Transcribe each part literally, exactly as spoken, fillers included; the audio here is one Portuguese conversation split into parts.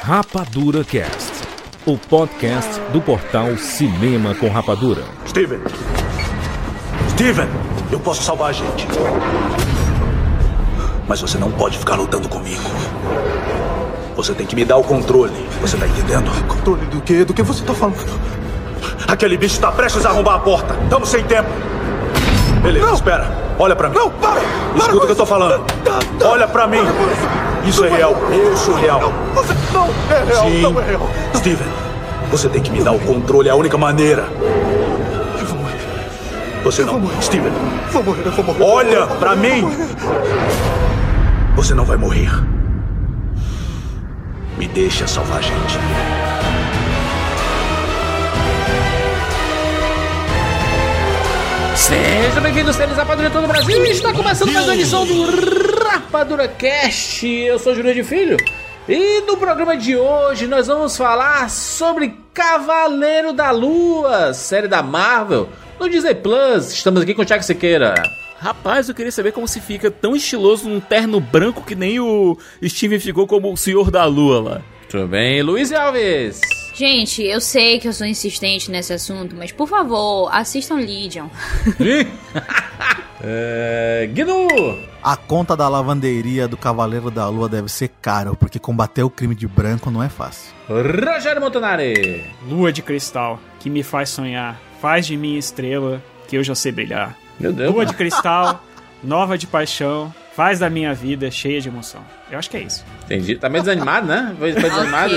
Rapadura Cast, o podcast do portal Cinema com Rapadura. Steven! Steven! Eu posso salvar a gente. Mas você não pode ficar lutando comigo. Você tem que me dar o controle. Você tá entendendo? Controle do quê? Do que você tá falando? Aquele bicho está prestes a arrombar a porta. Estamos sem tempo. Beleza, não. Espera. Olha pra mim. Não, para! Escuta o que eu tô falando. Não, não, Olha pra mim. Isso é real. Eu sou real. Não, você não é real. Sim. Não é real. Steven, você tem que me dar o controle. É a única maneira. Eu vou morrer. Você eu não. Vou morrer. Steven. Vou morrer, eu vou morrer. Olha pra mim. Você não vai morrer. Me deixa salvar a gente. Seja bem-vindo, seres Rapadura de todo o Brasil. Está começando mais uma edição do Rapadura Cast. Eu sou Júlio de Filho. E no programa de hoje nós vamos falar sobre Cavaleiro da Lua, série da Marvel, no Disney Plus. Estamos aqui com o Thiago Sequeira. Rapaz, eu queria saber como se fica tão estiloso num terno branco que nem o Steven ficou como o Senhor da Lua lá. Tudo bem, Luiz Alves? Gente, eu sei que eu sou insistente nesse assunto, mas por favor, assistam Legion. é, Guido! A conta da lavanderia do Cavaleiro da Lua deve ser caro, porque combater o crime de branco não é fácil. Rogério Montanari! Lua de cristal, que me faz sonhar, faz de mim estrela, que eu já sei brilhar. Meu Deus. Lua de cristal, nova de paixão, faz da minha vida cheia de emoção. Eu acho que é isso. Entendi. Tá meio desanimado, né? Foi, foi desanimado.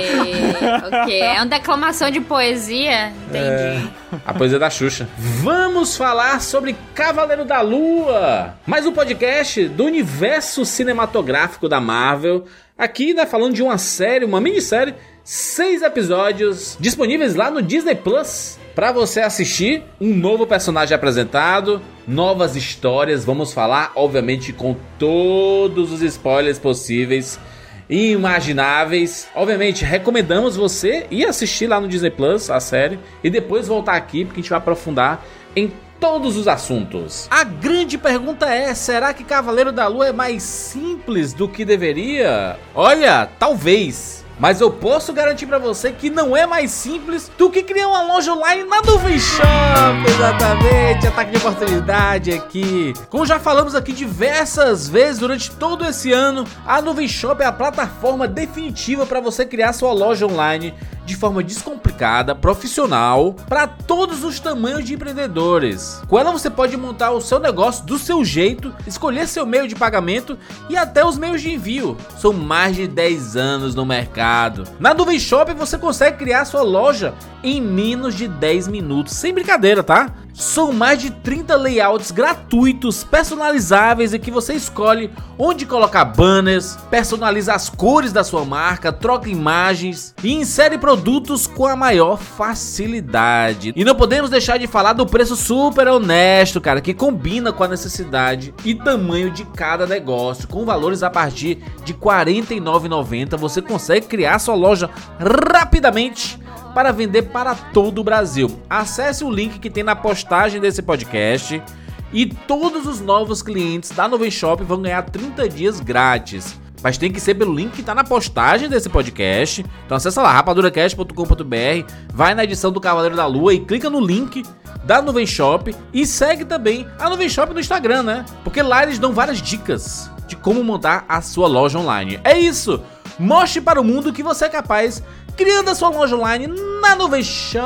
Ok, ok. É uma declamação de poesia. Entendi. É, a poesia da Xuxa. Vamos falar sobre Cavaleiro da Lua, mais um podcast do universo cinematográfico da Marvel. Aqui, né, falando de uma série, uma minissérie, seis episódios disponíveis lá no Disney Plus. Pra você assistir, um novo personagem apresentado, novas histórias, vamos falar, obviamente, com todos os spoilers possíveis e imagináveis. Obviamente, recomendamos você ir assistir lá no Disney Plus, a série, e depois voltar aqui, porque a gente vai aprofundar em todos os assuntos. A grande pergunta é, será que Cavaleiro da Lua é mais simples do que deveria? Olha, talvez. Mas eu posso garantir pra você que não é mais simples do que criar uma loja online na Nuvem Shop. Exatamente, ataque de oportunidade aqui. Como já falamos aqui diversas vezes durante todo esse ano, a Nuvem Shop é a plataforma definitiva para você criar sua loja online de forma descomplicada, profissional, para todos os tamanhos de empreendedores. Com ela você pode montar o seu negócio do seu jeito, escolher seu meio de pagamento e até os meios de envio. São mais de dez anos no mercado. Na Nuvem Shop você consegue criar sua loja em menos de dez minutos, sem brincadeira, tá? São mais de trinta layouts gratuitos, personalizáveis, e que você escolhe onde colocar banners, personaliza as cores da sua marca, troca imagens e insere produtos com a maior facilidade. E não podemos deixar de falar do preço super honesto, cara, que combina com a necessidade e tamanho de cada negócio. Com valores a partir de quarenta e nove reais e noventa centavos você consegue criar sua loja rapidamente para vender para todo o Brasil. Acesse o link que tem na postagem desse podcast e todos os novos clientes da Nuvem Shop vão ganhar trinta dias grátis. Mas tem que ser pelo link que tá na postagem desse podcast. Então acessa lá, rapaduracast ponto com ponto br, vai na edição do Cavaleiro da Lua e clica no link da Nuvem Shop e segue também a Nuvem Shop no Instagram, né? Porque lá eles dão várias dicas de como montar a sua loja online. É isso! Mostre para o mundo que você é capaz, criando a sua loja online na Nuvem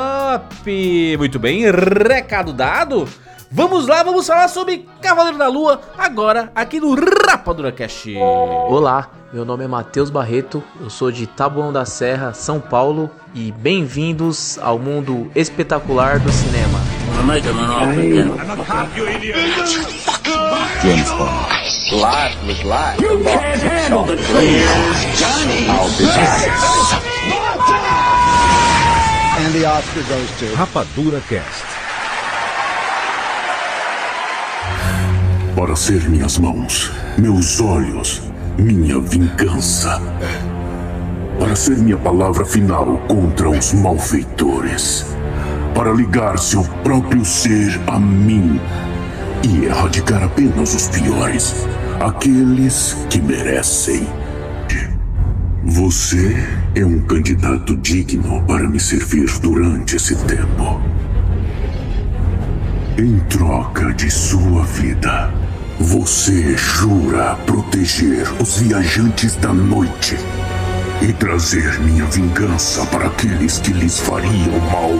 Shop. Muito bem, recado dado. Vamos lá, vamos falar sobre Cavaleiro da Lua agora aqui no Rapadura Cast. Olá, meu nome é Matheus Barreto, eu sou de Taboão da Serra, São Paulo, e bem-vindos ao mundo espetacular do cinema. James Bond. Life was life. You can't handle the truth, Johnny. I'll be back. And the Oscar goes to Rapadura Cast. Para ser minhas mãos, meus olhos, minha vingança. Para ser minha palavra final contra os malfeitores. Para ligar seu próprio ser a mim e erradicar apenas os piores, aqueles que merecem Você é um candidato digno para me servir durante esse tempo. Em troca de sua vida, você jura proteger os viajantes da noite e trazer minha vingança para aqueles que lhes fariam mal.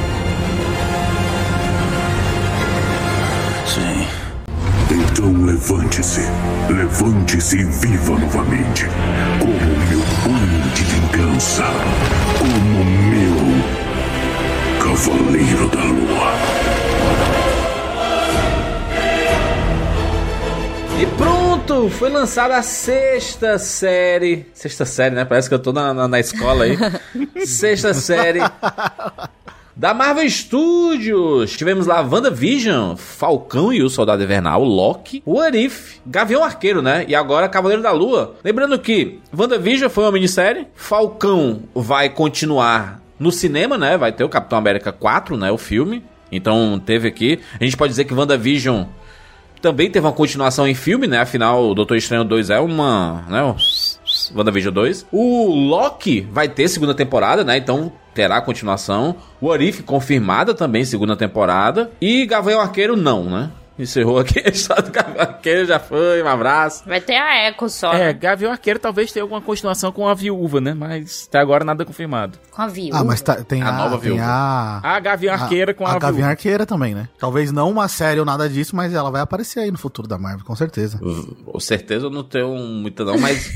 Sim. Então levante-se, levante-se e viva novamente, como meu banho de vingança, como meu Cavaleiro da Lua. E pronto, foi lançada a sexta série. Sexta série, né? Parece que eu tô na, na, na escola aí. Sexta série da Marvel Studios. Tivemos lá WandaVision, Falcão e o Soldado Invernal, Loki, What If, Gavião Arqueiro, né? E agora Cavaleiro da Lua. Lembrando que WandaVision foi uma minissérie, Falcão vai continuar no cinema, né? Vai ter o Capitão América quatro, né? O filme. Então teve aqui. A gente pode dizer que WandaVision também teve uma continuação em filme, né? Afinal, o Doutor Estranho dois é uma... né? WandaVision dois. O Loki vai ter segunda temporada, né? Então terá continuação. O What If confirmada também, segunda temporada. E Gavião Arqueiro não, né? Encerrou aqui a história do Gavião Arqueiro, já foi, um abraço. Vai ter a Echo só. É, né? Gavião Arqueiro talvez tenha alguma continuação com a Viúva, né? Mas até agora nada confirmado. Com a Viúva? Ah, mas tá, tem A a, nova tem Viúva. a... A Gavião Arqueira com a, a Gavião Viúva. Arqueira também, né? Talvez não uma série ou nada disso, mas ela vai aparecer aí no futuro da Marvel, com certeza. Com certeza eu não tenho muita não, mas...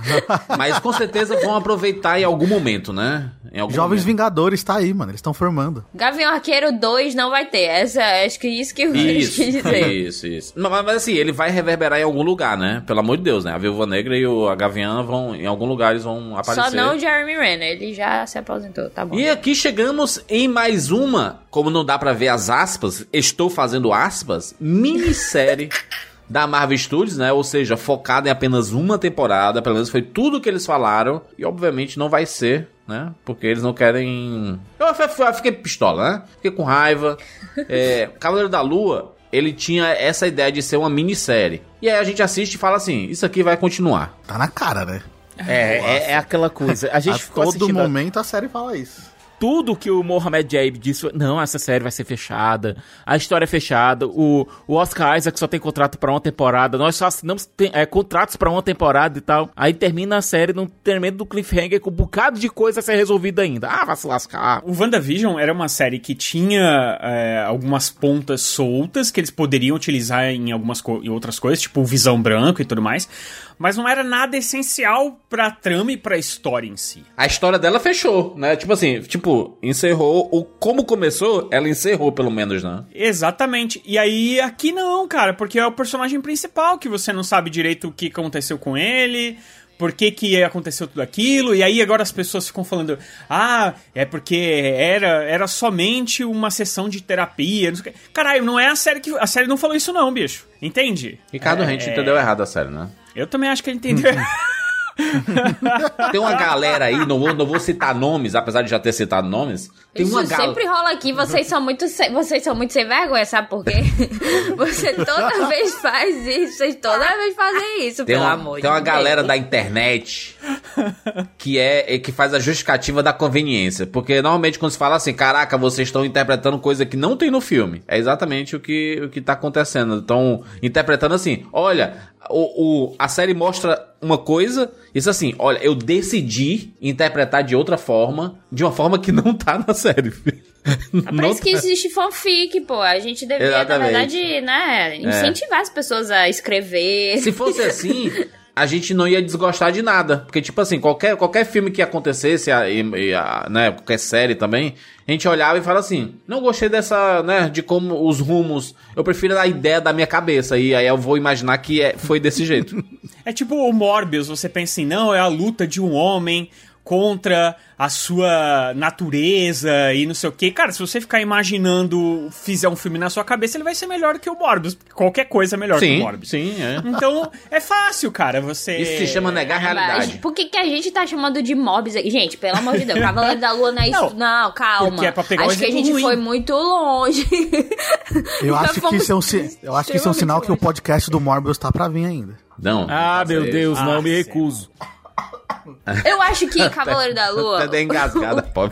mas com certeza vão aproveitar em algum momento, né? Em algum Jovens momento. Vingadores tá aí, mano. Eles estão formando. Gavião Arqueiro dois não vai ter. Essa, acho que isso que eu Isso, quis dizer. isso, isso. Mas, mas assim, ele vai reverberar em algum lugar, né? Pelo amor de Deus, né? A Viúva Negra e o, a Gavião vão, em algum lugar eles vão aparecer. Só não o Jeremy Renner, ele já se aposentou, tá bom. E aqui chegamos em mais uma, como não dá pra ver as aspas, estou fazendo aspas, minissérie da Marvel Studios, né? Ou seja, focada em apenas uma temporada, pelo menos foi tudo que eles falaram, e obviamente não vai ser, né? Porque eles não querem... Eu fiquei pistola, né? Fiquei com raiva. É, Cavaleiro da Lua, ele tinha essa ideia de ser uma minissérie. E aí a gente assiste e fala assim, isso aqui vai continuar. Tá na cara, né? É, é, é aquela coisa. A gente A ficou todo assistindo momento a série fala isso. tudo que o Mohamed Jaib disse, não, essa série vai ser fechada, a história é fechada, o, o Oscar Isaac só tem contrato pra uma temporada, nós só assinamos tem, é, contratos pra uma temporada e tal. Aí termina a série num tremendo do cliffhanger com um bocado de coisa a ser resolvida ainda. Ah, vai se lascar. O WandaVision era uma série que tinha é, algumas pontas soltas que eles poderiam utilizar em algumas co- em outras coisas, tipo Visão Branco e tudo mais, mas não era nada essencial pra trama e pra história em si. A história dela fechou, né? Tipo assim, tipo, encerrou. O como começou, ela encerrou, pelo menos, né? Exatamente. E aí, aqui não, cara, porque é o personagem principal que você não sabe direito o que aconteceu com ele, por que que aconteceu tudo aquilo, e aí agora as pessoas ficam falando, ah, é porque era, era somente uma sessão de terapia, não sei o que. Caralho, não é a série que... A série não falou isso não, bicho. Entende? Ricardo é, Rente entendeu errado a série, né? Eu também acho que ele entendeu errado. Tem uma galera aí, não vou, não vou citar nomes, apesar de já ter citado nomes. Tem Isso uma galera. sempre rola aqui, vocês são muito sem, vocês são muito sem vergonha, sabe por quê? Você toda vez faz isso, vocês toda vez fazem isso, Tem pelo uma, amor de tem uma Deus. galera da internet que é é que faz a justificativa da conveniência. Porque normalmente quando se fala assim, caraca, vocês estão interpretando coisa que não tem no filme. É exatamente o que, o que tá acontecendo. Estão interpretando assim, olha, o, o, a série mostra uma coisa, isso assim, olha, eu decidi interpretar de outra forma, de uma forma que não tá na série. É por Não isso que tá. existe fanfic, pô. A gente deveria, Exatamente. na verdade, né, incentivar as pessoas a escrever. Se fosse assim, a gente não ia desgostar de nada. Porque, tipo assim, qualquer, qualquer filme que acontecesse, a, e, a, né, qualquer série também, a gente olhava e falava assim, não gostei dessa, né, de como os rumos, eu prefiro a ideia da minha cabeça. E aí eu vou imaginar que é, foi desse jeito. É tipo o Morbius, você pensa assim, não, é a luta de um homem contra a sua natureza e não sei o que. Cara, se você ficar imaginando, fizer um filme na sua cabeça, ele vai ser melhor do que o Morbius. Qualquer coisa é melhor Sim, que o Morbius. sim, é. Então, é fácil, cara, você... Isso se chama negar a realidade. Por que, que a gente tá chamando de mobs aqui? Gente, pelo amor de Deus, Cavaleiro da Lua não é isso. Não, Não, calma. porque é pra pegar um Acho que a exemplo gente ruim. foi muito longe. Eu Já acho que fomos isso é um, si- eu acho que isso é um sinal que o podcast do Morbius tá pra vir ainda. Não. Ah, não meu sei. Deus, não Ah, me sério. recuso. Eu acho que Cavaleiro da Lua... Até engasgada, pobre.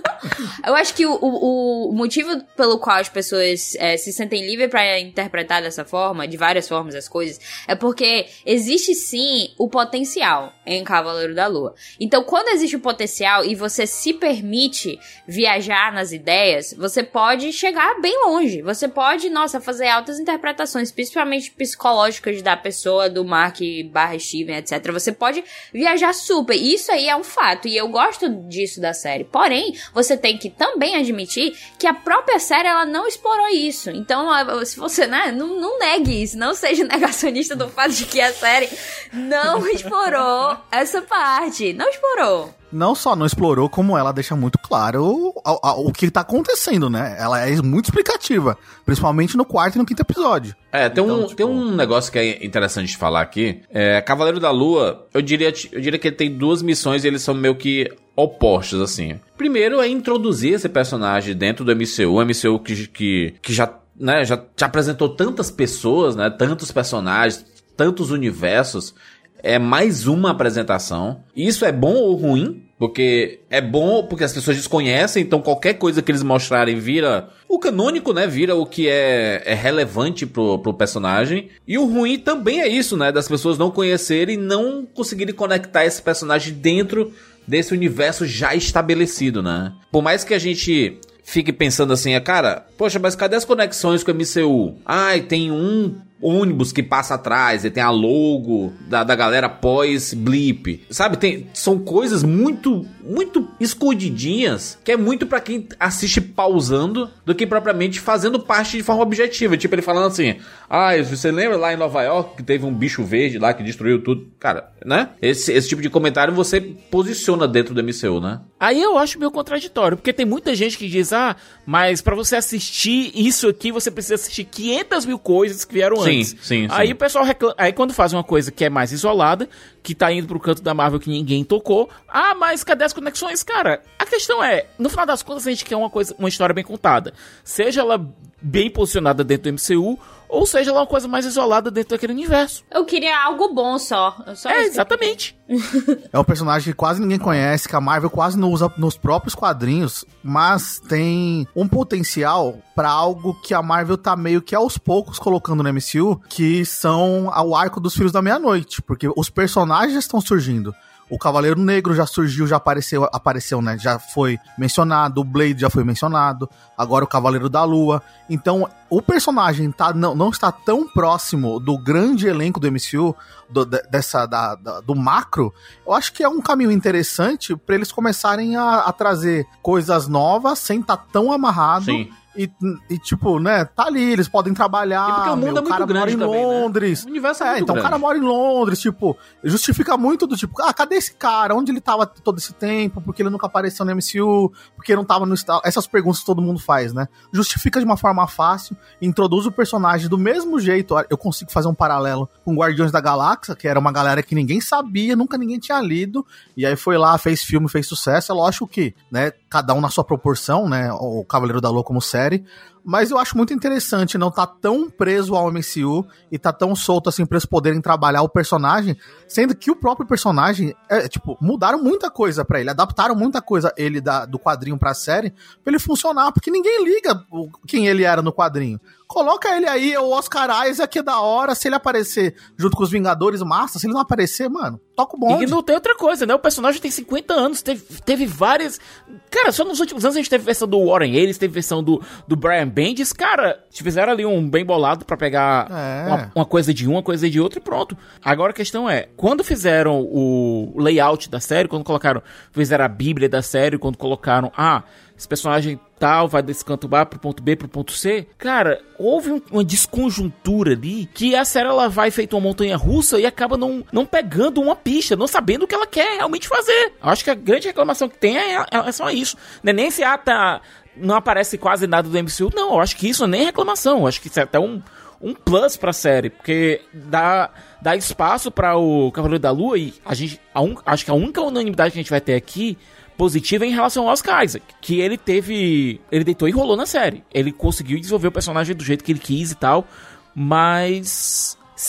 Eu acho que o, o, o motivo pelo qual as pessoas é, se sentem livres pra interpretar dessa forma, de várias formas as coisas, é porque existe sim o potencial em Cavaleiro da Lua. Então, quando existe o potencial e você se permite viajar nas ideias, você pode chegar bem longe. Você pode, nossa, fazer altas interpretações, principalmente psicológicas da pessoa, do Mark barra Steven, etcétera. Você pode viajar super. Isso aí é um fato. E eu gosto disso da série. Porém, você tem que também admitir que a própria série, ela não explorou isso. Então, se você, né, não, não negue isso. Não seja negacionista do fato de que a série não explorou essa parte. Não explorou. Não só não explorou, como ela deixa muito claro o, o, o que tá acontecendo, né? Ela é muito explicativa, principalmente no quarto e no quinto episódio. É, tem, então, um, tipo... tem um negócio que é interessante de falar aqui. É, Cavaleiro da Lua, eu diria, eu diria que ele tem duas missões e eles são meio que opostos, assim. Primeiro é introduzir esse personagem dentro do M C U, o M C U que, que, que já, né, já te apresentou tantas pessoas, né, tantos personagens, tantos universos. É mais uma apresentação. Isso é bom ou ruim? Porque é bom porque as pessoas desconhecem, então qualquer coisa que eles mostrarem vira o canônico, né? Vira o que é, é relevante pro, pro personagem. E o ruim também é isso, né? Das pessoas não conhecerem e não conseguirem conectar esse personagem dentro desse universo já estabelecido, né? Por mais que a gente fique pensando assim, cara, poxa, mas cadê as conexões com o M C U? Ai, tem um ônibus que passa atrás, e tem a logo da, da galera pós-blip, sabe? Tem, são coisas muito, muito escondidinhas, que é muito pra quem assiste pausando, do que propriamente fazendo parte de forma objetiva. Tipo, ele falando assim, ah, você lembra lá em Nova York que teve um bicho verde lá que destruiu tudo? Cara, né? Esse, esse tipo de comentário você posiciona dentro do M C U, né? Aí eu acho meio contraditório, porque tem muita gente que diz, ah, mas pra você assistir isso aqui, você precisa assistir quinhentas mil coisas que vieram sim, antes. Sim, sim. Aí o pessoal reclama, aí quando faz uma coisa que é mais isolada, que tá indo pro canto da Marvel que ninguém tocou, ah, mas cadê as conexões? Cara, a questão é, no final das contas a gente quer uma coisa, uma história bem contada. Seja ela bem posicionada dentro do M C U, ou seja ela uma coisa mais isolada dentro daquele universo. Eu queria algo bom só. só é, exatamente. É um personagem que quase ninguém conhece, que a Marvel quase não usa nos próprios quadrinhos, mas tem um potencial pra algo que a Marvel tá meio que aos poucos colocando no M C U, que são o arco dos Filhos da Meia-Noite, porque os personagens já estão surgindo. O Cavaleiro Negro já surgiu, já apareceu, apareceu, né? Já foi mencionado, o Blade já foi mencionado, agora o Cavaleiro da Lua. Então, o personagem tá, não, não está tão próximo do grande elenco do M C U, do, dessa, da, da, do macro. Eu acho que é um caminho interessante para eles começarem a, a trazer coisas novas sem estar tá tão amarrado. Sim. E, e, tipo, né, tá ali, eles podem trabalhar. E porque o mundo meu, é muito cara grande mora em também, Londres. Né? O universo é, é muito então grande. o cara mora em Londres, tipo, justifica muito do tipo, ah, cadê esse cara? Onde ele tava todo esse tempo? Porque ele nunca apareceu no M C U? Porque não tava no Star... Essas perguntas que todo mundo faz, né? Justifica de uma forma fácil, introduz o personagem do mesmo jeito. Eu consigo fazer um paralelo com Guardiões da Galáxia, que era uma galera que ninguém sabia, nunca ninguém tinha lido, e aí foi lá, fez filme, fez sucesso. É lógico que, né, cada um na sua proporção, né, o Cavaleiro da Lua como série. Mas eu acho muito interessante não tá tão preso ao M C U e tá tão solto assim pra eles poderem trabalhar o personagem, sendo que o próprio personagem, é, tipo, mudaram muita coisa pra ele, adaptaram muita coisa ele da, do quadrinho pra série, pra ele funcionar, porque ninguém liga o, quem ele era no quadrinho. Coloca ele aí, o Oscar Isaac é da hora, se ele aparecer junto com os Vingadores, massa, se ele não aparecer, mano, toca o bonde. E não tem outra coisa, né? O personagem tem cinquenta anos, teve, teve várias... Cara, só nos últimos anos a gente teve versão do Warren Ellis, teve versão do, do Brian Bendis, cara, fizeram ali um bem bolado pra pegar é. uma, uma coisa de um, uma coisa de outro e pronto. Agora a questão é, quando fizeram o layout da série, quando colocaram, fizeram a bíblia da série, quando colocaram, ah, esse personagem tal vai desse canto A pro ponto B pro ponto C, cara, houve um, uma desconjuntura ali que a série ela vai feito uma montanha russa e acaba não, não pegando uma pista, não sabendo o que ela quer realmente fazer. Eu acho que a grande reclamação que tem é, é, é só isso. Não é nem se ah, tá, não aparece quase nada do M C U, não, eu acho que isso não é nem reclamação, eu acho que isso é até um, um plus pra série, porque dá, dá espaço pra o Cavaleiro da Lua e a gente, a un, acho que a única unanimidade que a gente vai ter aqui positiva em relação ao Oscar Isaac, que ele teve, ele deitou e rolou na série, ele conseguiu desenvolver o personagem do jeito que ele quis e tal, mas se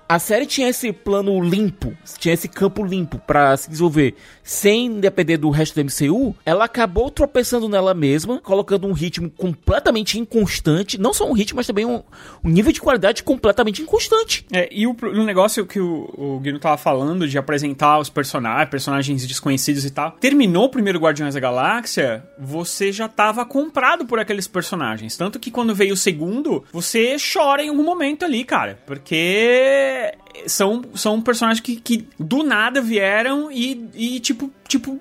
a série tinha esse plano limpo, tinha esse campo limpo pra se desenvolver sem depender do resto do M C U, ela acabou tropeçando nela mesma, colocando um ritmo completamente inconstante, não só um ritmo, mas também um, um nível de qualidade completamente inconstante. É, e o, o negócio que o, o Guilherme tava falando de apresentar os personagens, personagens desconhecidos e tal, terminou o primeiro Guardiões da Galáxia, você já tava comprado por aqueles personagens, tanto que quando veio o segundo, você chora em algum momento ali, cara, porque são, são personagens que, que do nada vieram e, e tipo, tipo,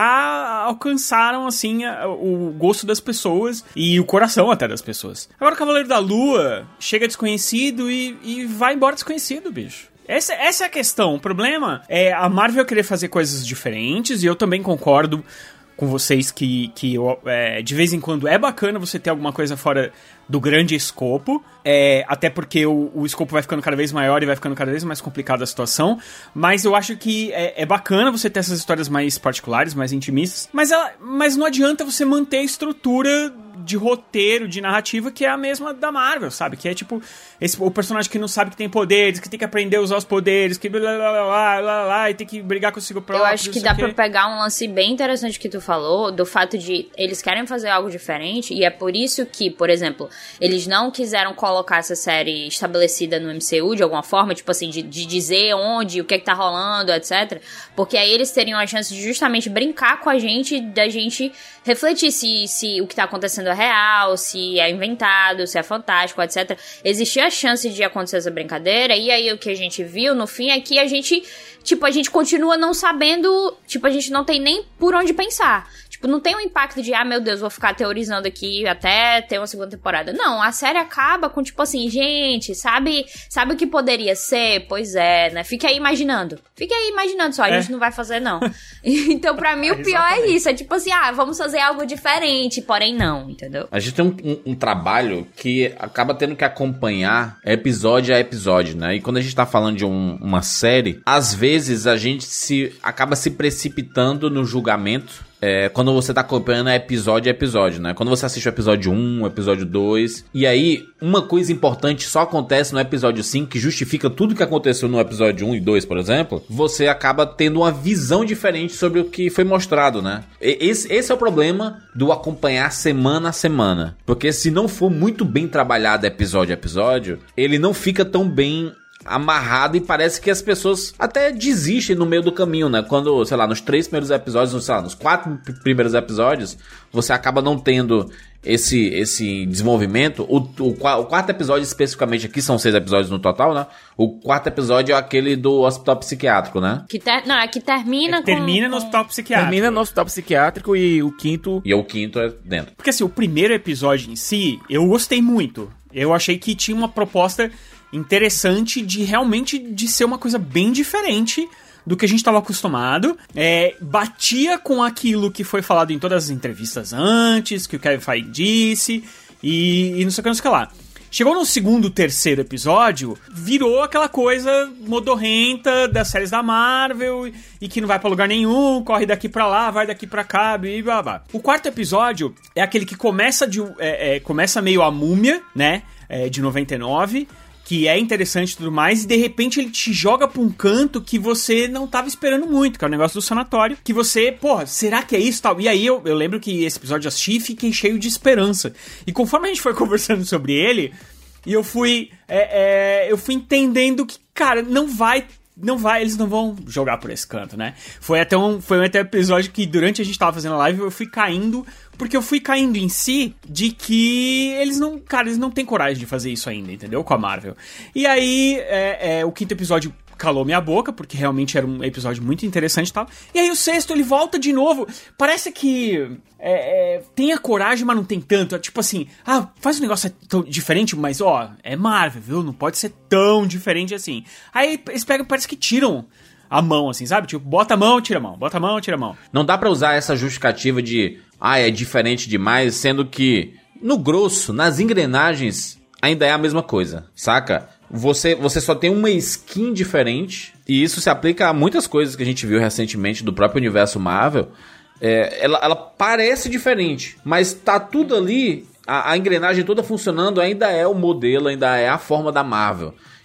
já alcançaram, assim, a, o gosto das pessoas e o coração até das pessoas. Agora o Cavaleiro da Lua chega desconhecido e, e vai embora desconhecido, bicho. Essa, essa é a questão. O problema é a Marvel querer fazer coisas diferentes, e eu também concordo com vocês que, que é, de vez em quando é bacana você ter alguma coisa fora do grande escopo, é, até porque o, o escopo vai ficando cada vez maior e vai ficando cada vez mais complicada a situação, mas eu acho que é, é bacana você ter essas histórias mais particulares, mais intimistas, mas, ela, mas não adianta você manter a estrutura de roteiro, de narrativa, que é a mesma da Marvel, sabe? Que é tipo, esse, o personagem que não sabe que tem poderes, que tem que aprender a usar os poderes, que blá blá blá blá blá, blá e tem que brigar consigo próprio. Eu acho que dá pra pegar um lance bem interessante que tu falou, do fato de eles querem fazer algo diferente, e é por isso que, por exemplo, eles não quiseram colocar essa série estabelecida no M C U de alguma forma, tipo assim, de, de dizer onde, o que é que tá rolando, etcétera. Porque aí eles teriam a chance de justamente brincar com a gente, da gente refletir se, se o que tá acontecendo é real, se é inventado, se é fantástico, etcétera. Existia a chance de acontecer essa brincadeira, e aí o que a gente viu no fim é que a gente, tipo, a gente continua não sabendo, tipo, a gente não tem nem por onde pensar. Tipo, não tem um impacto de, ah, meu Deus, vou ficar teorizando aqui até ter uma segunda temporada. Não, a série acaba com, tipo assim, gente, sabe, sabe o que poderia ser? Pois é, né? Fica aí imaginando. Fica aí imaginando só, a É. gente não vai fazer, não. Então, pra mim, o pior é isso. É tipo assim, ah, vamos fazer algo diferente, porém não, entendeu? A gente tem um, um, um trabalho que acaba tendo que acompanhar episódio a episódio, né? E quando a gente tá falando de um, uma série, às vezes a gente se acaba se precipitando no julgamento. É, quando você tá acompanhando episódio a episódio, né? Quando você assiste o episódio um, o episódio dois, e aí uma coisa importante só acontece no episódio cinco, que justifica tudo que aconteceu no episódio um e dois, por exemplo, você acaba tendo uma visão diferente sobre o que foi mostrado, né? E, esse, esse é o problema do acompanhar semana a semana, porque se não for muito bem trabalhado episódio a episódio, ele não fica tão bem amarrado, e parece que as pessoas até desistem no meio do caminho, né? Quando, sei lá, nos três primeiros episódios, sei lá, nos quatro primeiros episódios, você acaba não tendo esse, esse desenvolvimento. O, o, o quarto episódio, especificamente aqui, são seis episódios no total, né? O quarto episódio é aquele do hospital psiquiátrico, né? Que ter, não, é que termina É, com... termina no com... hospital psiquiátrico. Termina no hospital psiquiátrico e o quinto... E o quinto é dentro. Porque assim, o primeiro episódio em si, eu gostei muito. Eu achei que tinha uma proposta interessante de realmente de ser uma coisa bem diferente do que a gente estava acostumado. É, batia com aquilo que foi falado em todas as entrevistas antes, que o Kevin Feige disse, e, e não sei o que, não sei o que lá. Chegou no segundo, terceiro episódio, virou aquela coisa modorrenta das séries da Marvel, e que não vai pra lugar nenhum, corre daqui pra lá, vai daqui pra cá, e blá blá. O quarto episódio é aquele que começa, de, é, é, começa meio a Múmia, né, é, de noventa e nove, que é interessante e tudo mais, e de repente ele te joga pra um canto que você não tava esperando muito, que é o negócio do sanatório, que você, porra, será que é isso tal? E aí eu, eu lembro que esse episódio eu assisti e fiquei cheio de esperança. E conforme a gente foi conversando sobre ele, e eu fui, é, é, eu fui entendendo que, cara, não vai... Não vai, eles não vão jogar por esse canto, né? Foi até um, foi até um episódio que durante a gente tava fazendo a live eu fui caindo, porque eu fui caindo em si de que eles não, cara, eles não têm coragem de fazer isso ainda, entendeu? Com a Marvel. E aí, é, é, o quinto episódio calou minha boca, porque realmente era um episódio muito interessante e tal. E aí o sexto, ele volta de novo. Parece que é, é, tem a coragem, mas não tem tanto. É tipo assim, ah, faz um negócio tão diferente, mas ó, é Marvel, viu? Não pode ser tão diferente assim. Aí eles pegam, parece que tiram a mão, assim, sabe? Tipo, bota a mão, tira a mão, bota a mão, tira a mão. Não dá pra usar essa justificativa de, ah, é diferente demais, sendo que, no grosso, nas engrenagens, ainda é a mesma coisa, saca? Você, você só tem uma skin diferente, e isso se aplica a muitas coisas que a gente viu recentemente do próprio universo Marvel. É, ela, ela parece diferente, mas tá tudo ali, a, a engrenagem toda funcionando, ainda é o modelo, ainda é a forma da Marvel.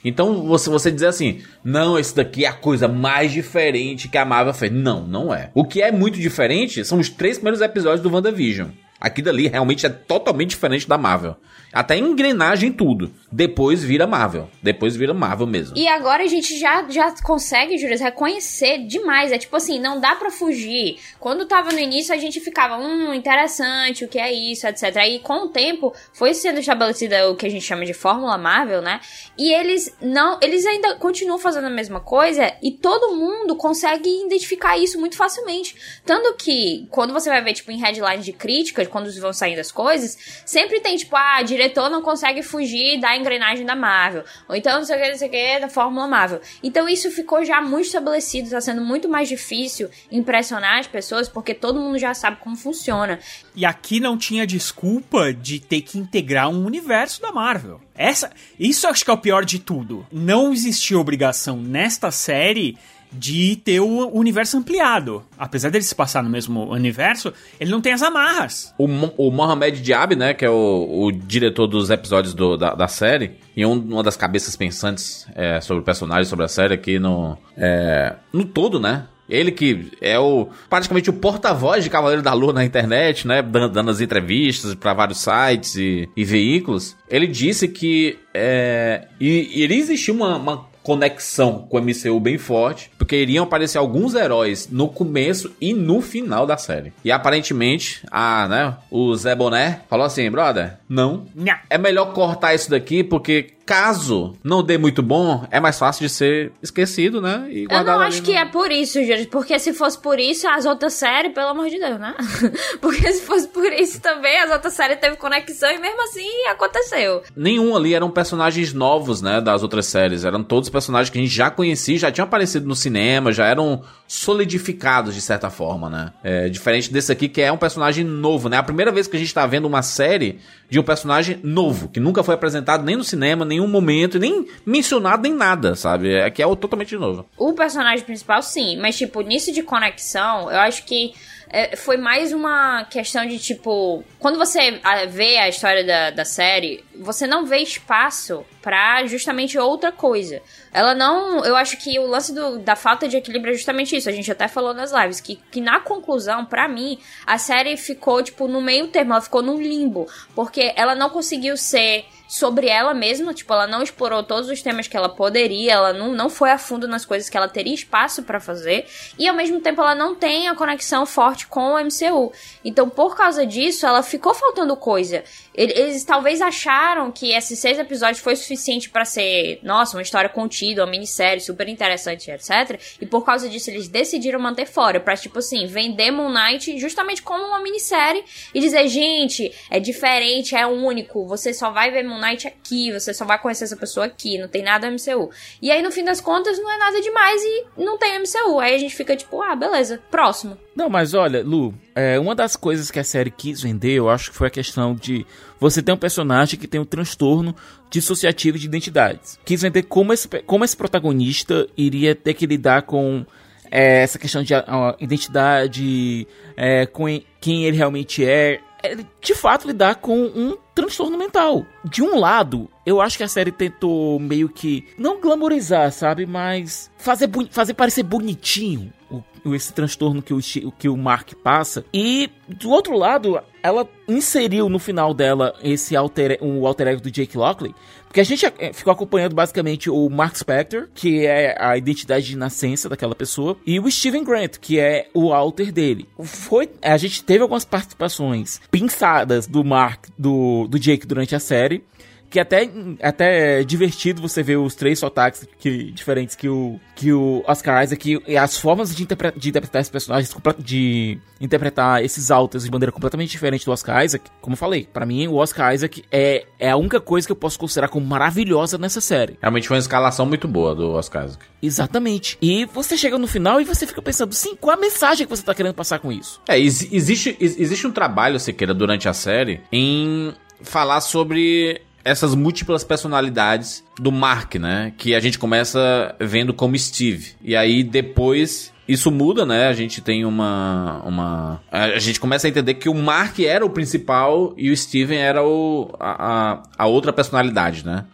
Então, você, você dizer assim, não, esse daqui é a coisa mais diferente que a Marvel fez. Não, não é. O que é muito diferente são os três primeiros episódios do WandaVision. Aquilo ali realmente é totalmente diferente da Marvel. Até engrenagem e tudo. Depois vira Marvel. Depois vira Marvel mesmo. E agora a gente já, já consegue, Júlio, reconhecer demais. É tipo assim, não dá pra fugir. Quando tava no início, a gente ficava, hum, interessante, o que é isso, etcétera. Aí, com o tempo, foi sendo estabelecida o que a gente chama de Fórmula Marvel, né? E eles não... Eles ainda continuam fazendo a mesma coisa e todo mundo consegue identificar isso muito facilmente. Tanto que, quando você vai ver, tipo, em headlines de críticas, quando vão saindo as coisas, sempre tem, tipo, ah, a diretor não consegue fugir da engrenagem da Marvel. Ou então, não sei o que, não sei o que, da Fórmula Marvel. Então, isso ficou já muito estabelecido, tá sendo muito mais difícil impressionar as pessoas, porque todo mundo já sabe como funciona. E aqui não tinha desculpa de ter que integrar um universo da Marvel. Essa, isso eu acho que é o pior de tudo. Não existia obrigação nesta série de ter o universo ampliado. Apesar dele se passar no mesmo universo, ele não tem as amarras. O, o Mohamed Diab, né, que é o, o diretor dos episódios do, da, da série, e um, uma das cabeças pensantes é, sobre o personagem, sobre a série aqui no, é, no todo, né? Ele que é o praticamente o porta-voz de Cavaleiro da Lua na internet, né? Dando, dando as entrevistas para vários sites e, e veículos. Ele disse que é, e, e ele existiu uma, uma conexão com o M C U bem forte, porque iriam aparecer alguns heróis no começo e no final da série. E aparentemente, a, né, o Zé Boné falou assim, brother, não, não. É melhor cortar isso daqui, porque caso não dê muito bom, é mais fácil de ser esquecido, né? E eu não acho no... que é por isso, Júlio, porque se fosse por isso, as outras séries, pelo amor de Deus, né? Porque se fosse por isso também, as outras séries teve conexão e mesmo assim aconteceu. Nenhum ali eram personagens novos, né, das outras séries. Eram todos personagens que a gente já conhecia, já tinham aparecido no cinema, já eram solidificados de certa forma, né? É, diferente desse aqui, que é um personagem novo, né? A primeira vez que a gente tá vendo uma série de um personagem novo, que nunca foi apresentado nem no cinema, nenhum momento, nem mencionado, nem nada, sabe? É que é o totalmente novo. O personagem principal, sim, mas, tipo, nisso de conexão, eu acho que é, foi mais uma questão de, tipo, quando você vê a história da, da série, você não vê espaço pra justamente outra coisa. Ela não... Eu acho que o lance do, da falta de equilíbrio é justamente isso. A gente até falou nas lives, que, que na conclusão, pra mim, a série ficou, tipo, no meio termo. Ela ficou num limbo. Porque ela não conseguiu ser sobre ela mesma. Tipo, ela não explorou todos os temas que ela poderia. Ela não, não foi a fundo nas coisas que ela teria espaço pra fazer. E, ao mesmo tempo, ela não tem a conexão forte com o M C U. Então, por causa disso, ela ficou faltando coisa. Eles, eles talvez acharam que esses seis episódios foi suficiente pra ser, nossa, uma história contida, uma minissérie super interessante, etcétera. E por causa disso eles decidiram manter fora, pra, tipo assim, vender Moon Knight justamente como uma minissérie e dizer, gente, é diferente, é único, você só vai ver Moon Knight aqui, você só vai conhecer essa pessoa aqui, não tem nada M C U. E aí, no fim das contas, não é nada demais e não tem M C U. Aí a gente fica tipo, ah, beleza, próximo. Não, mas olha, Lu, é, uma das coisas que a série quis vender, eu acho que foi a questão de você ter um personagem que tem um transtorno dissociativo de identidades. Quis vender como esse, como esse protagonista iria ter que lidar com é, essa questão de a, identidade, é, com quem ele realmente é, é, de fato lidar com um transtorno mental. De um lado, eu acho que a série tentou meio que, não glamorizar, sabe, mas fazer, fazer parecer bonitinho o, esse transtorno que o, que o Mark passa. E, do outro lado, ela inseriu no final dela esse alter, um alter ego do Jake Lockley, porque a gente ficou acompanhando basicamente o Mark Spector, que é a identidade de nascença daquela pessoa, e o Steven Grant, que é o alter dele. Foi, a gente teve algumas participações pinçadas do Mark, do, do Jake durante a série, que até, até é divertido você ver os três sotaques que, diferentes que o, que o Oscar Isaac, e as formas de, interpre, de interpretar esses personagens, de interpretar esses alters de maneira completamente diferente do Oscar Isaac. Como eu falei, pra mim o Oscar Isaac é, é a única coisa que eu posso considerar como maravilhosa nessa série. Realmente foi uma escalação muito boa do Oscar Isaac. Exatamente. E você chega no final e você fica pensando, sim, qual a mensagem que você tá querendo passar com isso? É, ex- existe, ex- existe um trabalho, Sequeira, durante a série, em falar sobre essas múltiplas personalidades do Mark, né? Que a gente começa vendo como Steve. E aí depois isso muda, né? A gente tem uma... uma a gente começa a entender que o Mark era o principal e o Steven era o, a, a outra personalidade, né?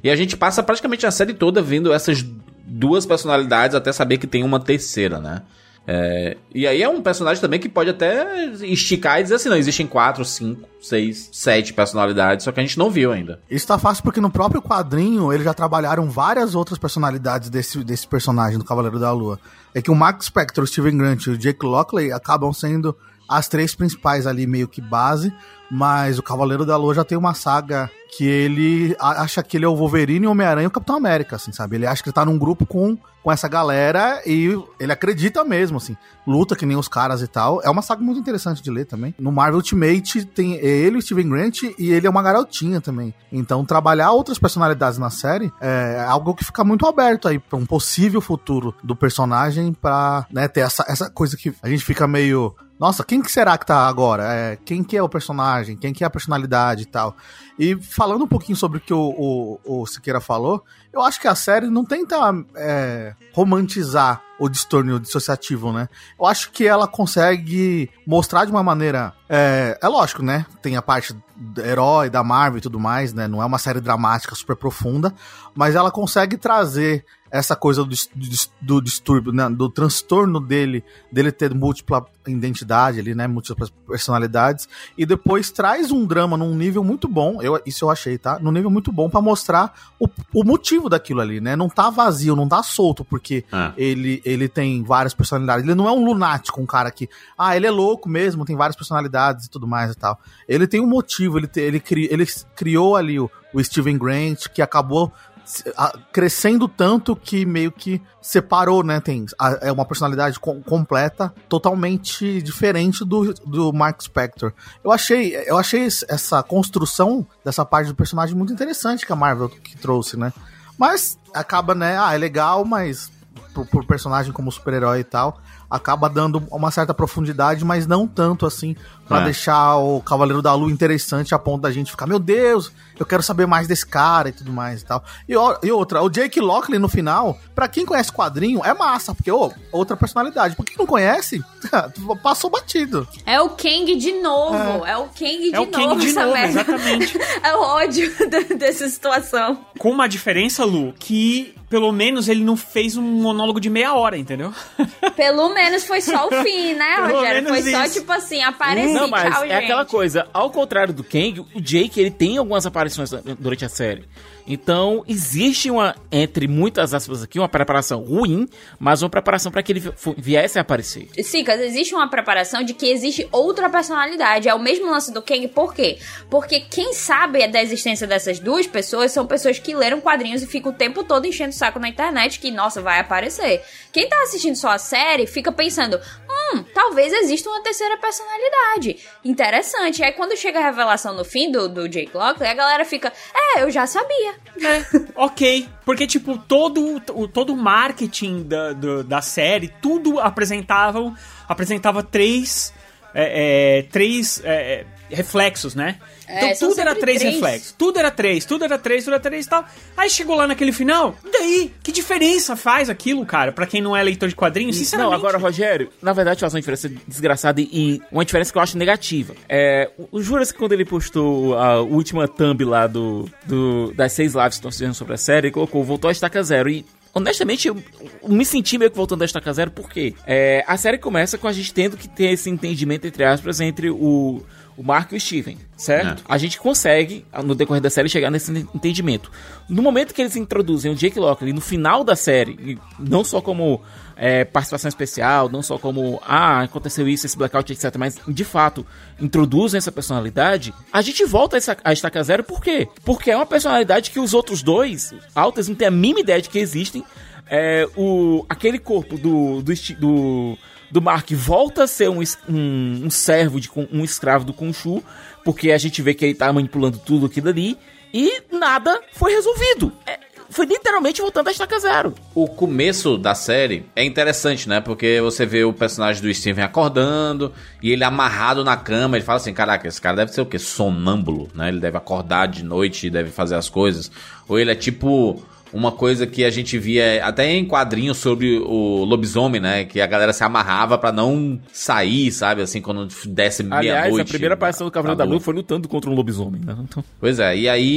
E a gente passa praticamente a série toda vendo essas duas personalidades até saber que tem uma terceira, né? É, e aí é um personagem também que pode até esticar e dizer assim, não, existem quatro, cinco, seis, sete personalidades, só que a gente não viu ainda. Isso tá fácil porque no próprio quadrinho eles já trabalharam várias outras personalidades desse, desse personagem do Cavaleiro da Lua. É que o Mark Spector, o Steven Grant e o Jake Lockley acabam sendo as três principais ali meio que base, mas o Cavaleiro da Lua já tem uma saga que ele acha que ele é o Wolverine, o Homem-Aranha e o Capitão América, assim, sabe? Ele acha que ele tá num grupo com, com essa galera e ele acredita mesmo, assim. Luta que nem os caras e tal. É uma saga muito interessante de ler também. No Marvel Ultimate tem ele, o Steven Grant, e ele é uma garotinha também. Então trabalhar outras personalidades na série é algo que fica muito aberto aí pra um possível futuro do personagem pra, né, ter essa, essa coisa que a gente fica meio... Nossa, quem que será que tá agora? É, quem que é o personagem? Quem que é a personalidade e tal? E falando um pouquinho sobre o que o, o, o Siqueira falou, eu acho que a série não tenta é, romantizar o distúrbio dissociativo, né? Eu acho que ela consegue mostrar de uma maneira... É, é lógico, né? Tem a parte do herói, da Marvel e tudo mais, né? Não é uma série dramática super profunda, mas ela consegue trazer essa coisa do, do, do distúrbio, né? Do transtorno dele, dele ter múltipla identidade ali, né? Múltiplas personalidades, e depois traz um drama num nível muito bom, eu, isso eu achei, tá? Num nível muito bom pra mostrar o, o motivo daquilo ali, né? Não tá vazio, não tá solto, porque ah. ele, ele tem várias personalidades. Ele não é um lunático, um cara que, ah, ele é louco mesmo, tem várias personalidades e tudo mais e tal. Ele tem um motivo, ele, te, ele, cri, ele criou ali o, o Steven Grant, que acabou crescendo tanto que meio que separou, né? Tem é uma personalidade com, completa, totalmente diferente do, do Mark Spector. Eu achei, eu achei essa construção dessa parte do personagem muito interessante que a Marvel que trouxe, né? Mas acaba, né? Ah, é legal, mas por, por personagem como super-herói e tal, acaba dando uma certa profundidade, mas não tanto assim pra é. deixar o Cavaleiro da Lua interessante a ponto da gente ficar, meu Deus, eu quero saber mais desse cara e tudo mais e tal. E, e outra, o Jake Lockley no final, pra quem conhece quadrinho, é massa, porque, ô, outra personalidade. Pra quem não conhece, passou batido. É o Kang de novo, é, é o Kang de é o novo, Kang de essa novo, merda. Exatamente. É o ódio dessa situação. Com uma diferença, Lu, que pelo menos ele não fez um monólogo de meia hora, entendeu? Pelo menos foi só o fim, né, Pelo Rogério? Foi isso. só, tipo assim, apareci, não, mas tchau, é gente. aquela coisa, ao contrário do Kang, o Jake, ele tem algumas aparições durante a série. Então, existe uma, entre muitas aspas aqui, uma preparação ruim, mas uma preparação para que ele viesse a aparecer. Sicas, existe uma preparação de que existe outra personalidade. É o mesmo lance do Kang, por quê? Porque quem sabe da existência dessas duas pessoas são pessoas que leram quadrinhos e ficam o tempo todo enchendo o saco na internet que, nossa, vai aparecer. Quem tá assistindo só a série fica pensando, hum, talvez exista uma terceira personalidade. Interessante. Aí quando chega a revelação no fim do, do Jake Lockley, a galera fica, é, eu já sabia. É, ok. Porque, tipo, todo o todo marketing da, do, da série, tudo apresentava, apresentava três, é, é, três é, reflexos, né? Então É, tudo era três, três reflexos. Tudo era três, tudo era três, tudo era três e tal. Aí chegou lá naquele final, e daí? Que diferença faz aquilo, cara? Pra quem não é leitor de quadrinhos, sinceramente. Não, agora, Rogério, na verdade faz uma diferença desgraçada e uma diferença que eu acho negativa. É, o Juras que quando ele postou a última thumb lá do, do, das seis lives que estão fazendo sobre a série, ele colocou, voltou a estaca zero e... Honestamente, eu me senti meio que voltando a estaca zero, porque é, a série começa com a gente tendo que ter esse entendimento, entre aspas, entre o, o Mark e o Steven, certo? É. A gente consegue, no decorrer da série, chegar nesse entendimento. No momento que eles introduzem o Jake Lockley no final da série, não só como é, participação especial, não só como, ah, aconteceu isso, esse blackout, etcétera, mas, de fato, introduzem essa personalidade, a gente volta a estaca zero, por quê? Porque é uma personalidade que os outros dois, Altas, não têm a mínima ideia de que existem. É, o, aquele corpo do, do, do, do Mark volta a ser um, um, um servo, de, um escravo do Khonshu, porque a gente vê que ele tá manipulando tudo aquilo ali, e nada foi resolvido. É, foi literalmente voltando a estaca zero. O começo da série é interessante, né? Porque você vê o personagem do Steven acordando e ele amarrado na cama. Ele fala assim, caraca, esse cara deve ser o quê? Sonâmbulo, né? Ele deve acordar de noite e deve fazer as coisas. Ou ele é tipo... uma coisa que a gente via até em quadrinhos sobre o lobisomem, né? Que a galera se amarrava pra não sair, sabe? Assim, quando desse meia-noite. Aliás, a primeira aparição do Cavaleiro da Lua foi lutando contra um lobisomem, né? Então... Pois é, e aí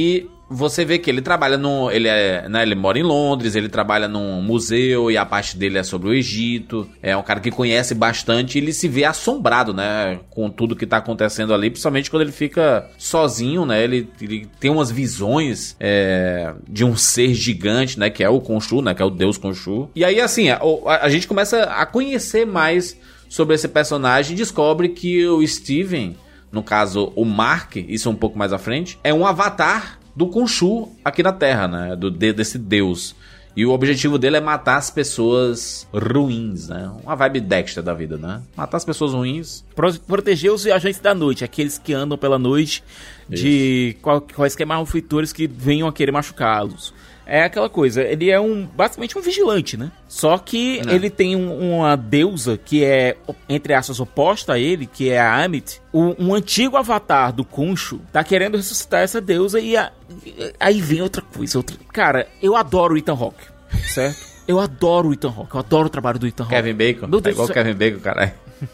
você vê que ele trabalha no... Ele, é, né, ele mora em Londres, ele trabalha num museu e a parte dele é sobre o Egito. É um cara que conhece bastante e ele se vê assombrado, né? Com tudo que tá acontecendo ali, principalmente quando ele fica sozinho, né? Ele, ele tem umas visões é, de um ser gigante, né? Que é o Khonshu, né? Que é o deus Khonshu. E aí, assim, a, a, a gente começa a conhecer mais sobre esse personagem e descobre que o Steven, no caso o Mark, isso é um pouco mais à frente, é um avatar do Khonshu aqui na Terra, né? Do, desse deus. E o objetivo dele é matar as pessoas ruins, né? Uma vibe Dexter da vida, né? Matar as pessoas ruins. Pro, proteger os viajantes da noite, aqueles que andam pela noite de qual, quaisquer malfeitores que venham a querer machucá-los. É aquela coisa, ele é um basicamente um vigilante, né? Só que Não. ele tem um, uma deusa que é, entre aspas, oposta a ele, que é a Amit. O, um antigo avatar do Khonshu tá querendo ressuscitar essa deusa e a, aí vem outra coisa. Outra... Cara, eu adoro o Ethan Hawke, certo? Eu adoro o Ethan Hawke, eu adoro o trabalho do Ethan Hawke. Kevin Bacon? Meu Deus é igual o Kevin Bacon, caralho.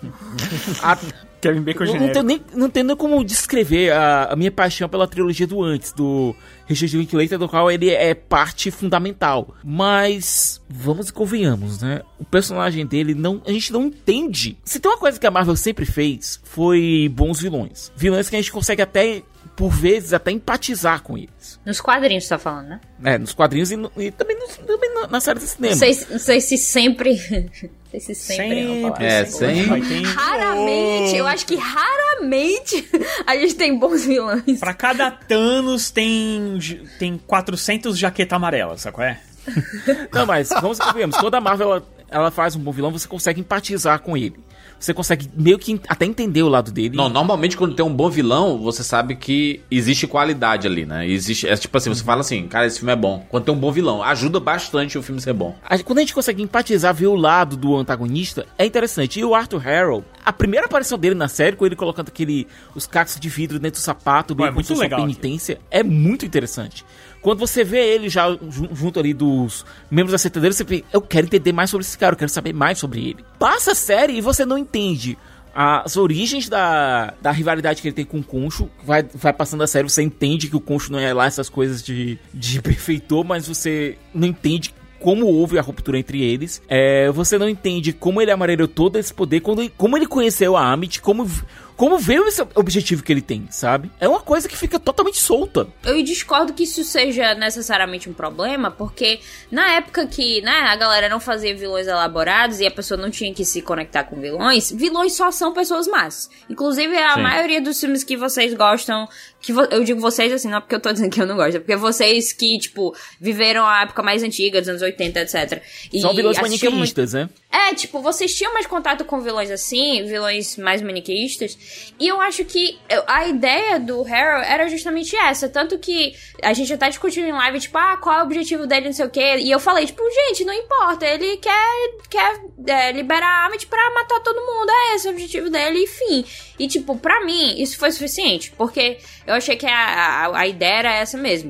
a... Kevin Bacon não, não, tenho nem, não tenho nem como descrever a, a minha paixão pela trilogia do antes, do Richard Linklater, do qual ele é parte fundamental. Mas, vamos e convenhamos, né? O personagem dele, não, a gente não entende. Se tem uma coisa que a Marvel sempre fez, foi bons vilões. Vilões que a gente consegue até, por vezes, até empatizar com eles. Nos quadrinhos, você tá falando, né? É, nos quadrinhos e, no, e também, no, também na série de cinema. Não sei, não sei se sempre... não sei se sempre... sempre é, sempre. Raramente, eu acho que raramente a gente tem bons vilões. Pra cada Thanos tem, tem quatrocentos jaqueta amarela, sabe qual é? Não, mas vamos ver, quando a Marvel ela, ela faz um bom vilão, você consegue empatizar com ele. Você consegue meio que até entender o lado dele. Não, normalmente quando tem um bom vilão, você sabe que existe qualidade ali, né? Existe, é tipo assim, você fala assim, cara, esse filme é bom. Quando tem um bom vilão, ajuda bastante o filme ser bom. Quando a gente consegue empatizar, ver o lado do antagonista, é interessante. E o Arthur Harrow, a primeira aparição dele na série, com ele colocando aquele, os cacos de vidro dentro do sapato, bem Ué, como sua penitência, é muito interessante. Quando você vê ele já junto ali dos membros da seita dele, você pensa, eu quero entender mais sobre esse cara, eu quero saber mais sobre ele. Passa a série e você não entende as origens da, da rivalidade que ele tem com o Khonshu. Vai, vai passando a série, você entende que o Khonshu não é lá essas coisas de, de perfeitor, mas você não entende como houve a ruptura entre eles. É, você não entende como ele amarelou todo esse poder, quando, como ele conheceu a Amit, como... Como veio esse objetivo que ele tem, sabe? É uma coisa que fica totalmente solta. Eu discordo que isso seja necessariamente um problema, porque na época que, né, a galera não fazia vilões elaborados e a pessoa não tinha que se conectar com vilões, vilões só são pessoas más. Inclusive, a Sim. maioria dos filmes que vocês gostam, que vo- eu digo vocês assim, não é porque eu tô dizendo que eu não gosto, é porque vocês que, tipo, viveram a época mais antiga, dos anos oitenta, etcétera. E são vilões maniqueístas, muito... né? É, tipo, vocês tinham mais contato com vilões assim, vilões mais maniqueístas, e eu acho que a ideia do Harrow era justamente essa, tanto que a gente até discutiu em live, tipo, ah, qual é o objetivo dele, não sei o quê, e eu falei, tipo, gente, não importa, ele quer, quer é, liberar a Amit pra matar todo mundo, é esse o objetivo dele, enfim. E, tipo, pra mim, isso foi suficiente, porque eu achei que a, a, a ideia era essa mesmo.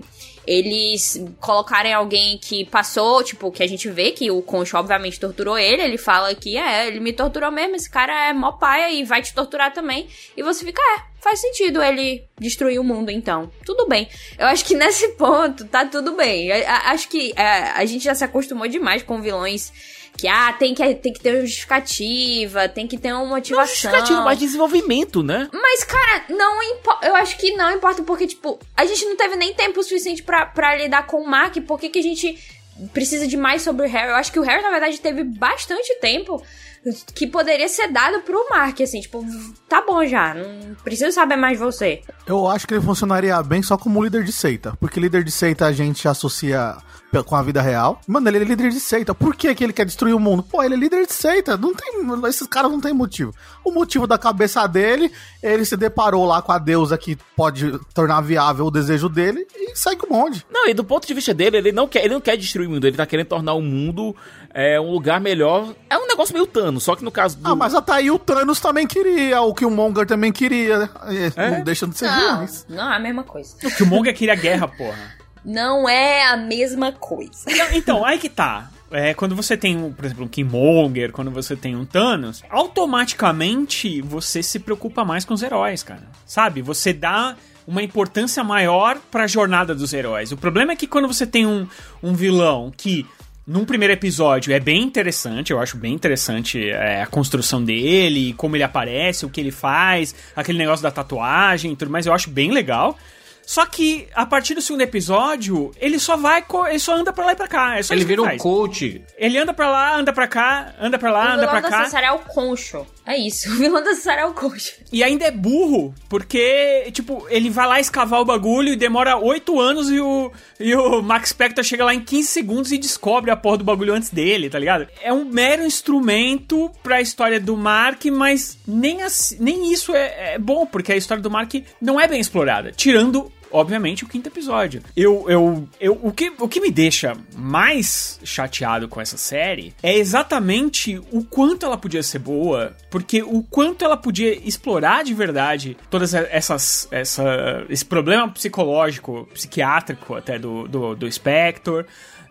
Eles colocarem alguém que passou, tipo, que a gente vê que o Khonshu obviamente torturou ele, ele fala que é, ele me torturou mesmo, esse cara é mó paia e vai te torturar também, e você fica, é, faz sentido ele destruir o mundo então, tudo bem. Eu acho que nesse ponto tá tudo bem, eu, eu, acho que é, a gente já se acostumou demais com vilões que, ah, tem que, tem que ter uma justificativa, tem que ter uma motivação. Não justificativa, mas desenvolvimento, né? Mas, cara, não importa. Eu acho que não importa, porque, tipo, a gente não teve nem tempo suficiente pra, pra lidar com o Mark. Por que que a gente precisa de mais sobre o Harry? Eu acho que o Harry, na verdade, teve bastante tempo que poderia ser dado pro Mark, assim, tipo, tá bom já, não preciso saber mais de você. Eu acho que ele funcionaria bem só como líder de seita, porque líder de seita a gente associa com a vida real. Mano, ele é líder de seita. Por que que ele quer destruir o mundo? Pô, ele é líder de seita. Não tem, esses caras não tem motivo. O motivo da cabeça dele, ele se deparou lá com a deusa que pode tornar viável o desejo dele e sai com o monte. Não, e do ponto de vista dele, ele não quer, ele não quer destruir o mundo, ele tá querendo tornar o mundo é, um lugar melhor. É um negócio meio Thanos, só que no caso do... Ah, mas até aí o Thanos também queria, o Killmonger também queria. É? Não deixa de ser vilões. Não, não é a mesma coisa. O Killmonger queria guerra, porra. Não é a mesma coisa. Não, então, aí que tá. É, quando você tem, por exemplo, um Killmonger, quando você tem um Thanos, automaticamente você se preocupa mais com os heróis, cara. Sabe? Você dá uma importância maior pra jornada dos heróis. O problema é que quando você tem um, um vilão que, num primeiro episódio, é bem interessante, eu acho bem interessante é, a construção dele, como ele aparece, o que ele faz, aquele negócio da tatuagem e tudo mais, eu acho bem legal. Só que, a partir do segundo episódio, ele só vai, ele só anda pra lá e pra cá. É só ele isso que vira um faz. coach. Ele anda pra lá, anda pra cá, anda pra lá, anda pra cá. O vilão da Cessara é o Concho. É isso, o vilão da Cessara é o Concho. E ainda é burro, porque, tipo, ele vai lá escavar o bagulho e demora oito anos e o, e o Max Spector chega lá em quinze segundos e descobre a porra do bagulho antes dele, tá ligado? É um mero instrumento pra história do Mark, mas nem, assim, nem isso é, é bom, porque a história do Mark não é bem explorada, tirando... obviamente, o quinto episódio. Eu, eu, eu, o, que, o que me deixa mais chateado com essa série é exatamente o quanto ela podia ser boa, porque o quanto ela podia explorar de verdade todas essas, essa, esse problema psicológico, psiquiátrico até do, do, do Spector,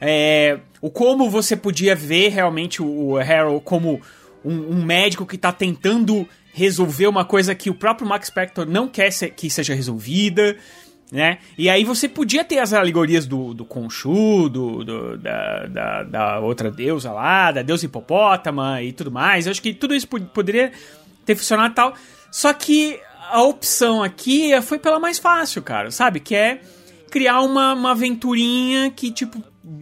é, o como você podia ver realmente o, o Harrow como um, um médico que tá tentando resolver uma coisa que o próprio Max Spector não quer ser, que seja resolvida, né? E aí você podia ter as alegorias do, do Khonshu, do, do, da, da, da outra deusa lá, da deusa hipopótama e tudo mais. Eu acho que tudo isso pod- poderia ter funcionado e tal. Só que a opção aqui foi pela mais fácil, cara, sabe? Que é criar uma, uma aventurinha que, tipo,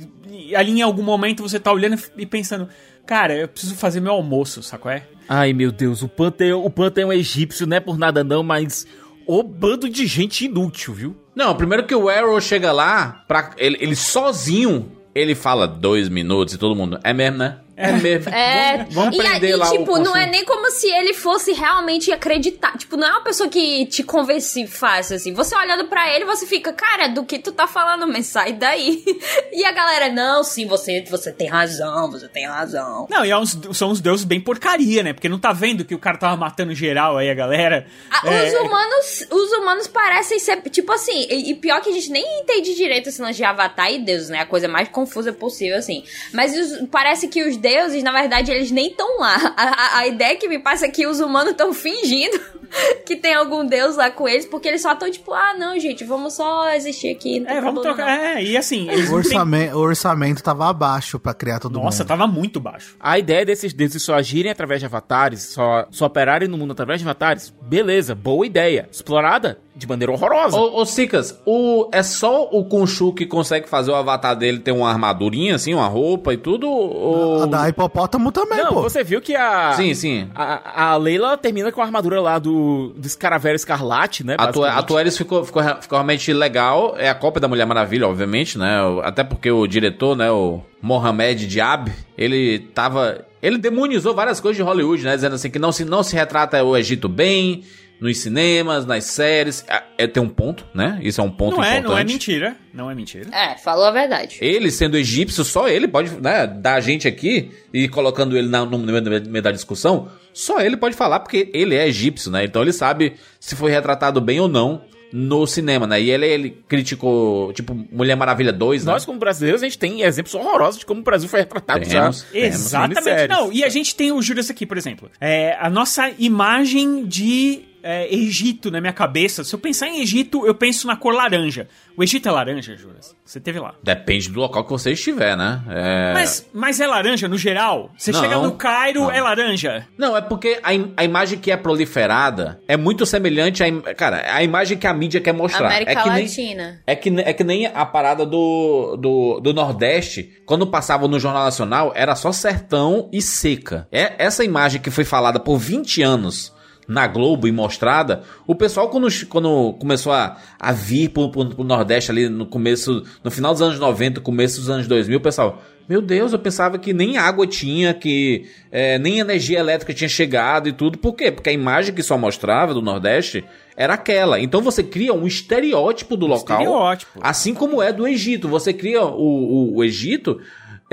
ali em algum momento você tá olhando e pensando, cara, eu preciso fazer meu almoço, sacou? É? Ai, meu Deus, o panteão, o panteão egípcio não é por nada não, mas... o bando de gente inútil, viu? Não, primeiro que o Arrow chega lá, pra, ele, ele sozinho, ele fala dois minutos e todo mundo, é mesmo, né? É mesmo. É, vamos, vamos e, prender e, lá tipo, o não é nem como se ele fosse realmente acreditar. Tipo, não é uma pessoa que te convence fácil, assim. Você olhando pra ele, você fica, cara, do que tu tá falando, mas sai daí. E a galera, não, sim, você, você tem razão, você tem razão. Não, e é uns, são uns deuses bem porcaria, né? Porque não tá vendo que o cara tava matando geral aí, a galera. Ah, é... Os humanos os humanos parecem ser, tipo assim, e, e pior que a gente nem entende direito esse lance de Avatar e deuses, né? A coisa mais confusa possível, assim. Mas os, parece que os deuses, na verdade, eles nem estão lá. A, a, a ideia que me passa é que os humanos estão fingindo que tem algum deus lá com eles, porque eles só estão tipo, ah, não, gente, vamos só existir aqui. Não é, vamos trocar. Não. É, e assim... O orçamento, tem... o orçamento tava abaixo pra criar todo mundo. Nossa, tava muito baixo. A ideia desses deuses só agirem através de avatares, só, só operarem no mundo através de avatares, beleza, boa ideia. Explorada de maneira horrorosa. Ô, ô Sicas, o, é só o Khonshu que consegue fazer o avatar dele ter uma armadurinha, assim, uma roupa e tudo? Ou... A da hipopótamo também, não, pô. Você viu que a... Sim, sim. A, a Layla termina com a armadura lá do, do Escaravelho Escarlate, né? A, tu, a Tueris ficou, ficou, ficou realmente legal. É a cópia da Mulher Maravilha, obviamente, né? Até porque o diretor, né, o Mohamed Diab, ele tava... Ele demonizou várias coisas de Hollywood, né? Dizendo assim que não se, não se retrata o Egito bem... nos cinemas, nas séries, é, tem um ponto, né? Isso é um ponto não importante. É, não é mentira, não é mentira. É, falou a verdade. Ele, sendo egípcio, só ele pode, né, dar a gente aqui, e colocando ele na, no meio da discussão, só ele pode falar, porque ele é egípcio, né? Então ele sabe se foi retratado bem ou não no cinema, né? E ele, ele criticou, tipo, Mulher Maravilha dois, né? Nós, como brasileiros, a gente tem exemplos horrorosos de como o Brasil foi retratado temos, já. temos. Exatamente. Não, e a gente tem o Juras aqui, por exemplo. É, a nossa imagem de... É, Egito na minha cabeça. Se eu pensar em Egito, eu penso na cor laranja. O Egito é laranja, Juras? Você teve lá. Depende do local que você estiver, né? É... Mas, mas é laranja no geral? Você não, chega no Cairo, não. é laranja? Não, é porque a, im- a imagem que é proliferada é muito semelhante à im- cara, a imagem que a mídia quer mostrar. América é que Latina. Nem, é, que, é que nem a parada do, do, do Nordeste, quando passava no Jornal Nacional, era só sertão e seca. É essa imagem que foi falada por vinte anos... na Globo e mostrada, o pessoal quando, quando começou a, a vir pro, pro, pro Nordeste ali no começo, no final dos anos noventa, começo dos anos dois mil, o pessoal, meu Deus, eu pensava que nem água tinha, que é, nem energia elétrica tinha chegado e tudo. Por quê? Porque a imagem que só mostrava do Nordeste era aquela. Então você cria um estereótipo do local, estereótipo. Assim como é do Egito. Você cria o, o, o Egito,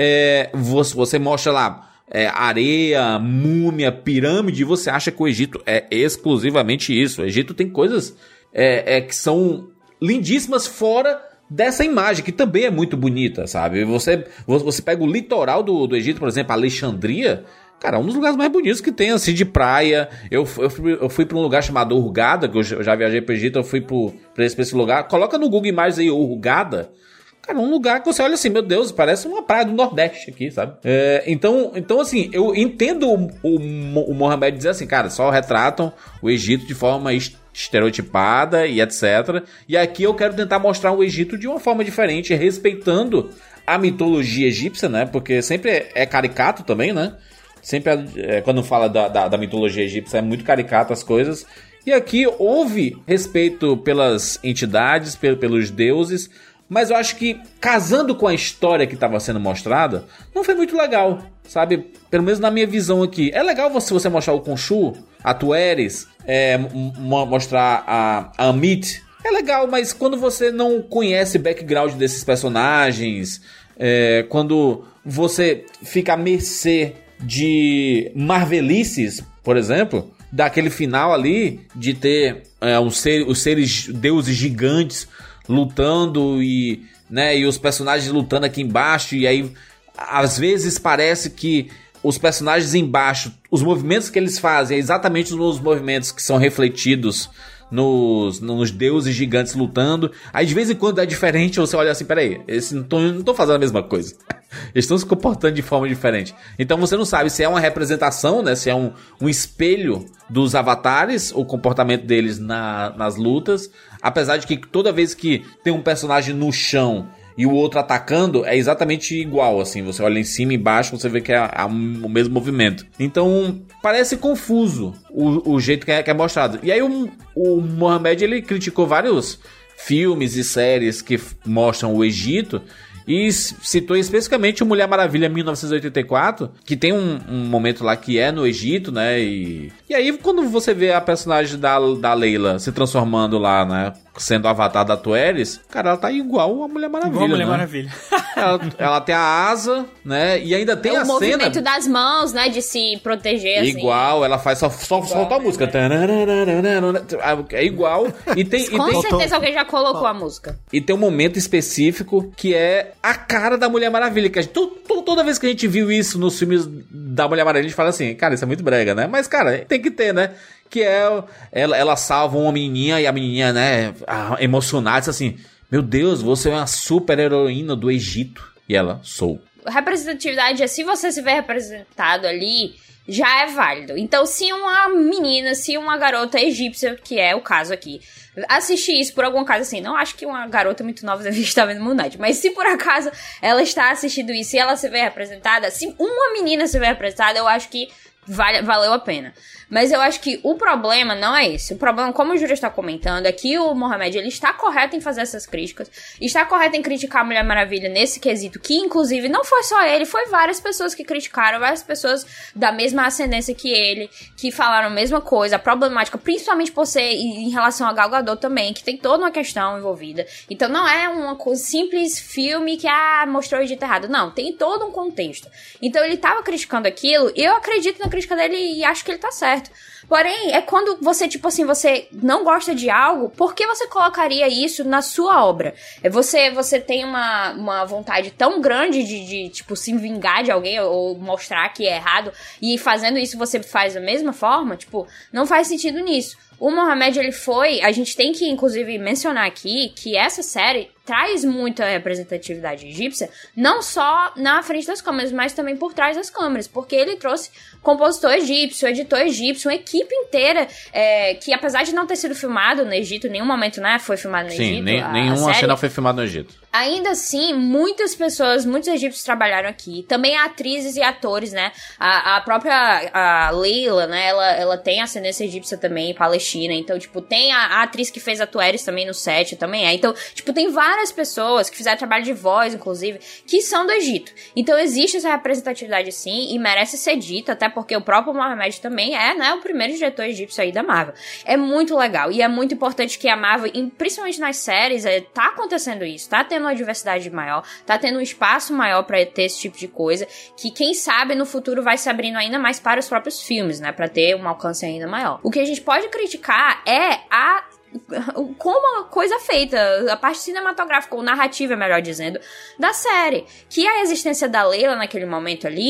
é, você, você mostra lá É, areia, múmia, pirâmide, e você acha que o Egito é exclusivamente isso. O Egito tem coisas é, é, que são lindíssimas fora dessa imagem, que também é muito bonita, sabe? Você, você pega o litoral do, do Egito, por exemplo, Alexandria, Cara, um dos lugares mais bonitos que tem, assim, de praia. Eu, eu, fui, eu fui pra um lugar chamado Hurghada, que eu já viajei pro Egito, eu fui pro, pra, esse, pra esse lugar. Coloca no Google Imagens aí, Hurghada. Cara, um lugar que você olha assim, meu Deus, parece uma praia do Nordeste aqui, sabe? É, então, então, assim, eu entendo o, o, o Mohamed dizer assim, cara, só retratam o Egito de forma estereotipada e etcétera. E aqui eu quero tentar mostrar o Egito de uma forma diferente, respeitando a mitologia egípcia, né? Porque sempre é caricato também, né? Sempre, é, quando fala da, da, da mitologia egípcia, é muito caricato as coisas. E aqui houve respeito pelas entidades, pel, pelos deuses, mas eu acho que, casando com a história que estava sendo mostrada, não foi muito legal, sabe? Pelo menos na minha visão aqui. É legal você, você mostrar o Khonshu, a Tueres, é, mostrar a, a Amit. É legal, mas quando você não conhece o background desses personagens, é, quando você fica à mercê de marvelices, por exemplo, daquele final ali de ter é, um ser, os seres deuses gigantes lutando e, né, e os personagens lutando aqui embaixo, e aí às vezes parece que os personagens embaixo, os movimentos que eles fazem é exatamente os movimentos que são refletidos Nos, nos deuses gigantes lutando. Aí de vez em quando é diferente, você olha assim, peraí, eles não estão fazendo a mesma coisa. Eles estão se comportando de forma diferente. Então você não sabe se é uma representação, né? Se é um, um espelho dos avatares, o comportamento deles na, nas lutas. Apesar de que toda vez que tem um personagem no chão e o outro atacando, é exatamente igual, assim. Você olha em cima e embaixo, você vê que é, é o mesmo movimento. Então, parece confuso o, o jeito que é, que é mostrado. E aí o, o Mohamed, ele criticou vários filmes e séries que mostram o Egito, e citou especificamente o Mulher Maravilha mil novecentos e oitenta e quatro, que tem um, um momento lá que é no Egito, né? E, e aí, quando você vê a personagem da, da Leila se transformando lá, né? Sendo o avatar da Tueres, cara, ela tá igual a Mulher Maravilha. Igual a Mulher né? Maravilha. ela, ela tem a asa, né? E ainda tem o a cena... O movimento das mãos, né? De se proteger, assim. Igual, ela faz só, só igual, solta a música. É igual. E tem, Com e tem... certeza alguém já colocou a música. E tem um momento específico que é a cara da Mulher Maravilha. Que a gente, to, toda vez que a gente viu isso nos filmes da Mulher Maravilha, a gente fala assim, cara, isso é muito brega, né? Mas, cara, tem que ter, né? Que é, ela, ela salva uma menininha e a menininha, né, emocionada, diz assim, meu Deus, você é uma super heroína do Egito. E ela, sou. Representatividade é, se você se vê representado ali, já é válido. Então, se uma menina, se uma garota egípcia, que é o caso aqui, assistir isso por algum caso, assim, não acho que uma garota muito nova deve estar vendo Moon Knight, mas se por acaso ela está assistindo isso e ela se vê representada, se uma menina se vê representada, eu acho que vale, valeu a pena. Mas eu acho que o problema não é esse. O problema, como o Júlio está comentando, é que o Mohamed, ele está correto em fazer essas críticas. Está correto em criticar a Mulher Maravilha nesse quesito, que inclusive não foi só ele, foi várias pessoas que criticaram, várias pessoas da mesma ascendência que ele, que falaram a mesma coisa, a problemática, principalmente por ser em relação a Gal Gadot também, que tem toda uma questão envolvida. Então não é um simples filme que, ah, mostrou o Egito errado. Não, tem todo um contexto. Então ele estava criticando aquilo, e eu acredito na crítica dele e acho que ele tá certo. Porém, é quando você, tipo assim, você não gosta de algo, por que você colocaria isso na sua obra? É você, você tem uma, uma vontade tão grande de, de, tipo, se vingar de alguém ou mostrar que é errado, e fazendo isso você faz da mesma forma? Tipo, não faz sentido nisso. O Mohamed, ele foi... A gente tem que, inclusive, mencionar aqui que essa série traz muita representatividade egípcia, não só na frente das câmeras, mas também por trás das câmeras, porque ele trouxe compositor egípcio, editor egípcio, uma equipe inteira, é, que apesar de não ter sido filmado no Egito, em nenhum momento, né, foi filmado no Sim, Egito. Sim, nem, a, nenhuma a cena foi filmada no Egito. Ainda assim, muitas pessoas, muitos egípcios trabalharam aqui. Também atrizes e atores, né? A, a própria a Leila, né? Ela, ela tem ascendência egípcia também, palestina. Então, tipo, tem a, a atriz que fez a Tueres também no set, também é. Então, tipo, tem várias pessoas que fizeram trabalho de voz, inclusive, que são do Egito. Então, existe essa representatividade, sim, e merece ser dita, até porque o próprio Mohamed também é, né? O primeiro diretor egípcio aí da Marvel. É muito legal. E é muito importante que a Marvel, principalmente nas séries, é, tá acontecendo isso, tá tendo uma diversidade maior, tá tendo um espaço maior pra ter esse tipo de coisa, que quem sabe no futuro vai se abrindo ainda mais para os próprios filmes, né, pra ter um alcance ainda maior. O que a gente pode criticar é a como a coisa feita, a parte cinematográfica ou narrativa, melhor dizendo, da série, que a existência da Leila naquele momento ali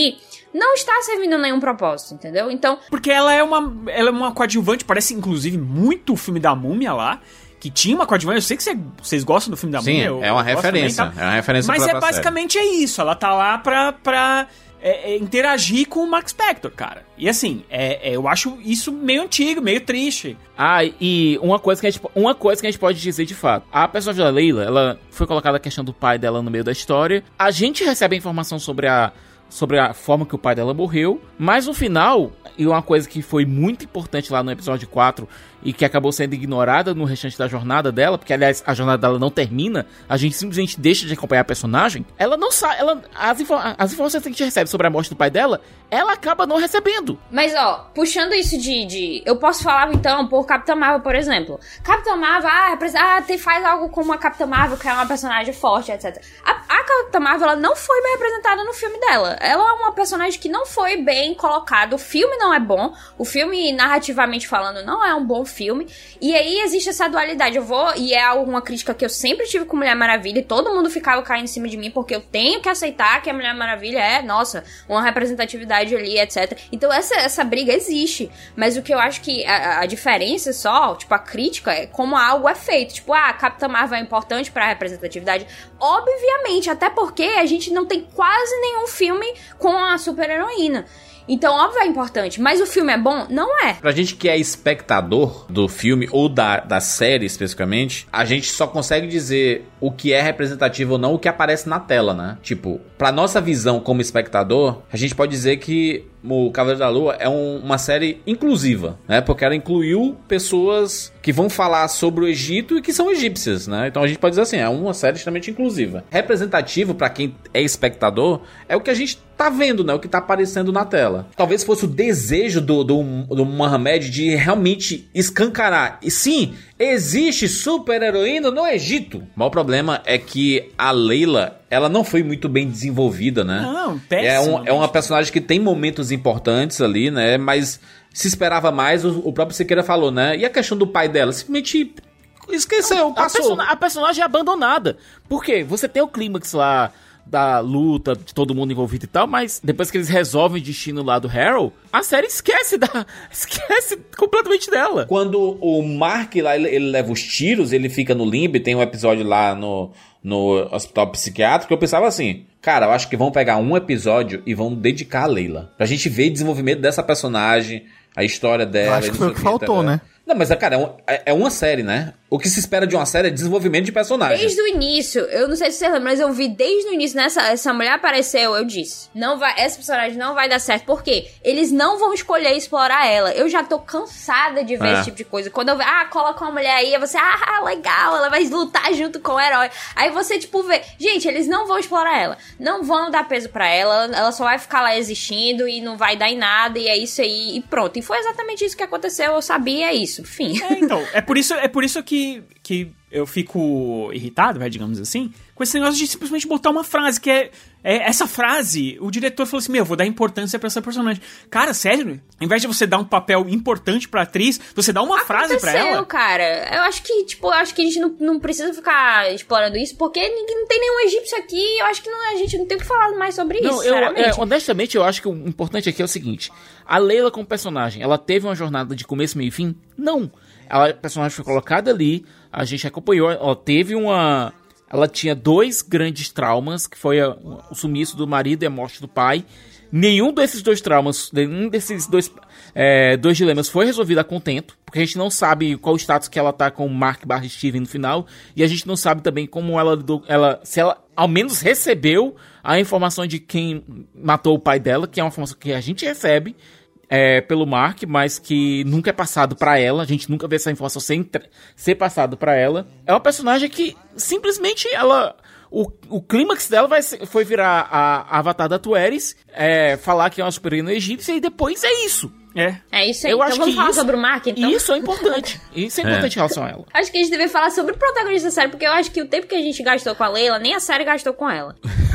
não está servindo nenhum propósito, entendeu? Então... Porque ela é uma, ela é uma coadjuvante, parece inclusive muito o filme da Múmia lá, que tinha uma coadjuvante. Eu sei que vocês gostam do filme da Sim, Múmia. Sim, é uma referência. Também, tá? É uma referência. Mas pra é basicamente série. É isso. Ela tá lá pra... pra É, é interagir com o Mark Spector, cara. E assim, é, é, eu acho isso meio antigo, meio triste. Ah, e uma coisa, que a gente, uma coisa que a gente pode dizer de fato. A personagem da Layla, ela foi colocada a questão do pai dela no meio da história. A gente recebe a informação sobre a, sobre a forma que o pai dela morreu. Mas no final, e uma coisa que foi muito importante lá no episódio quatro... e que acabou sendo ignorada no restante da jornada dela, porque aliás a jornada dela não termina, a gente simplesmente deixa de acompanhar a personagem, ela não sabe, ela, as, info as informações que a gente recebe sobre a morte do pai dela, ela acaba não recebendo. Mas ó, puxando isso de, de eu posso falar então por Capitã Marvel, por exemplo. Capitã Marvel, ah, ah faz algo como a Capitã Marvel, que é uma personagem forte, etcétera. A, a Capitã Marvel, ela não foi bem representada no filme dela. Ela é uma personagem que não foi bem colocada, o filme não é bom, o filme, narrativamente falando, não é um bom filme, e aí existe essa dualidade. Eu vou, e é uma crítica que eu sempre tive com Mulher Maravilha, e todo mundo ficava caindo em cima de mim, porque eu tenho que aceitar que a Mulher Maravilha é, nossa, uma representatividade ali, etcétera. Então essa, essa briga existe, mas o que eu acho que a, a diferença só, tipo, a crítica é como algo é feito, tipo, ah, a Capitã Marvel é importante pra representatividade, obviamente, até porque a gente não tem quase nenhum filme com a super-heroína. Então, óbvio, é importante. Mas o filme é bom? Não é. Pra gente que é espectador do filme, ou da, da série especificamente, a gente só consegue dizer o que é representativo ou não, o que aparece na tela, né? Tipo, pra nossa visão como espectador, a gente pode dizer que o Cavaleiro da Lua é um, uma série inclusiva, né? Porque ela incluiu pessoas que vão falar sobre o Egito e que são egípcias, né? Então a gente pode dizer assim, é uma série extremamente inclusiva. Representativo pra quem é espectador é o que a gente tá vendo, né? O que tá aparecendo na tela. Talvez fosse o desejo do, do, do Mohamed de realmente escancarar. E sim, existe super-heroína no Egito. O maior problema é que a Layla, ela não foi muito bem desenvolvida, né? Não, péssimo. É, um, é uma personagem que tem momentos importantes ali, né? Mas se esperava mais, o, o próprio Siqueira falou, né? E a questão do pai dela? Simplesmente esqueceu, passou. A, person a personagem é abandonada. Por quê? Você tem o clímax lá da luta, de todo mundo envolvido e tal, mas depois que eles resolvem o destino lá do Harold, a série esquece da esquece completamente dela. Quando o Mark lá, ele, ele leva os tiros, ele fica no limbo, tem um episódio lá no, no hospital psiquiátrico, eu pensava assim, cara, eu acho que vão pegar um episódio e vão dedicar a Layla, pra gente ver o desenvolvimento dessa personagem, a história dela. Eu acho que foi o que faltou, né? Não, mas, cara, é, um, é uma série, né? O que se espera de uma série é desenvolvimento de personagens. Desde o início, eu não sei se você lembra, mas eu vi desde o início, nessa essa mulher apareceu, eu disse, não vai, essa personagem não vai dar certo, por quê? Eles não vão escolher explorar ela. Eu já tô cansada de ver é. esse tipo de coisa. Quando eu vejo, ah, coloca uma mulher aí, você, ah, legal, ela vai lutar junto com o herói. Aí você, tipo, vê, gente, eles não vão explorar ela, não vão dar peso pra ela, ela só vai ficar lá existindo e não vai dar em nada, e é isso aí, e pronto. E foi exatamente isso que aconteceu, eu sabia, é isso, fim. É, então, é por isso, é por isso que, que eu fico irritado, né, digamos assim, com esse negócio de simplesmente botar uma frase, que é, é essa frase, o diretor falou assim, meu, vou dar importância pra essa personagem. Cara, sério? Ao invés de você dar um papel importante pra atriz, você dá uma Aconteceu, frase pra ela? Cara, eu acho que, tipo, eu acho que a gente não, não precisa ficar explorando isso, porque ninguém, não tem nenhum egípcio aqui, eu acho que não, a gente não tem o que falar mais sobre não, isso, eu, sinceramente. É, honestamente, eu acho que o importante aqui é o seguinte, a Layla como personagem, ela teve uma jornada de começo, meio e fim? Não. Ela, a personagem foi colocada ali, a gente acompanhou, ela teve uma... Ela tinha dois grandes traumas, que foi a, o sumiço do marido e a morte do pai. Nenhum desses dois traumas, nenhum desses dois, é, dois dilemas foi resolvido a contento, porque a gente não sabe qual o status que ela tá com o Mark barra Steven no final, e a gente não sabe também como ela, ela, se ela ao menos recebeu a informação de quem matou o pai dela, que é uma informação que a gente recebe, É, pelo Mark, mas que nunca é passado pra ela. A gente nunca vê essa informação ser, ser passado pra ela. É uma personagem que simplesmente ela... O, o clímax dela vai ser, foi virar a, a Avatar da Tueris, é, falar que é uma super-heroína egípcia, e depois é isso. É. É isso aí. Eu então acho vamos que falar isso, sobre o Mark, então? Isso é importante. Isso é importante é. em relação a ela. Acho que a gente deve falar sobre o protagonista da série, porque eu acho que o tempo que a gente gastou com a Layla, nem a série gastou com ela.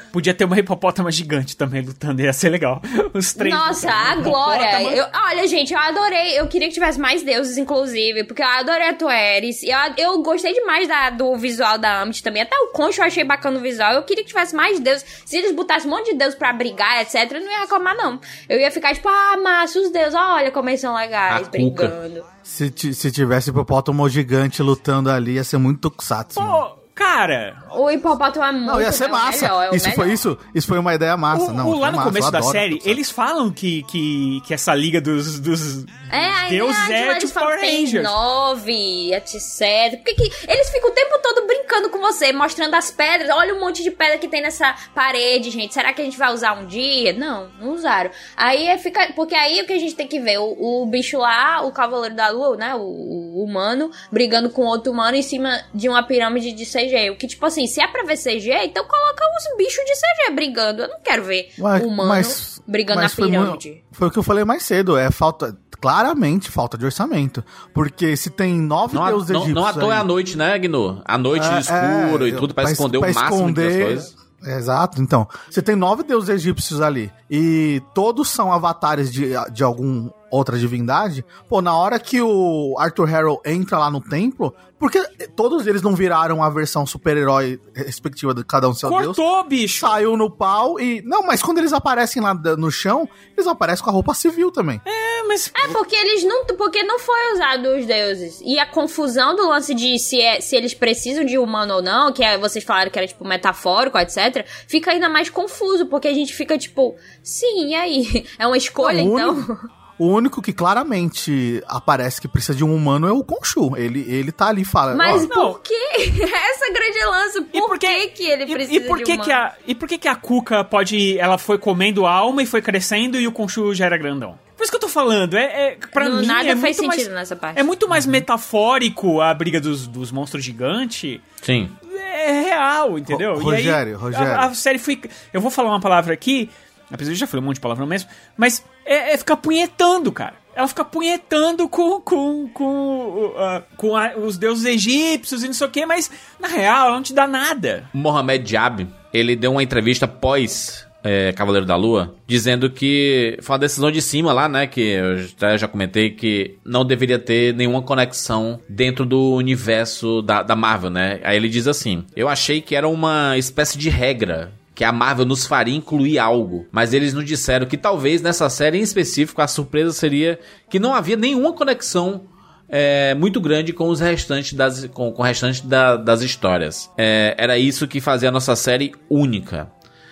Podia ter uma hipopótama gigante também lutando, ia ser legal. Os três. Nossa, a Glória. Eu, olha, gente, eu adorei. Eu queria que tivesse mais deuses, inclusive, porque eu adorei a Tueris. Eu, eu gostei demais da, do visual da Ammit também. Até o Concho eu achei bacana o visual. Eu queria que tivesse mais deuses. Se eles botassem um monte de deus pra brigar, etcétera, eu não ia reclamar, não. Eu ia ficar tipo, ah, massa, os deuses, olha como eles são legais, A brigando. Se, ti- se tivesse hipopótamo gigante lutando ali, ia ser muito tokusatsu. Pô, cara... O hipopótamo é muito... Não, ia ser é o massa. melhor, é o isso, melhor. foi, isso, isso foi uma ideia massa. O, não, o, lá foi no massa, começo eu da adoro série, tokusatsu. eles falam que, que, que essa liga dos, dos É, aí deuses né, é eles tipo falam Power que tem Rangers. nove, etcétera. Porque que eles ficam o tempo todo brincando com você, mostrando as pedras. Olha um monte de pedra que tem nessa parede, gente. Será que a gente vai usar um dia? Não, não usaram. Aí é fica... Porque aí o que a gente tem que ver, o, o bicho lá, o Cavaleiro da Lua, né, o, o humano, brigando com outro humano em cima de uma pirâmide de C G. O que, tipo assim, se é pra ver C G, então coloca os bichos de C G brigando. Eu não quero ver Mas- humano mas- brigando mas na foi pirâmide. mu- Foi o que eu falei mais cedo, é falta, claramente falta de orçamento. Porque se tem nove Não, deuses não, egípcios não à toa é aí- à noite, né, Gnu? À noite, É, escuro é, e tudo, pra, pra esconder pra o máximo das esconder- coisas. Exato, então, você tem nove deuses egípcios ali, e todos são avatares de, de algum outra divindade, pô, na hora que o Arthur Harrow entra lá no templo, porque todos eles não viraram a versão super-herói respectiva de cada um do seu deus. Cortou, bicho! Saiu no pau e... Não, mas quando eles aparecem lá da- no chão, eles aparecem com a roupa civil também. É, mas... É, porque eles não. Porque não foi usado os deuses. E a confusão do lance de se, é, se eles precisam de humano ou não, que é, vocês falaram que era, tipo, metafórico, etcétera, fica ainda mais confuso, porque a gente fica, tipo, sim, e aí? É uma escolha, Não, o então? único- O único que claramente aparece que precisa de um humano é o Khonshu. Ele, ele tá ali falando. Mas ó, por que? Essa grande lança, por, que que ele precisa E, e por de que humano? que a E por que que a Kuka pode... Ela foi comendo a alma e foi crescendo e o Khonshu já era grandão? Por isso que eu tô falando, é, é pra Não, mim nada é faz muito sentido mais, nessa parte. é muito mais metafórico a briga dos, dos monstros gigantes. Sim. É real, entendeu? Ro- E aí, Rogério, Rogério. A, a série foi... Eu vou falar uma palavra aqui, apesar de eu já falei um monte de palavrão mesmo, mas é, é ficar punhetando, cara. Ela fica punhetando com, com, com, uh, com a- os deuses egípcios e não sei o que, mas na real ela não te dá nada. Mohamed Diab, ele deu uma entrevista pós é, Cavaleiro da Lua, dizendo que foi uma decisão de cima lá, né, que eu já, já comentei que não deveria ter nenhuma conexão dentro do universo da, da Marvel, né. Aí ele diz assim: eu achei que era uma espécie de regra que a Marvel nos faria incluir algo, mas eles nos disseram que talvez nessa série em específico a surpresa seria que não havia nenhuma conexão é, muito grande com os restantes das, com, com o restante da, das histórias. É, era isso que fazia a nossa série única.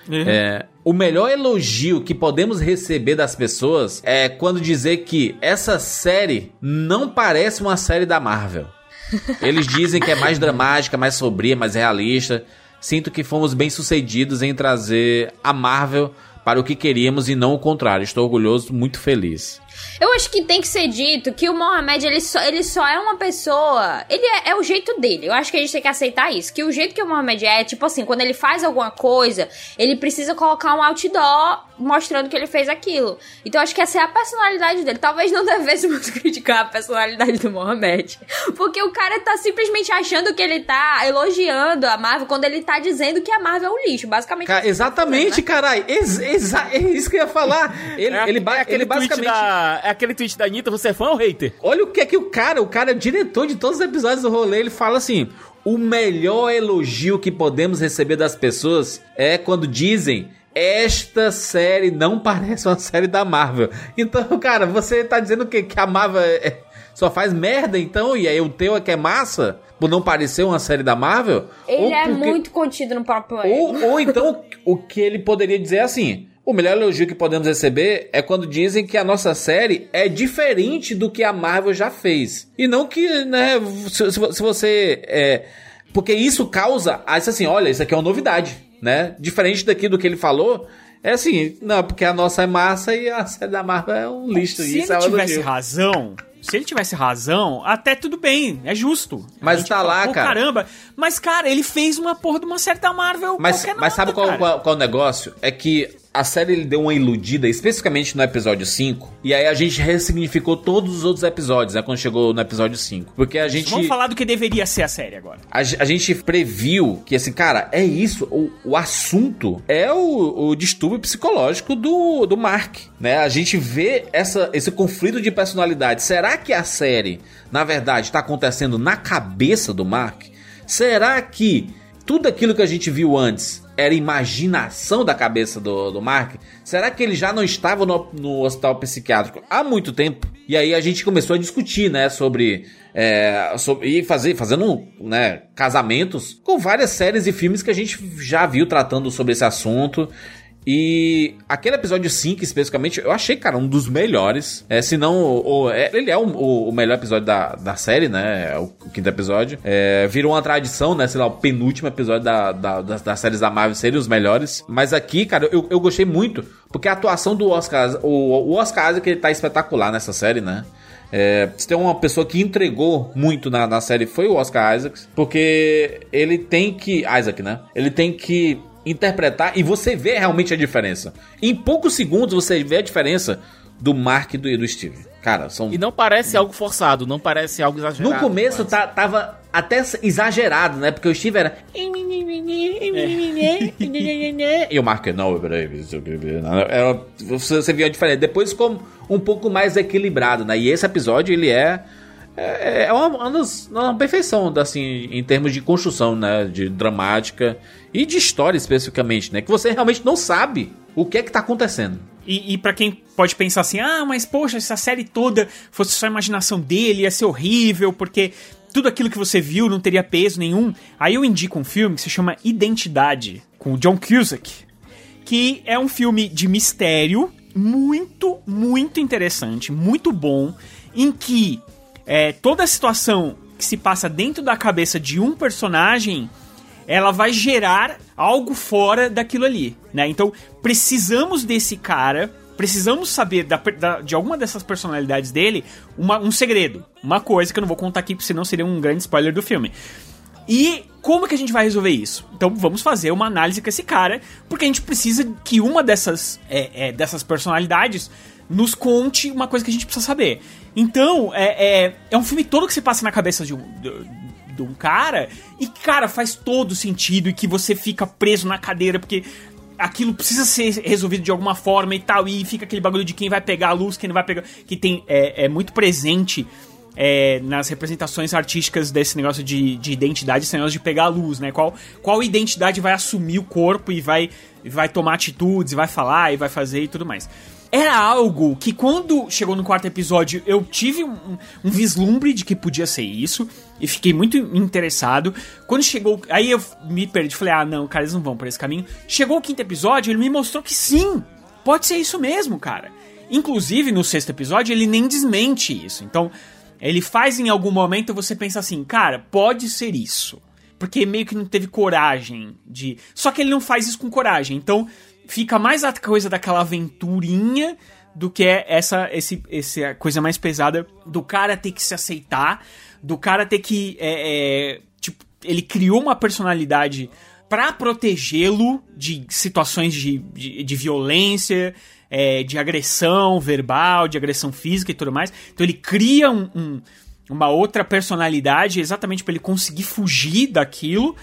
É, o melhor elogio que podemos receber das pessoas é quando dizer que essa série não parece uma série da Marvel. Eles dizem que é mais dramática, mais sombria, mais realista. Sinto que fomos bem sucedidos em trazer a Marvel para o que queríamos e não o contrário. Estou orgulhoso, muito feliz. Eu acho que tem que ser dito que o Mohamed, ele só, ele só é uma pessoa... Ele é, é o jeito dele. Eu acho que a gente tem que aceitar isso. Que o jeito que o Mohamed é, tipo assim, quando ele faz alguma coisa, ele precisa colocar um outdoor mostrando que ele fez aquilo. Então eu acho que essa é a personalidade dele. Talvez não devêssemos criticar a personalidade do Mohamed. Porque o cara tá simplesmente achando que ele tá elogiando a Marvel quando ele tá dizendo que a Marvel é um lixo. Basicamente. Cara, exatamente, caralho. Ex exa é isso que eu ia falar. Ele, É, ele, ba é aquele ele basicamente... tweet da, é aquele tweet da Anitta, você é fã ou hater? Olha o que é que o cara, o cara é o diretor de todos os episódios do rolê, ele fala assim: o melhor elogio que podemos receber das pessoas é quando dizem: esta série não parece uma série da Marvel. Então, cara, você tá dizendo que, que a Marvel é, só faz merda, então? E aí o teu é que é massa? Por não parecer uma série da Marvel? Ele ou é porque... muito contido no próprio ou, ou então, o que ele poderia dizer é assim: o melhor elogio que podemos receber é quando dizem que a nossa série é diferente do que a Marvel já fez. E não que, né, se, se você... É, porque isso causa... assim, olha, isso aqui é uma novidade, né? Diferente daqui do que ele falou, é assim, não, porque a nossa é massa e a série da Marvel é um lixo. Se isso ele é um tivesse elogio. razão... Se ele tivesse razão, até tudo bem, é justo. Mas A gente tá fala, lá, pô, cara. Caramba, mas cara, ele fez uma porra de uma certa Marvel Mas, qualquer mas sabe nada, qual, cara. qual, qual é o negócio? É que a série ele deu uma iludida, especificamente no episódio cinco, e aí a gente ressignificou todos os outros episódios, né, quando chegou no episódio cinco. Porque a gente... Vamos falar do que deveria ser a série agora. A, a gente previu que, assim, cara, é isso, o, o assunto é o, o distúrbio psicológico do, do Mark, né? A gente vê essa, esse conflito de personalidade. Será que a série, na verdade, tá acontecendo na cabeça do Mark? Será que tudo aquilo que a gente viu antes era imaginação da cabeça do, do Mark? Será que ele já não estava no, no hospital psiquiátrico há muito tempo? E aí a gente começou a discutir, né, sobre... É, sobre e fazer, fazendo, né, casamentos com várias séries e filmes que a gente já viu tratando sobre esse assunto. E aquele episódio cinco, especificamente, eu achei, cara, um dos melhores. É, se não, o, o, ele é o, o melhor episódio da, da série, né? O, o quinto episódio. É, virou uma tradição, né? Sei lá, o penúltimo episódio da, da, das, das séries da Marvel seriam os melhores. Mas aqui, cara, eu, eu gostei muito, porque a atuação do Oscar, o, o Oscar Isaac, ele tá espetacular nessa série, né? É, se tem uma pessoa que entregou muito na, na série, foi o Oscar Isaac, porque ele tem que... Isaac, né? Ele tem que interpretar, e você vê realmente a diferença. Em poucos segundos você vê a diferença do Mark e do, do Steve. Cara, são... E não parece algo forçado, não parece algo exagerado. No começo tá, tava até exagerado, né? Porque o Steve era... É. E o Mark, não, peraí. Era, você, você viu a diferença. Depois ficou um pouco mais equilibrado, né? E esse episódio, ele é... É, é uma, uma, das, uma perfeição, assim, em termos de construção, né? De dramática e de história especificamente, né? Que você realmente não sabe o que é que tá acontecendo. E, e pra quem pode pensar assim, ah, mas poxa, se a série toda fosse só a imaginação dele, ia ser horrível, porque tudo aquilo que você viu não teria peso nenhum. Aí eu indico um filme que se chama Identidade, com o John Cusack, que é um filme de mistério muito, muito interessante, muito bom, em que é, toda a situação que se passa dentro da cabeça de um personagem, ela vai gerar algo fora daquilo ali, né? Então, precisamos desse cara, precisamos saber da, da, de alguma dessas personalidades dele uma, um segredo, uma coisa que eu não vou contar aqui, porque senão seria um grande spoiler do filme. E como que a gente vai resolver isso? Então, vamos fazer uma análise com esse cara, porque a gente precisa que uma dessas, é, é, dessas personalidades nos conte uma coisa que a gente precisa saber. Então, é, é, é um filme todo que se passa na cabeça de um... De, de um cara, e cara, faz todo sentido, e que você fica preso na cadeira, porque aquilo precisa ser resolvido de alguma forma e tal, e fica aquele bagulho de quem vai pegar a luz, quem não vai pegar, que tem, é, é muito presente é, nas representações artísticas desse negócio de, de identidade, esse negócio de pegar a luz, né, qual, qual identidade vai assumir o corpo e vai, vai tomar atitudes, e vai falar, e vai fazer e tudo mais. Era algo que quando chegou no quarto episódio eu tive um, um vislumbre de que podia ser isso, e fiquei muito interessado. Quando chegou, aí eu me perdi, falei, ah não, cara, eles não vão por esse caminho. Chegou o quinto episódio, ele me mostrou que sim, pode ser isso mesmo, cara. Inclusive no sexto episódio ele nem desmente isso, então ele faz em algum momento você pensa assim, cara, pode ser isso, porque meio que não teve coragem de... Só que ele não faz isso com coragem, então fica mais a coisa daquela aventurinha do que é essa, esse, essa coisa mais pesada do cara ter que se aceitar, do cara ter que... É, é, tipo, ele criou uma personalidade pra protegê-lo de situações de, de, de violência, é, de agressão verbal, de agressão física e tudo mais. Então ele cria um... um uma outra personalidade exatamente para ele conseguir fugir daquilo,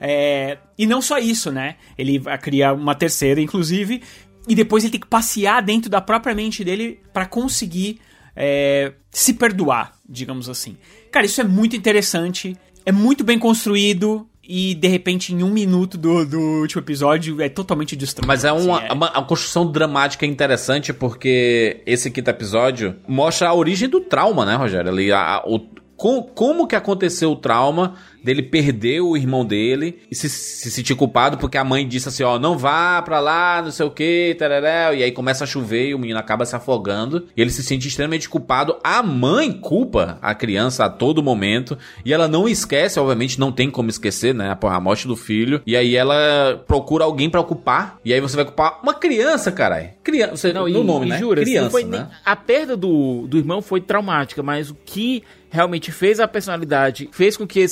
é, e não só isso, né, ele vai criar uma terceira inclusive, e depois ele tem que passear dentro da própria mente dele para conseguir é, se perdoar, digamos assim. Cara, isso é muito interessante, é muito bem construído, e de repente em um minuto do, do último episódio é totalmente destruído. Mas é uma, assim, é... uma, uma construção dramática interessante, porque esse quinto episódio mostra a origem do trauma, né, Rogério? Ali, a, a, o, com, como que aconteceu o trauma dele perder o irmão dele e se, se sentir culpado porque a mãe disse assim, ó, não vá pra lá, não sei o que, tarará, e aí começa a chover e o menino acaba se afogando e ele se sente extremamente culpado. A mãe culpa a criança a todo momento e ela não esquece, obviamente não tem como esquecer, né, a morte do filho, e aí ela procura alguém pra culpar, e aí você vai culpar uma criança, caralho. Criança, você, não, no e, nome, e né? Jura, criança, não foi né? Nem, a perda do, do irmão foi traumática, mas o que realmente fez a personalidade, fez com que esse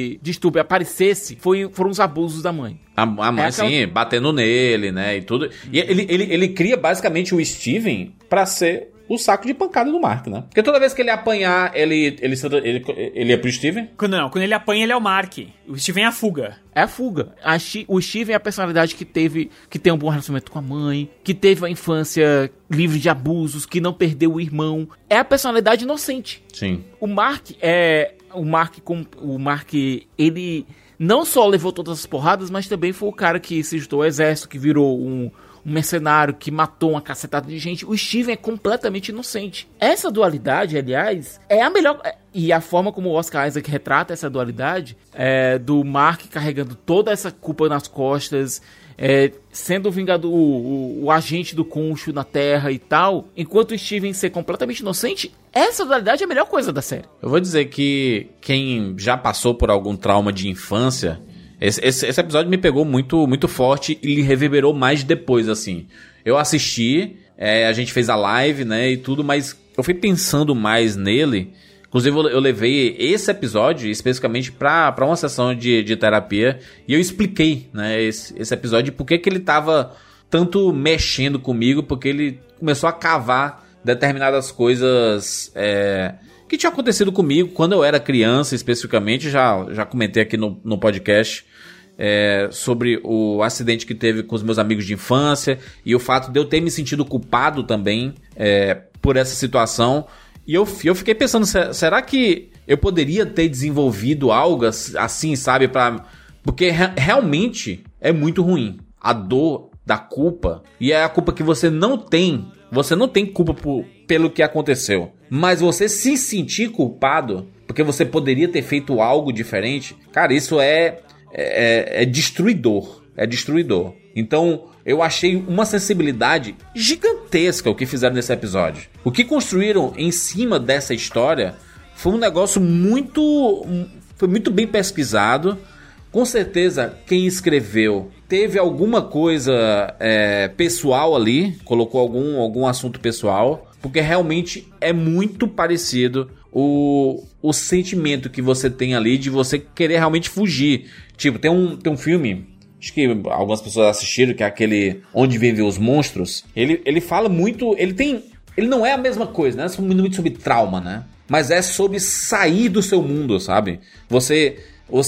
de distúrbio aparecesse foi, foram os abusos da mãe. A, a mãe, é aquela... sim, batendo nele, né, e tudo. E ele, ele, ele cria basicamente o Steven pra ser o saco de pancada do Mark, né? Porque toda vez que ele apanhar, ele, ele, ele, ele é pro Steven? Quando não, quando ele apanha, ele é o Mark. O Steven é a fuga. É a fuga. A, o Steven é a personalidade que teve, que tem um bom relacionamento com a mãe, que teve a infância livre de abusos, que não perdeu o irmão. É a personalidade inocente. Sim. O Mark é... O Mark, o Mark, ele não só levou todas as porradas, mas também foi o cara que se juntou ao exército, que virou um... um mercenário que matou uma cacetada de gente. O Steven é completamente inocente. Essa dualidade, aliás, é a melhor... E a forma como o Oscar Isaac retrata essa dualidade, é, do Mark carregando toda essa culpa nas costas, é, sendo o vingador, o, o, o agente do Khonshu na Terra e tal, enquanto o Steven ser completamente inocente, essa dualidade é a melhor coisa da série. Eu vou dizer que quem já passou por algum trauma de infância... Esse, esse, esse episódio me pegou muito, muito forte e reverberou mais depois, assim. Eu assisti, é, a gente fez a live, né, e tudo, mas eu fui pensando mais nele. Inclusive, eu, eu levei esse episódio especificamente pra, pra uma sessão de, de terapia e eu expliquei, né, esse, esse episódio, por que que ele tava tanto mexendo comigo, porque ele começou a cavar determinadas coisas... É, que tinha acontecido comigo quando eu era criança, especificamente. Já, já comentei aqui no, no podcast é, sobre o acidente que teve com os meus amigos de infância e o fato de eu ter me sentido culpado também é, por essa situação. E eu, eu fiquei pensando, será que eu poderia ter desenvolvido algo assim, sabe? Pra, porque re- realmente é muito ruim. A dor da culpa, e é a culpa que você não tem. Você não tem culpa por, pelo que aconteceu. Mas você se sentir culpado porque você poderia ter feito algo diferente, cara, isso é, é, é destruidor. É destruidor. Então, eu achei uma sensibilidade gigantesca o que fizeram nesse episódio. O que construíram em cima dessa história foi um negócio muito... Foi muito bem pesquisado. Com certeza, quem escreveu teve alguma coisa é, pessoal ali, colocou algum, algum assunto pessoal, porque realmente é muito parecido o, o sentimento que você tem ali de você querer realmente fugir. Tipo, tem um, tem um filme, acho que algumas pessoas assistiram, que é aquele Onde Vivem os Monstros. Ele, ele fala muito, ele tem... Ele não é a mesma coisa, né? É muito sobre trauma, né? Mas é sobre sair do seu mundo, sabe? Você...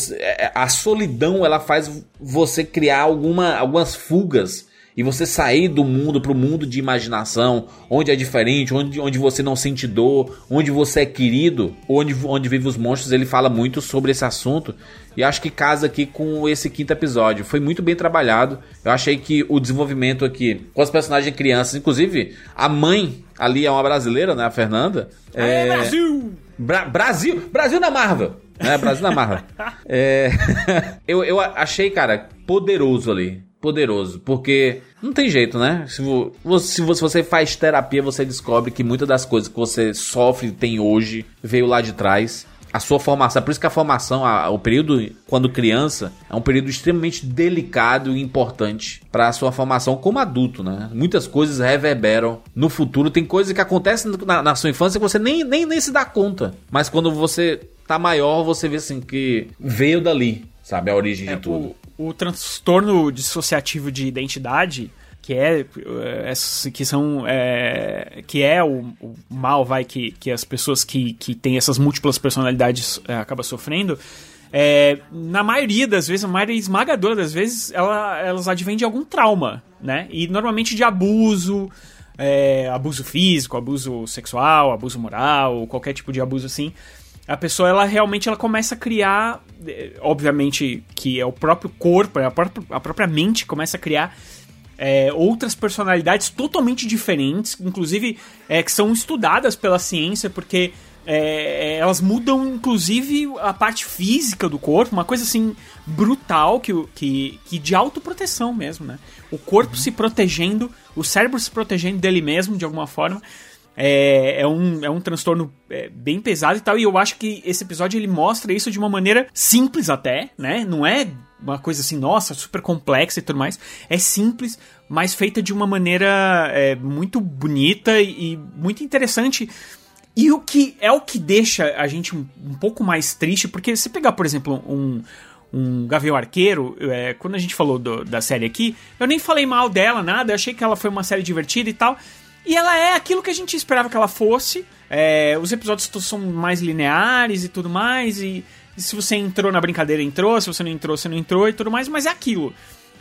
A solidão, ela faz você criar alguma, algumas fugas e você sair do mundo para o mundo de imaginação, onde é diferente, onde, onde você não sente dor, onde você é querido, onde, onde vive os monstros. Ele fala muito sobre esse assunto e acho que casa aqui com esse quinto episódio. Foi muito bem trabalhado. Eu achei que o desenvolvimento aqui com as personagens crianças, inclusive a mãe ali é uma brasileira, né, a Fernanda. É, é... Brasil! Bra- Brasil! Brasil na Marvel! É, Brasil na Marra. É, eu, eu achei, cara, poderoso ali. Poderoso. Porque não tem jeito, né? Se você, se você faz terapia, você descobre que muitas das coisas que você sofre e tem hoje veio lá de trás. A sua formação, por isso que a formação, a, o período quando criança, é um período extremamente delicado e importante para a sua formação como adulto, né? Muitas coisas reverberam no futuro. Tem coisas que acontecem na, na sua infância que você nem, nem, nem se dá conta. Mas quando você tá maior, você vê assim que veio dali, sabe? A origem é, de tudo. O, o transtorno dissociativo de identidade, que é, é que são é, que é o, o mal, vai, que, que as pessoas que, que têm essas múltiplas personalidades é, acabam sofrendo, é, na maioria das vezes, a maioria esmagadora das vezes, ela, elas advêm de algum trauma, né? E normalmente de abuso, é, abuso físico, abuso sexual, abuso moral, qualquer tipo de abuso assim. A pessoa, ela realmente ela começa a criar, obviamente que é o próprio corpo, a própria, a própria mente começa a criar É, outras personalidades totalmente diferentes, inclusive é, que são estudadas pela ciência, porque é, elas mudam inclusive a parte física do corpo, uma coisa assim brutal, que, que, que de autoproteção mesmo, né? O corpo uhum. se protegendo, o cérebro se protegendo dele mesmo de alguma forma. É, é, um, é um transtorno é, bem pesado e tal, e eu acho que esse episódio ele mostra isso de uma maneira simples até, né? Não é uma coisa assim, nossa, super complexa e tudo mais. É simples, mas feita de uma maneira é, muito bonita e, e muito interessante. E o que é o que deixa a gente um, um pouco mais triste, porque se pegar, por exemplo, um, um Gavião Arqueiro, é, quando a gente falou do, da série aqui, eu nem falei mal dela, nada, eu achei que ela foi uma série divertida e tal, e ela é aquilo que a gente esperava que ela fosse, é, os episódios são mais lineares e tudo mais, e, e se você entrou na brincadeira, entrou, se você não entrou, você não entrou e tudo mais, mas é aquilo.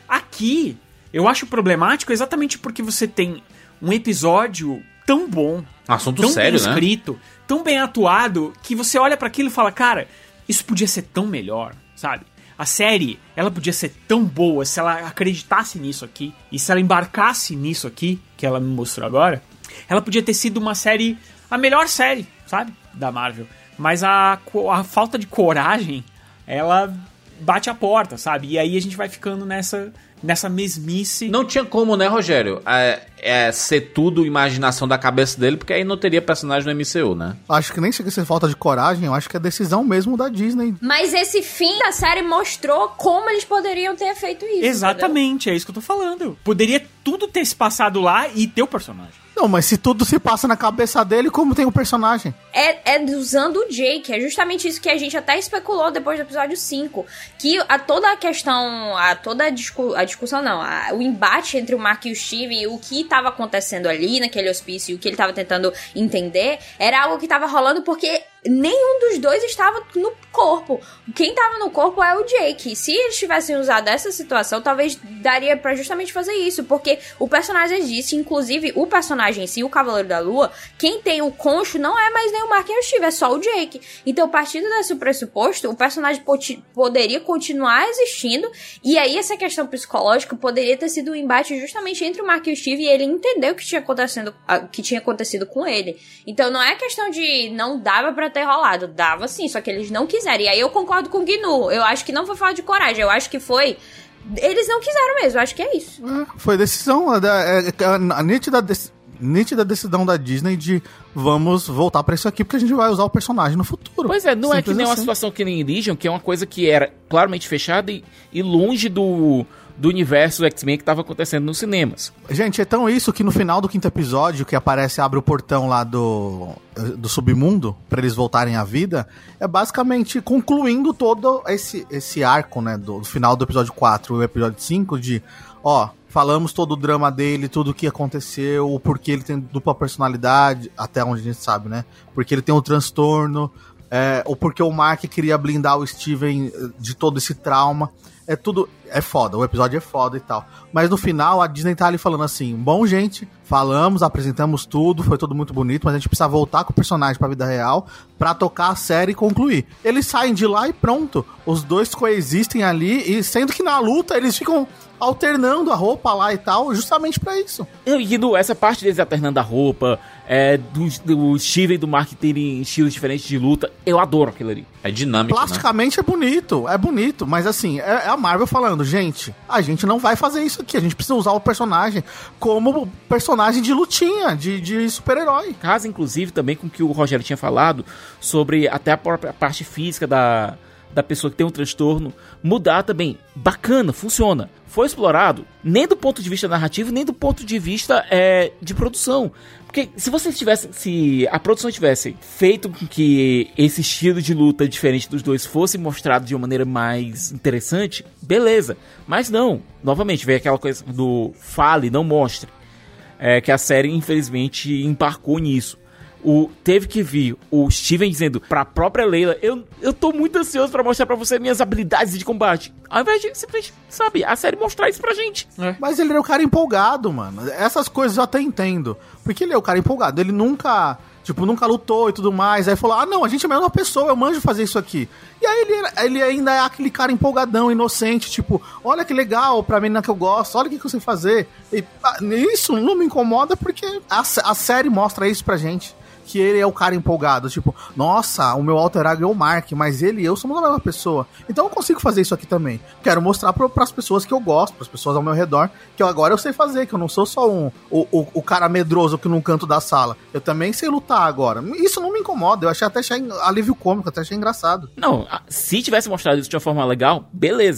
Aqui, eu acho problemático exatamente porque você tem um episódio tão bom, assunto tão sério, bem escrito, né? Tão bem atuado, que você olha pra aquilo e fala, cara, isso podia ser tão melhor, sabe? A série, ela podia ser tão boa se ela acreditasse nisso aqui, e se ela embarcasse nisso aqui, que ela me mostrou agora, ela podia ter sido uma série, a melhor série, sabe? Da Marvel. Mas a, a falta de coragem, ela bate a porta, sabe? E aí a gente vai ficando nessa... nessa mesmice. Não tinha como, né, Rogério? É, é ser tudo imaginação da cabeça dele, porque aí não teria personagem no M C U, né? Acho que nem chega a ser falta de coragem, eu acho que é decisão mesmo da Disney. Mas esse fim da série mostrou como eles poderiam ter feito isso. Exatamente, entendeu? É isso que eu tô falando. Poderia tudo ter se passado lá e ter o personagem. Não, mas se tudo se passa na cabeça dele, como tem o personagem? É, é usando o Jake, é justamente isso que a gente até especulou depois do episódio cinco, que a toda a questão, a toda a, discu- a discussão não, a, o embate entre o Mark e o Steve, o que estava acontecendo ali naquele hospício, o que ele estava tentando entender, era algo que estava rolando porque nenhum dos dois estava no corpo. Quem estava no corpo é o Jake. Se eles tivessem usado essa situação, talvez daria pra justamente fazer isso, porque o personagem disse, inclusive o personagem em si, o Cavaleiro da Lua, quem tem o concho não é mais nem o Mark e o Steve, é só o Jake. Então, partindo desse pressuposto, o personagem poti- poderia continuar existindo, e aí essa questão psicológica poderia ter sido um embate justamente entre o Mark e o Steve, e ele entendeu o que tinha acontecido, o que tinha acontecido com ele. Então, não é questão de não dava pra ter rolado, dava sim, só que eles não quiseram. E aí eu concordo com o Gnu, eu acho que não foi falta de coragem, eu acho que foi... Eles não quiseram mesmo, eu acho que é isso. É, foi decisão, é, é, a nítida, nítida decisão da Disney de vamos voltar pra isso aqui porque a gente vai usar o personagem no futuro. Pois é, não Simples é que nem assim. uma situação que nem Legion, que é uma coisa que era claramente fechada e, e longe do... do universo X-Men que tava acontecendo nos cinemas. Gente, é tão isso que no final do quinto episódio, que aparece, abre o portão lá do, do submundo, pra eles voltarem à vida, é basicamente concluindo todo esse, esse arco, né, do, do final do episódio quatro e o episódio cinco, de, ó, falamos todo o drama dele, tudo o que aconteceu, o porquê ele tem dupla personalidade, até onde a gente sabe, né, porque ele tem um transtorno, é, o porquê o Mark queria blindar o Steven de todo esse trauma. É tudo, é foda, o episódio é foda e tal. Mas no final, a Disney tá ali falando assim, bom, gente, falamos, apresentamos tudo, foi tudo muito bonito, mas a gente precisa voltar com o personagem pra vida real pra tocar a série e concluir. Eles saem de lá e pronto, os dois coexistem ali, e sendo que na luta eles ficam alternando a roupa lá e tal, justamente pra isso. E no, essa parte deles alternando a roupa, é, do, do Steven e do Mark terem estilos diferentes de luta, eu adoro aquilo ali. É dinâmico, plasticamente, né? É bonito, é bonito, mas assim, é, é a Marvel falando, gente, a gente não vai fazer isso aqui, a gente precisa usar o personagem como personagem de lutinha, de, de super-herói. Casa, inclusive, também com o que o Rogério tinha falado sobre até a própria parte física da, da pessoa que tem um transtorno, mudar também, bacana, funciona. Foi explorado nem do ponto de vista narrativo, nem do ponto de vista é, de produção. Porque se você tivesse, se a produção tivesse feito com que esse estilo de luta diferente dos dois fosse mostrado de uma maneira mais interessante, beleza. Mas não, novamente, veio aquela coisa do fale, não mostre. É, que a série, infelizmente, embarcou nisso. O, teve que vir o Steven dizendo pra própria Layla, eu, eu tô muito ansioso pra mostrar pra você minhas habilidades de combate. Ao invés de simplesmente, sabe, a série mostrar isso pra gente. É. Mas ele é o cara empolgado, mano. Essas coisas eu até entendo. Porque ele é o cara empolgado. Ele nunca, tipo, nunca lutou e tudo mais. Aí falou, ah, não, a gente é a mesma pessoa, eu manjo fazer isso aqui. E aí ele, ele ainda é aquele cara empolgadão, inocente, tipo, olha que legal, pra menina que eu gosto, olha o que, que eu sei fazer. E isso não me incomoda porque a, a série mostra isso pra gente. Que ele é o cara empolgado, tipo, nossa, o meu alter ego é o Mark, mas ele e eu somos a mesma pessoa. Então eu consigo fazer isso aqui também. Quero mostrar para as pessoas que eu gosto, para as pessoas ao meu redor, que eu, agora eu sei fazer, que eu não sou só um, o, o, o cara medroso que num canto da sala. Eu também sei lutar agora. Isso não me incomoda, eu achei até achei alívio cômico, até achei engraçado. Não, se tivesse mostrado isso de uma forma legal, beleza.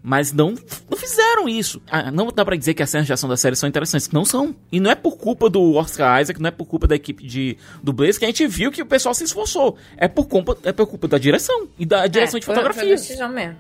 Mas não, não fizeram isso. Ah, não dá pra dizer que as cenas de ação da série são interessantes. Não são. E não é por culpa do Oscar Isaac, não é por culpa da equipe de dublês que a gente viu que o pessoal se esforçou. É por culpa, é por culpa da direção. E da direção é, de fotografia. Foi decisão mesmo.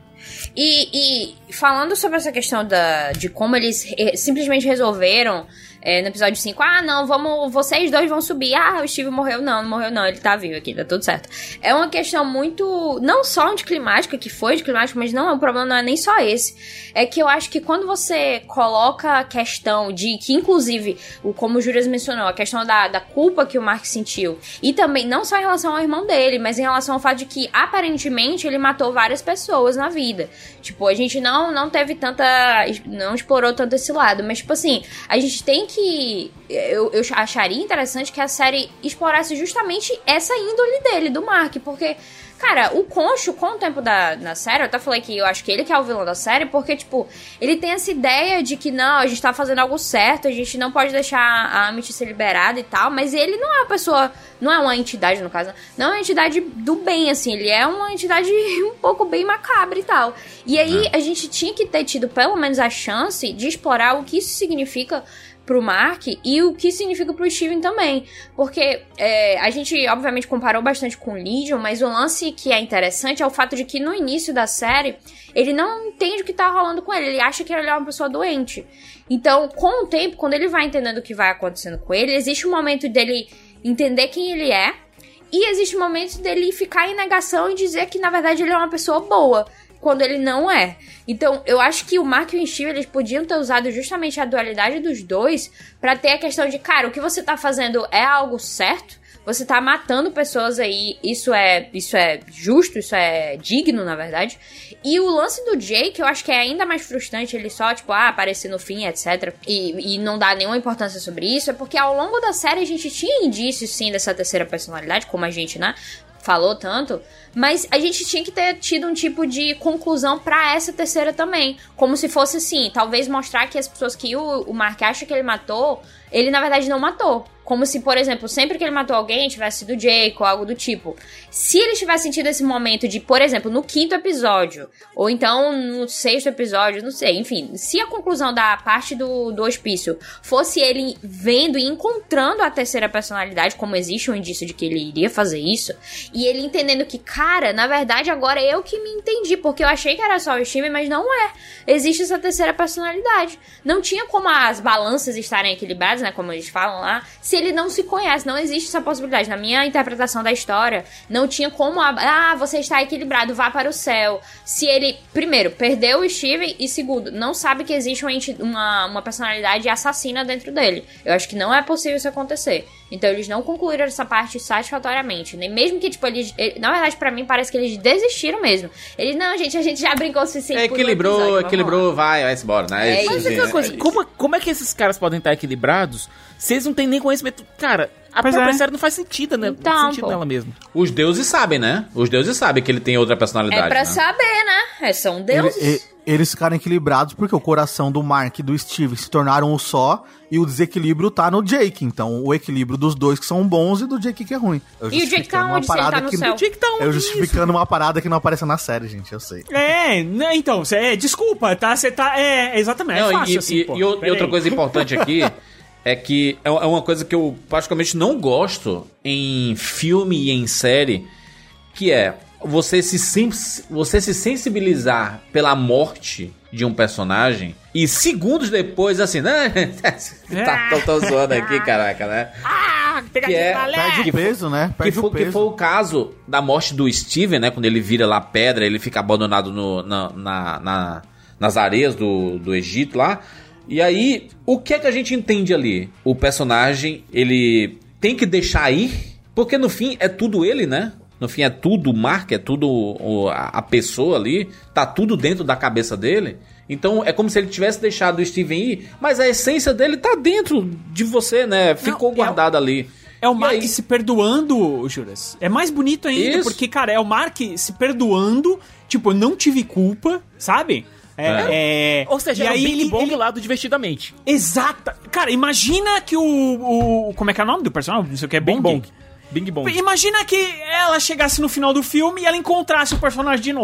E, e falando sobre essa questão da, de como eles re- simplesmente resolveram é, no episódio cinco, ah, não, vamos, vocês dois vão subir, ah, o Steve morreu, não, não morreu não, ele tá vivo aqui, tá tudo certo. É uma questão muito, não só anticlimática, que foi anticlimática, mas não, o problema não é nem só esse, é que eu acho que quando você coloca a questão de, que inclusive, o, como o Júlias mencionou, a questão da, da culpa que o Mark sentiu, e também, não só em relação ao irmão dele, mas em relação ao fato de que, aparentemente, ele matou várias pessoas na vida. Tipo, a gente não, não teve tanta, não explorou tanto esse lado, mas tipo assim, a gente tem que, eu, eu acharia interessante que a série explorasse justamente essa índole dele, do Mark, porque, cara, o Khonshu, com o tempo da na série, eu até falei que eu acho que ele que é o vilão da série, porque, tipo, ele tem essa ideia de que, não, a gente tá fazendo algo certo, a gente não pode deixar a Amit ser liberada e tal, mas ele não é uma pessoa, não é uma entidade, no caso, não é uma entidade do bem, assim, ele é uma entidade um pouco bem macabra e tal. E aí, a gente tinha que ter tido, pelo menos, a chance de explorar o que isso significa pro Mark e o que significa pro Steven também, porque é, a gente obviamente comparou bastante com Legion, mas o lance que é interessante é o fato de que no início da série ele não entende o que tá rolando com ele, ele acha que ele é uma pessoa doente. Então, com o tempo, quando ele vai entendendo o que vai acontecendo com ele, existe um momento dele entender quem ele é e existe um momento dele ficar em negação e dizer que na verdade ele é uma pessoa boa, quando ele não é. Então, eu acho que o Mark e o Steve, eles podiam ter usado justamente a dualidade dos dois pra ter a questão de, cara, o que você tá fazendo é algo certo? Você tá matando pessoas aí, isso é, isso é justo, isso é digno, na verdade. E o lance do Jake, eu acho que é ainda mais frustrante, ele só, tipo, ah, aparecer no fim, etcétera. E, e não dá nenhuma importância sobre isso, é porque ao longo da série a gente tinha indícios, sim, dessa terceira personalidade, como a gente, né, falou tanto, mas a gente tinha que ter tido um tipo de conclusão pra essa terceira também, como se fosse assim, talvez mostrar que as pessoas que o, o Mark acha que ele matou, ele na verdade não matou. Como se, por exemplo, sempre que ele matou alguém, tivesse sido o Jake ou algo do tipo. Se ele tivesse sentido esse momento de, por exemplo, no quinto episódio, ou então no sexto episódio, não sei, enfim, se a conclusão da parte do, do hospício fosse ele vendo e encontrando a terceira personalidade, como existe um indício de que ele iria fazer isso, e ele entendendo que, cara, na verdade agora eu que me entendi, porque eu achei que era só o Steven, mas não é. Existe essa terceira personalidade. Não tinha como as balanças estarem equilibradas, né, como eles falam lá, se ele não se conhece, não existe essa possibilidade. Na minha interpretação da história, não tinha como, a, ah, você está equilibrado, vá para o céu. Se ele, primeiro, perdeu o Steven e segundo, não sabe que existe uma, uma, uma personalidade assassina dentro dele. Eu acho que não é possível isso acontecer. Então eles não concluíram essa parte satisfatoriamente. Nem mesmo que, tipo, eles... Ele, na verdade, pra mim, parece que eles desistiram mesmo. Eles, não, gente, a gente já brincou o suficiente é, equilibrou, por um episódio, equilibrou, vai, vai embora, né? É Mas é aquela coisa, como, como é que esses caras podem estar equilibrados se eles não têm nem conhecimento? Cara, a Pois própria é. série não faz sentido, né? Então, não faz sentido pô. nela mesmo. Os deuses sabem, né? Os deuses sabem que ele tem outra personalidade. É pra né? saber, né? É, são Ele- deuses. e- eles ficaram equilibrados porque o coração do Mark e do Steve se tornaram um só e o desequilíbrio tá no Jake. Então, o equilíbrio dos dois que são bons e do Jake que é ruim. Eu E o Jake tá justificando uma onde, se ele parada tá no que- céu? O Jake tá onde Eu isso? justificando uma parada que não aparece na série, gente, eu sei. É, né, então, cê, é, desculpa, tá? Você tá. É, exatamente, Não, é fácil e, assim, e- pô. e o- e Pera outra aí. coisa importante aqui é que é é uma coisa que eu praticamente não gosto em filme e em série, que é você se, sens- você se sensibilizar pela morte de um personagem e segundos depois, assim, né? tá, tô, tô zoando aqui, caraca, né? Ah, pegadinha que é- da Lé. Perde que o peso, né? Que Perde foi, o que peso. foi o caso da morte do Steven, né? Quando ele vira lá pedra, ele fica abandonado no, na, na- na- nas areias do, do Egito lá. E aí, o que é que a gente entende ali? O personagem, ele tem que deixar ir, porque no fim é tudo ele, né? No fim é tudo o Mark, é tudo o- a, a pessoa ali, tá tudo dentro da cabeça dele. Então é como se ele tivesse deixado o Steven ir, mas a essência dele tá dentro de você, né? Ficou Não, é o- guardada ali. É o E Mark aí? se perdoando, Juras. É mais bonito ainda, Isso. porque, cara, é o Mark se perdoando, tipo, eu não tive culpa, sabe? É, é- Ou seja, e é o aí Bing ele- Bong ele- lá do Divertidamente. Exata. Cara, imagina que o, o. Como é que é o nome do personagem? Não sei o que é Bing Bong. Bong. Bing Bong. Imagina que ela chegasse no final do filme e ela encontrasse o personagem de novo.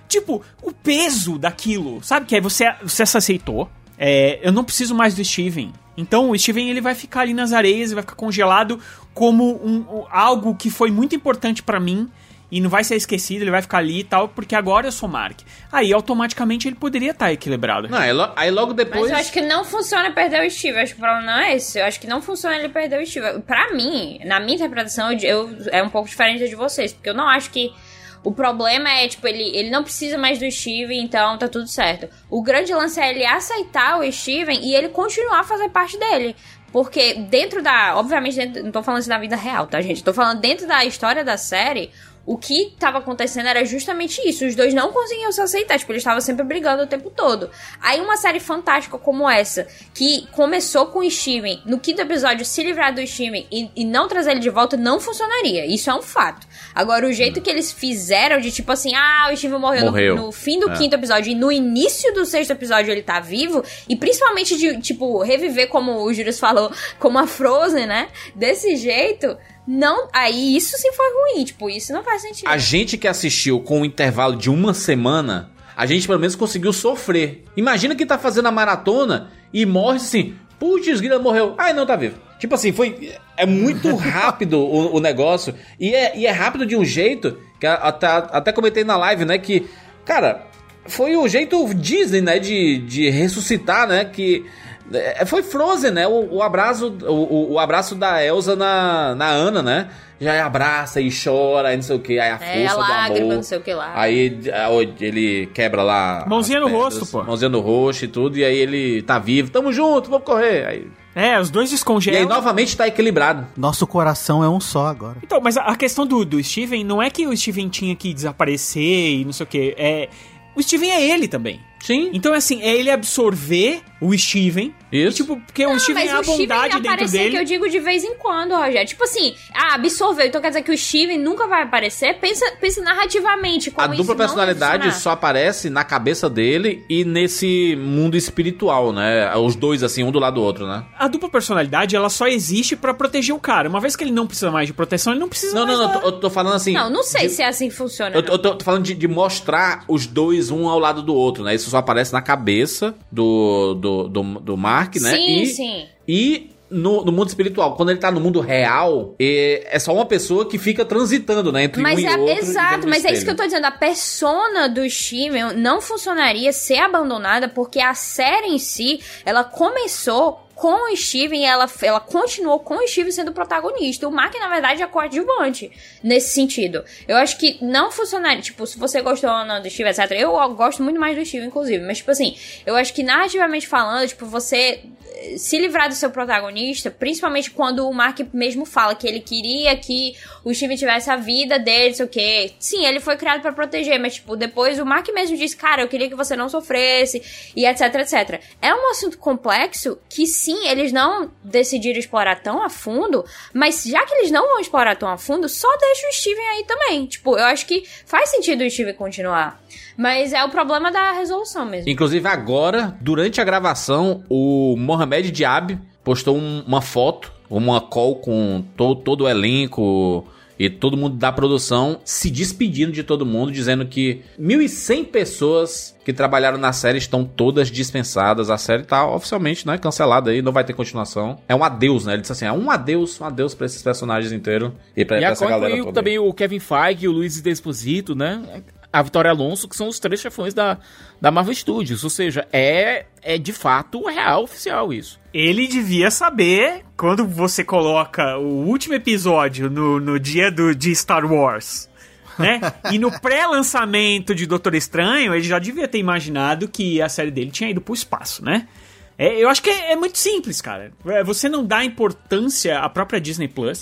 tipo, o peso daquilo, sabe? Que aí você, você se aceitou. É, eu não preciso mais do Steven. Então o Steven ele vai ficar ali nas areias, ele vai ficar congelado como um, um, algo que foi muito importante pra mim e não vai ser esquecido, ele vai ficar ali e tal, porque agora eu sou Mark. Aí automaticamente ele poderia estar equilibrado. Não, aí, lo- aí logo depois... Mas eu acho que não funciona perder o Steven, eu acho que o problema não é esse. Eu acho que não funciona ele perder o Steven. Pra mim, na minha interpretação, eu, eu, é um pouco diferente da de vocês, porque eu não acho que o problema é, tipo, ele, ele não precisa mais do Steven, então tá tudo certo. O grande lance é ele aceitar o Steven e ele continuar a fazer parte dele. Porque dentro da... Obviamente, dentro, não tô falando isso da vida real, tá, gente? Tô falando dentro da história da série... O que tava acontecendo era justamente isso. Os dois não conseguiam se aceitar. Tipo, eles estavam sempre brigando o tempo todo. Aí uma série fantástica como essa, que começou com o Steven, no quinto episódio, se livrar do Steven e, e não trazer ele de volta, não funcionaria. Isso é um fato. Agora, o jeito hum. que eles fizeram de tipo assim, ah, o Steven morreu, morreu. No, no fim do é. quinto episódio e no início do sexto episódio ele tá vivo. E principalmente de, tipo, reviver, como o Júlio falou, como a Frozen, né? Desse jeito... Não, aí isso sim foi ruim, tipo, isso não faz sentido. A gente que assistiu com um intervalo de uma semana, a gente pelo menos conseguiu sofrer. Imagina que tá fazendo a maratona e morre assim, putz, Guilherme morreu, ai não, tá vivo. Tipo assim, foi, é muito rápido o, o negócio, e é, e é rápido de um jeito, que até, até comentei na live, né, que, cara, foi o jeito Disney, né, de, de ressuscitar, né, que... Foi Frozen, né? O, o abraço o, o abraço da Elsa na, na Anna, né? Já abraça e chora, aí não sei o que, aí a é, força lágrima, do amor. Não sei o que lá. Aí ele quebra lá. Mãozinha no rosto, pô. Mãozinha no rosto e tudo, e aí ele tá vivo. Tamo junto, vamos correr. Aí... É, os dois descongelam. E aí novamente tá equilibrado. Nosso coração é um só agora. Então, mas a, a questão do, do Steven não é que o Steven tinha que desaparecer e não sei o que. É. O Steven é ele também. Sim. Então, assim, é ele absorver o Steven. Isso. E, tipo, porque não, o Steven é a bondade dentro aparecer, dele. Que eu digo de vez em quando, Rogério. Tipo assim, ah, absorveu. Então quer dizer que o Steven nunca vai aparecer? Pensa, pensa narrativamente como a dupla personalidade só aparece na cabeça dele e nesse mundo espiritual, né? Os dois, assim, um do lado do outro, né? A dupla personalidade, ela só existe pra proteger o cara. Uma vez que ele não precisa mais de proteção, ele não precisa não, mais Não, não, da... não. Eu tô falando assim... Não, não sei de... se é assim que funciona. Eu, eu tô, tô falando de, de mostrar os dois um ao lado do outro, né? Isso só aparece na cabeça do, do, do, do Mark, né? Sim, e, sim. E no, no mundo espiritual, quando ele tá no mundo real, é, é só uma pessoa que fica transitando, né? Entre mas um é, e outro. Exato, mas é isso que eu tô dizendo. A persona do Steven não funcionaria ser abandonada porque a série em si, ela começou com o Steven, ela, ela continuou com o Steven sendo o protagonista. O Mark, na verdade, é coadjuvante nesse sentido. Eu acho que não funcionaria, tipo, se você gostou ou não do Steven, etcétera. Eu gosto muito mais do Steven, inclusive. Mas, tipo assim, eu acho que narrativamente falando, tipo, você se livrar do seu protagonista, principalmente quando o Mark mesmo fala que ele queria que o Steven tivesse a vida dele, não sei o quê. Sim, ele foi criado pra proteger, mas, tipo, depois o Mark mesmo disse, cara, eu queria que você não sofresse, e etc, etcétera. É um assunto complexo que, sim, eles não decidiram explorar tão a fundo, mas já que eles não vão explorar tão a fundo, só deixa o Steven aí também. Tipo, eu acho que faz sentido o Steven continuar. Mas é o problema da resolução mesmo. Inclusive agora, durante a gravação, o Mohamed Diab postou um, uma foto, uma call com to, todo o elenco e todo mundo da produção se despedindo de todo mundo, dizendo que mil e cem pessoas que trabalharam na série estão todas dispensadas. A série tá oficialmente, né, cancelada aí, não vai ter continuação. É um adeus, né? Ele disse assim, é um adeus, um adeus pra esses personagens inteiros e pra, e pra essa galera toda. E também o Kevin Feige, o Luiz Esposito, né? A Vitória Alonso, que são os três chefões da, da Marvel Studios. Ou seja, é, é de fato real, oficial isso. Ele devia saber, quando você coloca o último episódio no, no dia do, de Star Wars, né? E no pré-lançamento de Doutor Estranho, ele já devia ter imaginado que a série dele tinha ido pro espaço, né? É, eu acho que é, é muito simples, cara. Você não dá importância à própria Disney Plus.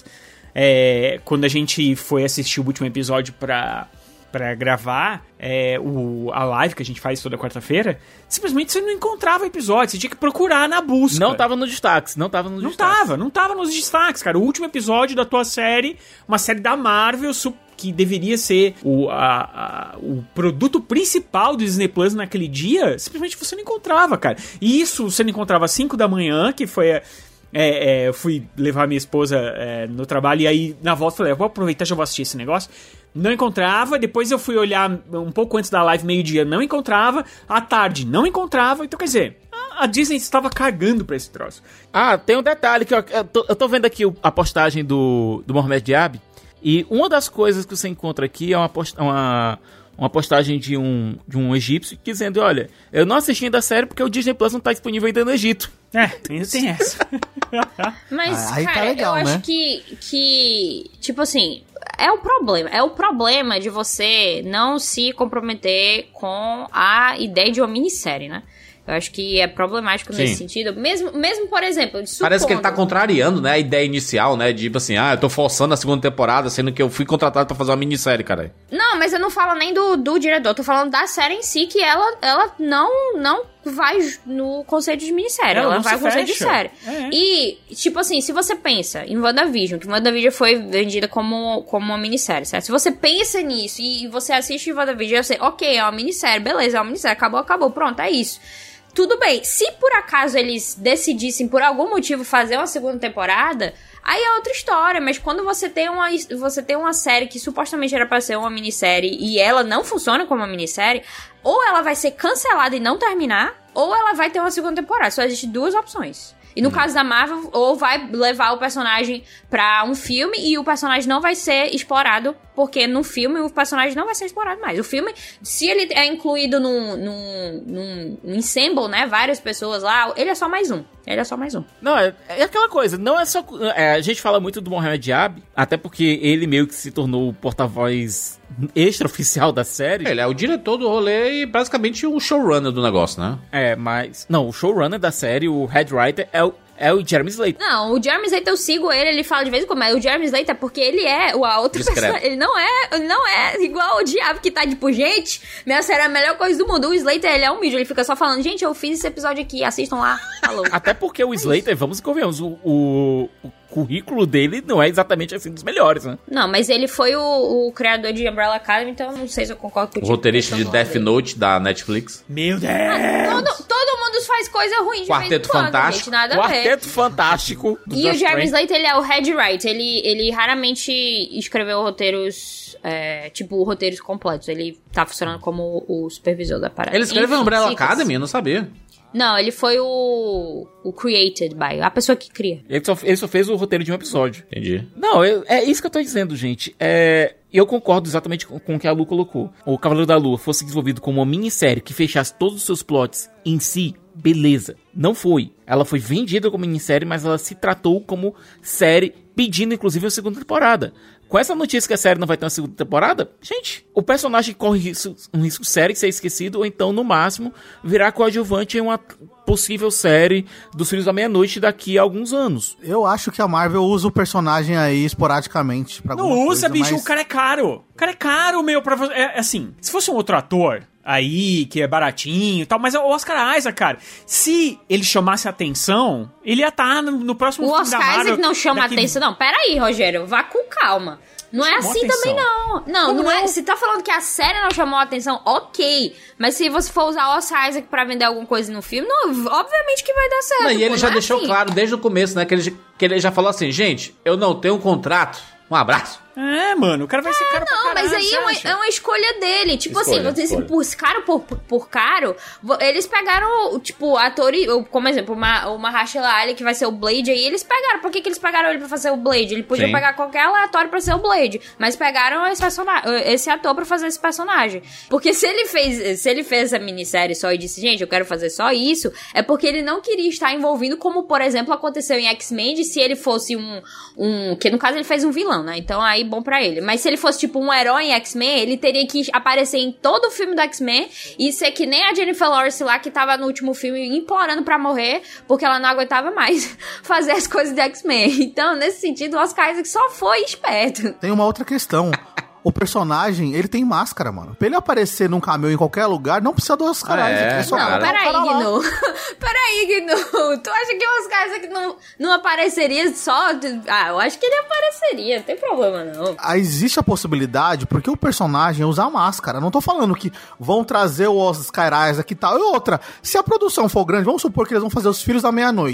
É, quando a gente foi assistir o último episódio pra... pra gravar é, o, a live que a gente faz toda quarta-feira, simplesmente você não encontrava episódio, você tinha que procurar na busca. Não tava nos destaques, não tava nos não destaques. Não tava, não tava nos destaques, cara. O último episódio da tua série, uma série da Marvel, que deveria ser o, a, a, o produto principal do Disney Plus naquele dia, simplesmente você não encontrava, cara. E isso você não encontrava às cinco da manhã, que foi... A, é, é, eu fui levar minha esposa é, no trabalho, e aí na volta eu falei, eu vou aproveitar e já vou assistir esse negócio. Não encontrava, depois eu fui olhar um pouco antes da live, meio-dia, não encontrava, à tarde não encontrava, então quer dizer, a Disney estava cagando pra esse troço. Ah, tem um detalhe, que eu, eu, tô, eu tô vendo aqui a postagem do, do Mohamed Diab, e uma das coisas que você encontra aqui é uma, post, uma, uma postagem de um, de um egípcio dizendo, olha, eu não assisti ainda a série porque o Disney Plus não tá disponível ainda no Egito. É, ainda tem essa. Mas, aí cara, tá legal, eu né? acho que, que, tipo assim, é o problema. É o problema de você não se comprometer com a ideia de uma minissérie, né? Eu acho que é problemático Sim. nesse sentido. Mesmo, mesmo por exemplo, supondo... Parece que ele tá contrariando, né, a ideia inicial, né, de tipo assim, ah, eu tô forçando a segunda temporada, sendo que eu fui contratado pra fazer uma minissérie, cara. Não, mas eu não falo nem do, do diretor, eu tô falando da série em si, que ela, ela não, não vai no conceito de minissérie, Ela ela não vai se no conceito fecha. de série. É. E, tipo assim, se você pensa em WandaVision, que WandaVision foi vendida como, como uma minissérie, certo? Se você pensa nisso e você assiste WandaVision, você, ok, é uma minissérie, beleza, é uma minissérie, acabou, acabou, pronto, é isso. Tudo bem, se por acaso eles decidissem por algum motivo fazer uma segunda temporada, aí é outra história, mas quando você tem uma, você tem uma série que supostamente era pra ser uma minissérie e ela não funciona como uma minissérie, ou ela vai ser cancelada e não terminar, ou ela vai ter uma segunda temporada. Só existem duas opções. E no hum. caso da Marvel, ou vai levar o personagem pra um filme e o personagem não vai ser explorado, porque no filme o personagem não vai ser explorado mais. O filme, se ele é incluído num, num, num, num ensemble, né, várias pessoas lá, ele é só mais um. Ele é só mais um. Não, é, é aquela coisa, não é só... É, a gente fala muito do Mohamed Diab, até porque ele meio que se tornou o porta-voz extra-oficial da série. Ele é o diretor do rolê e basicamente o showrunner do negócio, né? É, mas... Não, o showrunner da série, o head writer, é o, é o Jeremy Slater. Não, o Jeremy Slater eu sigo ele, ele fala de vez em quando, mas o Jeremy Slater é porque ele é a outra pessoa. Ele não é, ele não é igual o Diabo que tá tipo, gente, minha série é a melhor coisa do mundo. O Slater, ele é um mídia, ele fica só falando, gente, eu fiz esse episódio aqui, assistam lá, falou. Até porque o Slater, vamos e convenhamos, o, o, o currículo dele não é exatamente assim dos melhores, né? Não, mas ele foi o, o criador de Umbrella Academy, então eu não sei se eu concordo com o O roteirista de Death dele. Note da Netflix. Meu Deus! Ah, todo, todo mundo faz coisa ruim de Quarteto vez em quando, Fantástico. gente, nada a ver. Quarteto Fantástico. Do E Josh o Jeremy Trank. Slater, ele é o head writer, ele, ele raramente escreveu roteiros, é, tipo, roteiros completos, ele tá funcionando como o supervisor da parada. Ele escreveu Enfim, Umbrella ciclos. Academy? Eu não sabia. Não, ele foi o, o created by, a pessoa que cria. Ele só, ele só fez o roteiro de um episódio. Entendi. Não, eu- é isso que eu tô dizendo, gente. É, eu concordo exatamente com, com o que a Lu colocou. O Cavaleiro da Lua fosse desenvolvido como uma minissérie que fechasse todos os seus plots em si, beleza. Não foi. Ela foi vendida como minissérie, mas ela se tratou como série, pedindo inclusive a segunda temporada. Com essa notícia que a série não vai ter uma segunda temporada, gente, o personagem corre risco, um risco sério de ser esquecido, ou então, no máximo, virar coadjuvante em uma possível série dos Filhos da Meia-Noite daqui a alguns anos. Eu acho que a Marvel usa o personagem aí esporadicamente pra alguma Não coisa, usa, bicho, mas... o cara é caro. O cara é caro, meu, pra você. É assim, se fosse um outro ator aí, que é baratinho e tal, mas é o Oscar Isaac, cara. Se ele chamasse atenção, ele ia estar no, no próximo O filme Oscar da Marvel. Isaac não chama daqui- atenção, não. Pera aí, Rogério, vá com calma. Não é Chamou assim atenção. também, não. Não, Como não é. não? Se tá falando que a série não chamou a atenção, ok. Mas se você for usar o Oscar Isaac pra vender alguma coisa no filme, não, obviamente que vai dar certo. Não, e ele pô, já não é deixou assim. claro desde o começo, né? Que ele, que ele já falou assim, gente, eu não tenho um contrato. Um abraço. É, mano, o cara vai ser caro pra Não, caralho, mas aí você é uma, acha? é uma escolha dele. Tipo Escolha, assim, você, escolha. por caro por, por, por caro, vo- eles pegaram, tipo, atores, ou, como exemplo, uma, o Mahershala Ali, que vai ser o Blade aí, eles pegaram. Por que, que eles pegaram ele pra fazer o Blade? Ele podia Sim. pegar qualquer aleatório pra ser o Blade, mas pegaram esse, persona- esse ator pra fazer esse personagem. Porque se ele fez se ele fez essa minissérie só e disse, gente, eu quero fazer só isso, é porque ele não queria estar envolvido, como, por exemplo, aconteceu em X-Men, de se ele fosse um, um... que no caso ele fez um vilão, né? Então aí, bom pra ele. Mas se ele fosse tipo um herói em X-Men, ele teria que aparecer em todo o filme do X-Men e ser que nem a Jennifer Lawrence lá, que tava no último filme implorando pra morrer, porque ela não aguentava mais fazer as coisas de X-Men. Então, nesse sentido, o Oscar Isaac só foi esperto. Tem uma outra questão. O personagem, ele tem máscara, mano. Pra ele aparecer num cameo em qualquer lugar, não precisa do Oscar Ah, é? Isaac. É só Não, botar o peraí, cara lá. Gnu. Peraí, Gnu. Tu acha que o Oscar Isaac não, não apareceria só... Ah, eu acho que ele apareceria, não tem problema não. Ah, existe a possibilidade, porque o personagem usa máscara. Não tô falando que vão trazer o Oscar Isaac e tal. E outra, se a produção for grande, vamos supor que eles vão fazer Os Filhos da Meia-Noite.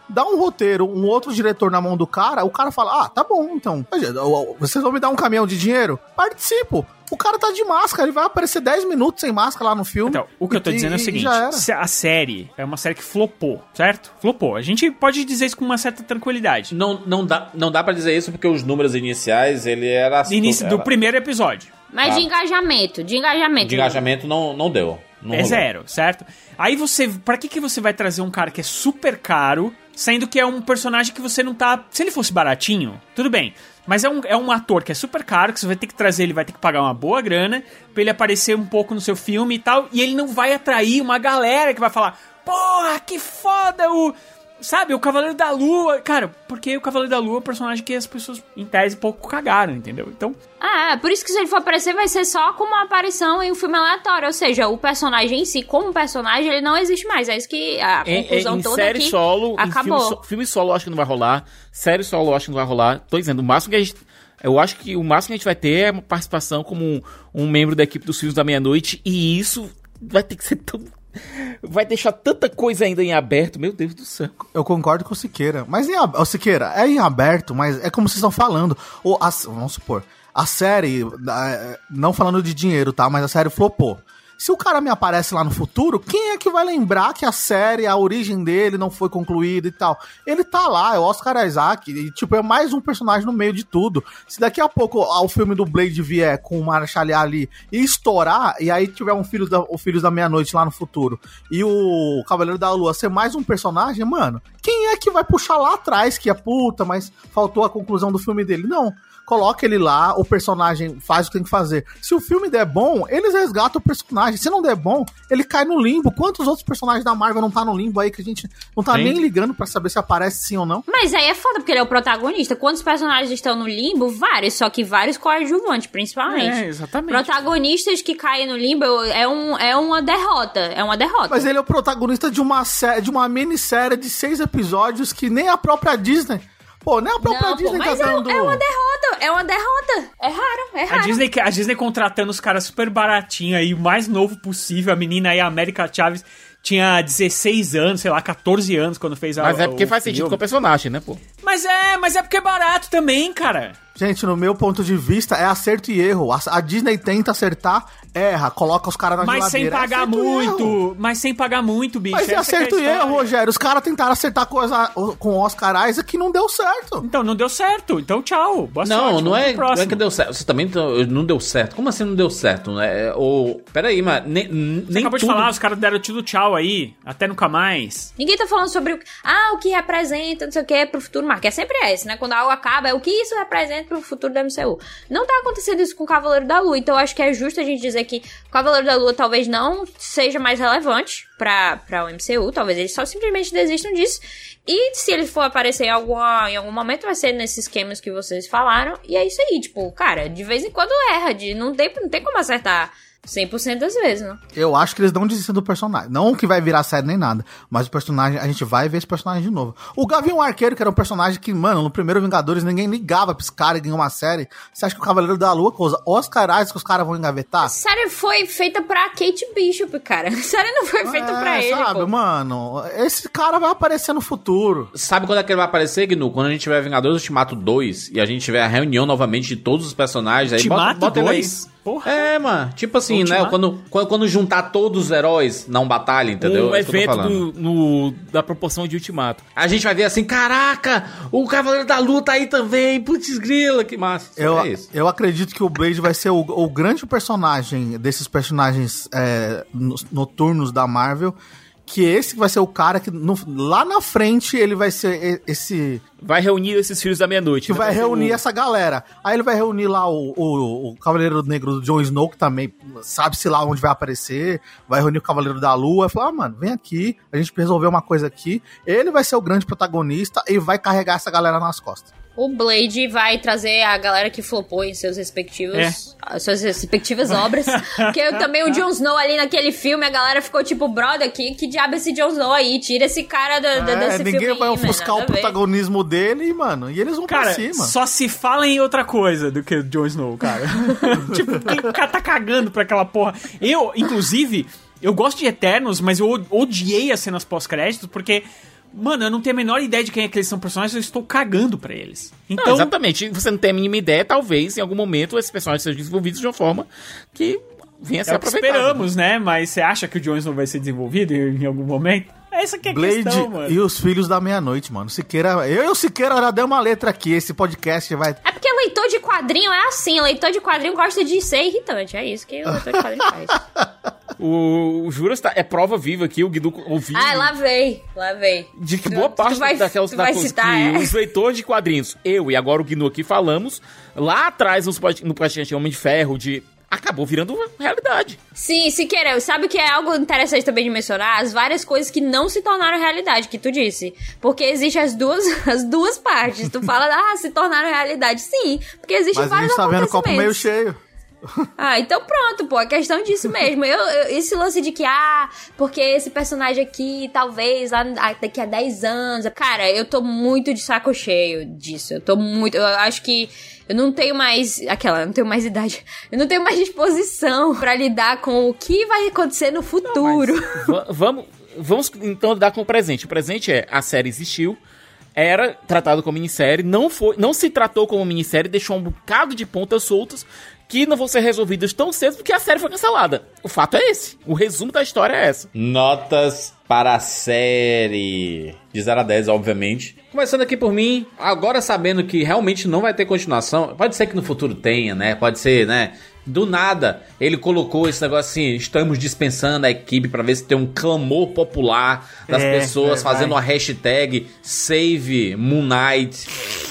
dá um roteiro, um outro diretor na mão do cara, o cara fala, ah, tá bom, então, vocês vão me dar um caminhão de dinheiro? Participo. O cara tá de máscara, ele vai aparecer dez minutos sem máscara lá no filme. Então, o que eu tô e, dizendo é o seguinte, a série é uma série que flopou, certo? Flopou. A gente pode dizer isso com uma certa tranquilidade. Não, não, dá, não dá pra dizer isso porque os números iniciais, ele era... Início era... do primeiro episódio. Mas tá. de engajamento, de engajamento. De engajamento não, não deu. Não é rolou. Zero, certo? Aí você, pra que que você vai trazer um cara que é super caro, sendo que é um personagem que você não tá... Se ele fosse baratinho, tudo bem. Mas é um, é um ator que é super caro, que você vai ter que trazer, ele vai ter que pagar uma boa grana pra ele aparecer um pouco no seu filme e tal, e ele não vai atrair uma galera que vai falar, porra, que foda o... Sabe, o Cavaleiro da Lua... Cara, porque o Cavaleiro da Lua é um personagem que as pessoas, em tese, pouco cagaram, entendeu? Então... Ah, é, por isso que se ele for aparecer, vai ser só como uma aparição em um filme aleatório. Ou seja, o personagem em si, como personagem, ele não existe mais. É isso que a conclusão em, em toda série aqui solo, acabou. Em filme, so, filme solo, eu acho que não vai rolar. Série solo, eu acho que não vai rolar. Tô dizendo, o máximo que a gente... Eu acho que o máximo que a gente vai ter é uma participação como um, um membro da equipe dos Filhos da Meia-Noite. E isso vai ter que ser tão... Vai deixar tanta coisa ainda em aberto, meu Deus do céu. Eu concordo com o Siqueira. Mas em aberto, Siqueira, é em aberto, mas é como vocês estão falando. Ou a, vamos supor, a série, não falando de dinheiro, tá? Mas a série flopou. Se o cara me aparece lá no futuro, quem é que vai lembrar que a série, a origem dele não foi concluída e tal? Ele tá lá, é o Oscar Isaac, e tipo, é mais um personagem no meio de tudo. Se daqui a pouco o filme do Blade vier com o Marshall Ali e estourar, e aí tiver um filho da, o Filhos da Meia-Noite lá no futuro, e o Cavaleiro da Lua ser mais um personagem, mano, quem é que vai puxar lá atrás que é puta, mas faltou a conclusão do filme dele? Não. Coloca ele lá, o personagem faz o que tem que fazer. Se o filme der bom, eles resgatam o personagem. Se não der bom, ele cai no limbo. Quantos outros personagens da Marvel não tá no limbo aí que a gente não tá Sim. nem ligando pra saber se aparece sim ou não? Mas aí é foda, porque ele é o protagonista. Quantos personagens estão no limbo? Vários, só que vários coadjuvantes, principalmente. É, exatamente. Protagonistas que caem no limbo é, um, é uma derrota. É uma derrota. Mas ele é o protagonista de uma, sé- de uma minissérie de seis episódios que nem a própria Disney... Pô, nem a própria não, Disney pô, mas tá é, dando... é uma derrota, é uma derrota. É raro, é raro. A Disney, a Disney contratando os caras super baratinho aí, o mais novo possível. A menina aí, a América Chaves, tinha dezesseis anos, sei lá, catorze anos quando fez a Mas é porque faz filme. sentido com o personagem, né, pô? Mas é, mas é porque é barato também, cara. Gente, no meu ponto de vista, é acerto e erro. A, a Disney tenta acertar, erra, coloca os caras na mas geladeira. Mas sem pagar é muito, mas sem pagar muito, bicho. Mas é acerto e erro, Rogério. Os caras tentaram acertar coisa com o Oscar Isaac que não deu certo. Então, não deu certo. Então, tchau. Boa não, sorte. Não, é, não é que deu certo. Você também não deu certo. Como assim não deu certo? Né? Ou, peraí, mas nem, Você nem acabou tudo... de falar, os caras deram tudo tchau aí. Até nunca mais. Ninguém tá falando sobre o, ah, o que representa, não sei o que, pro futuro, mas que é sempre esse, né? Quando algo acaba, é o que isso representa pro futuro do M C U. Não tá acontecendo isso com o Cavaleiro da Lua, então eu acho que é justo a gente dizer que o Cavaleiro da Lua talvez não seja mais relevante pra, pra o M C U, talvez eles só simplesmente desistam disso, e se ele for aparecer em, alguma, em algum momento vai ser nesses esquemas que vocês falaram, e é isso aí, tipo, cara, de vez em quando erra, de, não, tem, não tem como acertar cem por cento das vezes, né? Eu acho que eles não desistem do personagem. Não que vai virar série nem nada, mas o personagem, a gente vai ver esse personagem de novo. O Gavião Arqueiro, que era um personagem que, mano, no primeiro Vingadores ninguém ligava pra esse cara e ganhou uma série. Você acha que o Cavaleiro da Lua, com os Oscar Isaac, que os caras vão engavetar? A série foi feita pra Kate Bishop, cara. A série não foi feita é, pra ele, sabe, pô. Mano, esse cara vai aparecer no futuro. Sabe quando é que ele vai aparecer, Gnu? Quando a gente tiver Vingadores Ultimato dois e a gente tiver a reunião novamente de todos os personagens. Aí Ultimato bota, bota dois? Porra. É, mano. Tipo assim, Ultimato. né? Quando, quando, quando juntar todos os heróis na batalha, entendeu? Um é evento do, no, da proporção de Ultimato. A gente vai ver assim, caraca, o Cavaleiro da Lua tá aí também. Putz grila, que massa. Eu, é isso. eu acredito que o Blade vai ser o, o grande personagem desses personagens é, noturnos da Marvel. Que esse vai ser o cara que no, lá na frente ele vai ser esse... Vai reunir esses Filhos da Meia-Noite. Que né? vai, vai reunir o... essa galera. Aí ele vai reunir lá o, o, o Cavaleiro Negro do Jon Snow, que também sabe-se lá onde vai aparecer. Vai reunir o Cavaleiro da Lua. Vai falar, ah, mano, vem aqui, a gente resolveu uma coisa aqui. Ele vai ser o grande protagonista e vai carregar essa galera nas costas. O Blade vai trazer a galera que flopou em seus respectivos, é. suas respectivas obras. Porque também o Jon Snow ali naquele filme, a galera ficou tipo, brother, que, que diabo é esse Jon Snow aí? Tira esse cara da, da, é, desse filme. Ninguém vai aí, ofuscar mano, o protagonismo dele, mano. E eles vão cara, pra cima. Só se fala em outra coisa do que o Jon Snow, cara. Tipo, o cara tá cagando pra aquela porra. Eu, inclusive, eu gosto de Eternos, mas eu odiei as cenas pós-créditos, porque mano, eu não tenho a menor ideia de quem é que eles são personagens, eu estou cagando pra eles. Então, não, exatamente. Você não tem a mínima ideia, talvez, em algum momento, esses personagens sejam desenvolvidos de uma forma que venha a ser é o que aproveitada. esperamos, né? Mas você acha que o Jon Snow vai ser desenvolvido em, em algum momento? Essa que é a Blade questão, mano. E os Filhos da Meia-Noite, mano. Siqueira, eu e o Siqueira já deu uma letra aqui. Esse podcast vai... É porque leitor de quadrinho é assim. Leitor de quadrinho gosta de ser irritante. É isso que o leitor de quadrinho faz. O, o Juras tá, é prova viva aqui, o Guido ouviu. Ah, lá vem, lá vem. De que boa parte vai, daquelas tu vai da, citar, que é? os leitores de quadrinhos, eu e agora o Guido aqui falamos, lá atrás nos pod, no podcast Homem de Ferro, de... acabou virando uma realidade. Sim, Siqueira, sabe o que é algo interessante também de mencionar? As várias coisas que não se tornaram realidade, que tu disse. Porque existem as duas, as duas partes. Tu fala, ah, se tornaram realidade. Sim, porque existem Mas vários a gente tá vendo o copo meio acontecimentos. cheio. Ah, então pronto, pô, é questão disso mesmo. Eu, eu, esse lance de que, ah, porque esse personagem aqui, talvez, lá daqui a dez anos... Cara, eu tô muito de saco cheio disso. Eu tô muito... Eu acho que eu não tenho mais... Aquela, eu não tenho mais idade. Eu não tenho mais disposição pra lidar com o que vai acontecer no futuro. Não, mas, vamos, vamos, então, lidar com o presente. O presente é, a série existiu, era tratado como minissérie, não, foi, não se tratou como minissérie, deixou um bocado de pontas soltas que não vão ser resolvidas tão cedo porque a série foi cancelada. O fato é esse. O resumo da história é essa. Notas para a série. De zero a dez, obviamente. Começando aqui por mim, agora sabendo que realmente não vai ter continuação, pode ser que no futuro tenha, né? Pode ser, né? Do nada, ele colocou esse negócio assim, estamos dispensando a equipe pra ver se tem um clamor popular das É, pessoas é, fazendo vai. uma hashtag Save Moon Knight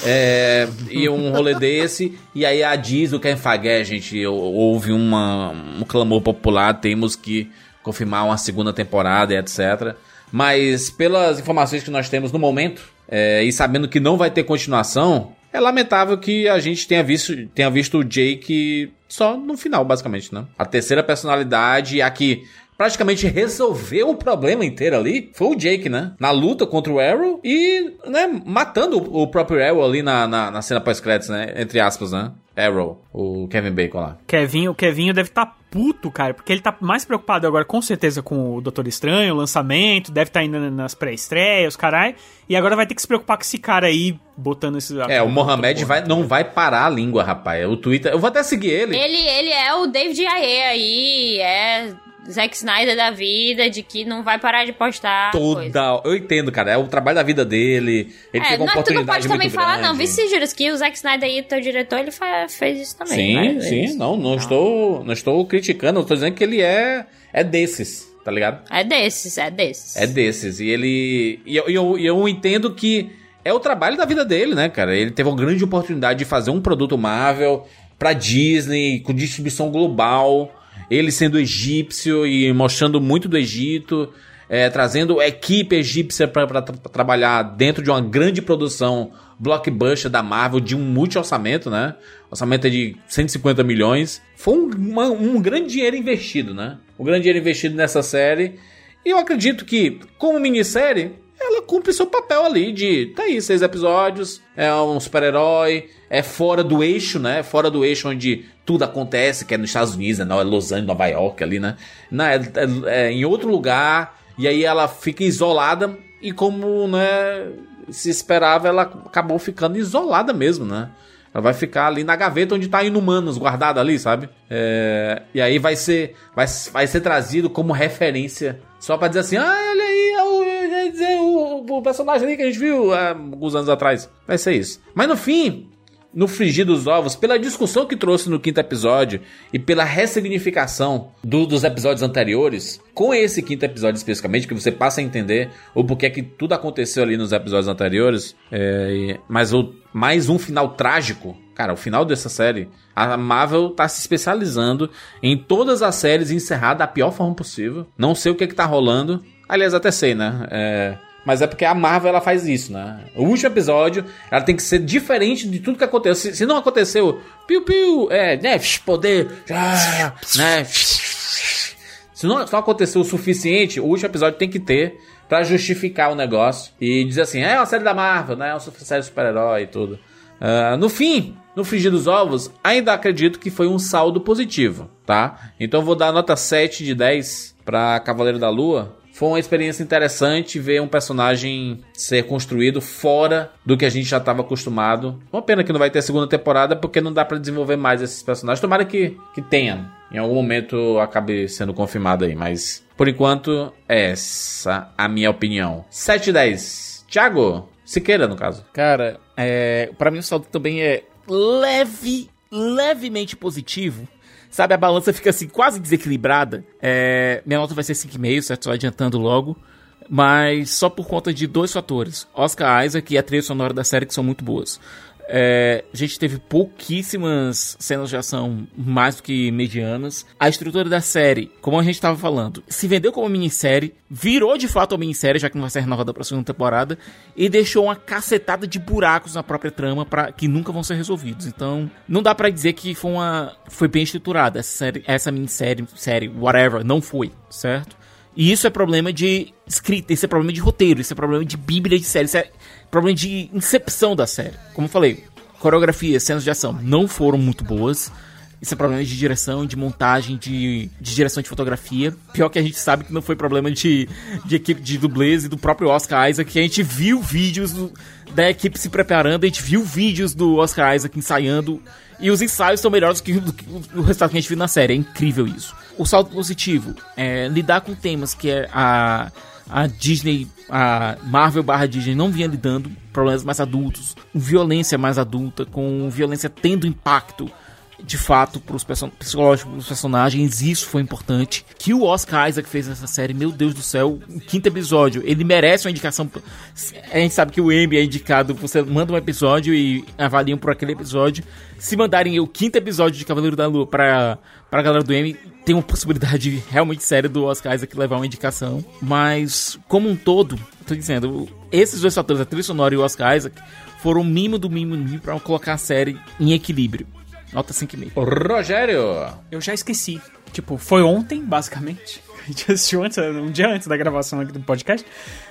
é, e um rolê desse. E aí a Disney, o Kevin Feige, é, gente, houve uma, um clamor popular, temos que confirmar uma segunda temporada e etcétera. Mas pelas informações que nós temos no momento, é, e sabendo que não vai ter continuação, é lamentável que a gente tenha visto, tenha visto o Jake só no final, basicamente, né? A terceira personalidade, a que praticamente resolveu o problema inteiro ali, foi o Jake, né? Na luta contra o Arrow e, né, matando o próprio Arrow ali na, na, na cena pós-créditos, né? Entre aspas, né? Arrow, o Kevin Bacon lá. Kevin, o Kevinho deve estar tá puto, cara, porque ele tá mais preocupado agora, com certeza, com o Doutor Estranho, o lançamento, deve estar tá indo nas pré-estreias, caralho, e agora vai ter que se preocupar com esse cara aí, botando esses... É, o Mohamed vai, não vai parar a língua, rapaz. O Twitter... Eu vou até seguir ele. Ele, ele é o David Ayer aí, é... Zack Snyder da vida, de que não vai parar de postar Toda... coisa. Eu entendo, cara. É o trabalho da vida dele. Ele é, teve uma não, tu não oportunidade pode também muito falar, grande. não. Vice Juras, que o Zack Snyder aí, teu diretor, ele fa- fez isso também. Sim, né? sim. Isso. Não, não, estou, não estou criticando. Eu estou dizendo que ele é, é desses, tá ligado? É desses, é desses. É desses. E ele... E eu, eu, eu entendo que é o trabalho da vida dele, né, cara? Ele teve uma grande oportunidade de fazer um produto Marvel pra Disney, com distribuição global... Ele sendo egípcio e mostrando muito do Egito, é, trazendo equipe egípcia para tra- trabalhar dentro de uma grande produção blockbuster da Marvel, de um multi-orçamento, né? Orçamento é de cento e cinquenta milhões. Foi um, uma, um grande dinheiro investido, né? Um grande dinheiro investido nessa série. E eu acredito que, como minissérie, ela cumpre seu papel ali de... Tá aí, seis episódios, é um super-herói, é fora do eixo, né? Fora do eixo onde tudo acontece, que é nos Estados Unidos, né? Não, é Los Angeles, Nova York ali, né? Não, é, é, é em outro lugar, e aí ela fica isolada, e como, né, se esperava, ela acabou ficando isolada mesmo, né? Ela vai ficar ali na gaveta onde tá Inumanos guardada ali, sabe? É, e aí vai ser, vai, vai ser trazido como referência, só pra dizer assim, ah, olha aí, é o, é o, o personagem ali que a gente viu há alguns anos atrás. Vai ser isso. Mas no fim, no frigir dos ovos, pela discussão que trouxe no quinto episódio e pela ressignificação do, dos episódios anteriores, com esse quinto episódio especificamente, que você passa a entender o porquê que tudo aconteceu ali nos episódios anteriores, é, mas o, mais um final trágico. Cara, o final dessa série, a Marvel tá se especializando em todas as séries encerrar da pior forma possível. Não sei o que que tá rolando. Aliás, até sei, né? É... Mas é porque a Marvel, ela faz isso, né? O último episódio, ela tem que ser diferente de tudo que aconteceu. Se, se não aconteceu, piu-piu, é, né, poder, ah, né, se não, se não aconteceu o suficiente, o último episódio tem que ter pra justificar o negócio e dizer assim, é uma série da Marvel, né, é uma série de super-herói e tudo. Uh, no fim, no frigir dos ovos, ainda acredito que foi um saldo positivo, tá? Então eu vou dar nota sete de dez pra Cavaleiro da Lua. foi uma experiência interessante ver um personagem ser construído fora do que a gente já estava acostumado. Uma pena que não vai ter segunda temporada, porque não dá pra desenvolver mais esses personagens. Tomara que, que tenha. Em algum momento acabe sendo confirmado aí, mas por enquanto é essa a minha opinião. sete e dez. Thiago Siqueira, no caso. Cara, é, pra mim o saldo também é leve, levemente positivo. Sabe, a balança fica assim, quase desequilibrada. É, minha nota vai ser cinco vírgula cinco, certo? Só adiantando logo. Mas só por conta de dois fatores. Oscar Isaac e a trilha sonora da série, que são muito boas. É, a gente teve pouquíssimas cenas de ação mais do que medianas. A estrutura da série, como a gente estava falando, se vendeu como minissérie, virou de fato uma minissérie, já que não vai ser renovada para a segunda temporada, e deixou uma cacetada de buracos na própria trama pra, que nunca vão ser resolvidos. Então, não dá pra dizer que foi, uma, foi bem estruturada essa, série, essa minissérie, série, whatever, não foi, certo? E isso é problema de escrita, isso é problema de roteiro, isso é problema de bíblia de série, isso é problema de incepção da série. Como eu falei, coreografia, cenas de ação não foram muito boas. Isso é problema de direção, de montagem, de, de direção de fotografia. Pior que a gente sabe que não foi problema de, de equipe de dublês e do próprio Oscar Isaac, que a gente viu vídeos do, da equipe se preparando, a gente viu vídeos do Oscar Isaac ensaiando, e os ensaios são melhores do que, do que o resultado que a gente viu na série. É incrível isso. O salto positivo é lidar com temas que a, a Disney, a Marvel barra Disney não vinha lidando, problemas mais adultos, violência mais adulta, com violência tendo impacto de fato para os person- psicológicos dos personagens. Isso foi importante. Que o Oscar Isaac fez nessa série, meu Deus do céu, o quinto episódio, ele merece uma indicação. A gente sabe que o Emmy é indicado, você manda um episódio e avaliam por aquele episódio. Se mandarem o quinto episódio de Cavaleiro da Lua para a galera do Emmy, tem uma possibilidade realmente séria do Oscar Isaac levar uma indicação. Mas, como um todo, tô dizendo, esses dois fatores, a trilha sonora e o Oscar Isaac, foram o mínimo do mínimo do mínimo para colocar a série em equilíbrio. Nota cinco vírgula cinco. Rogério! Eu já esqueci. Tipo, foi ontem, basicamente. A gente assistiu antes, um dia antes da gravação aqui do podcast.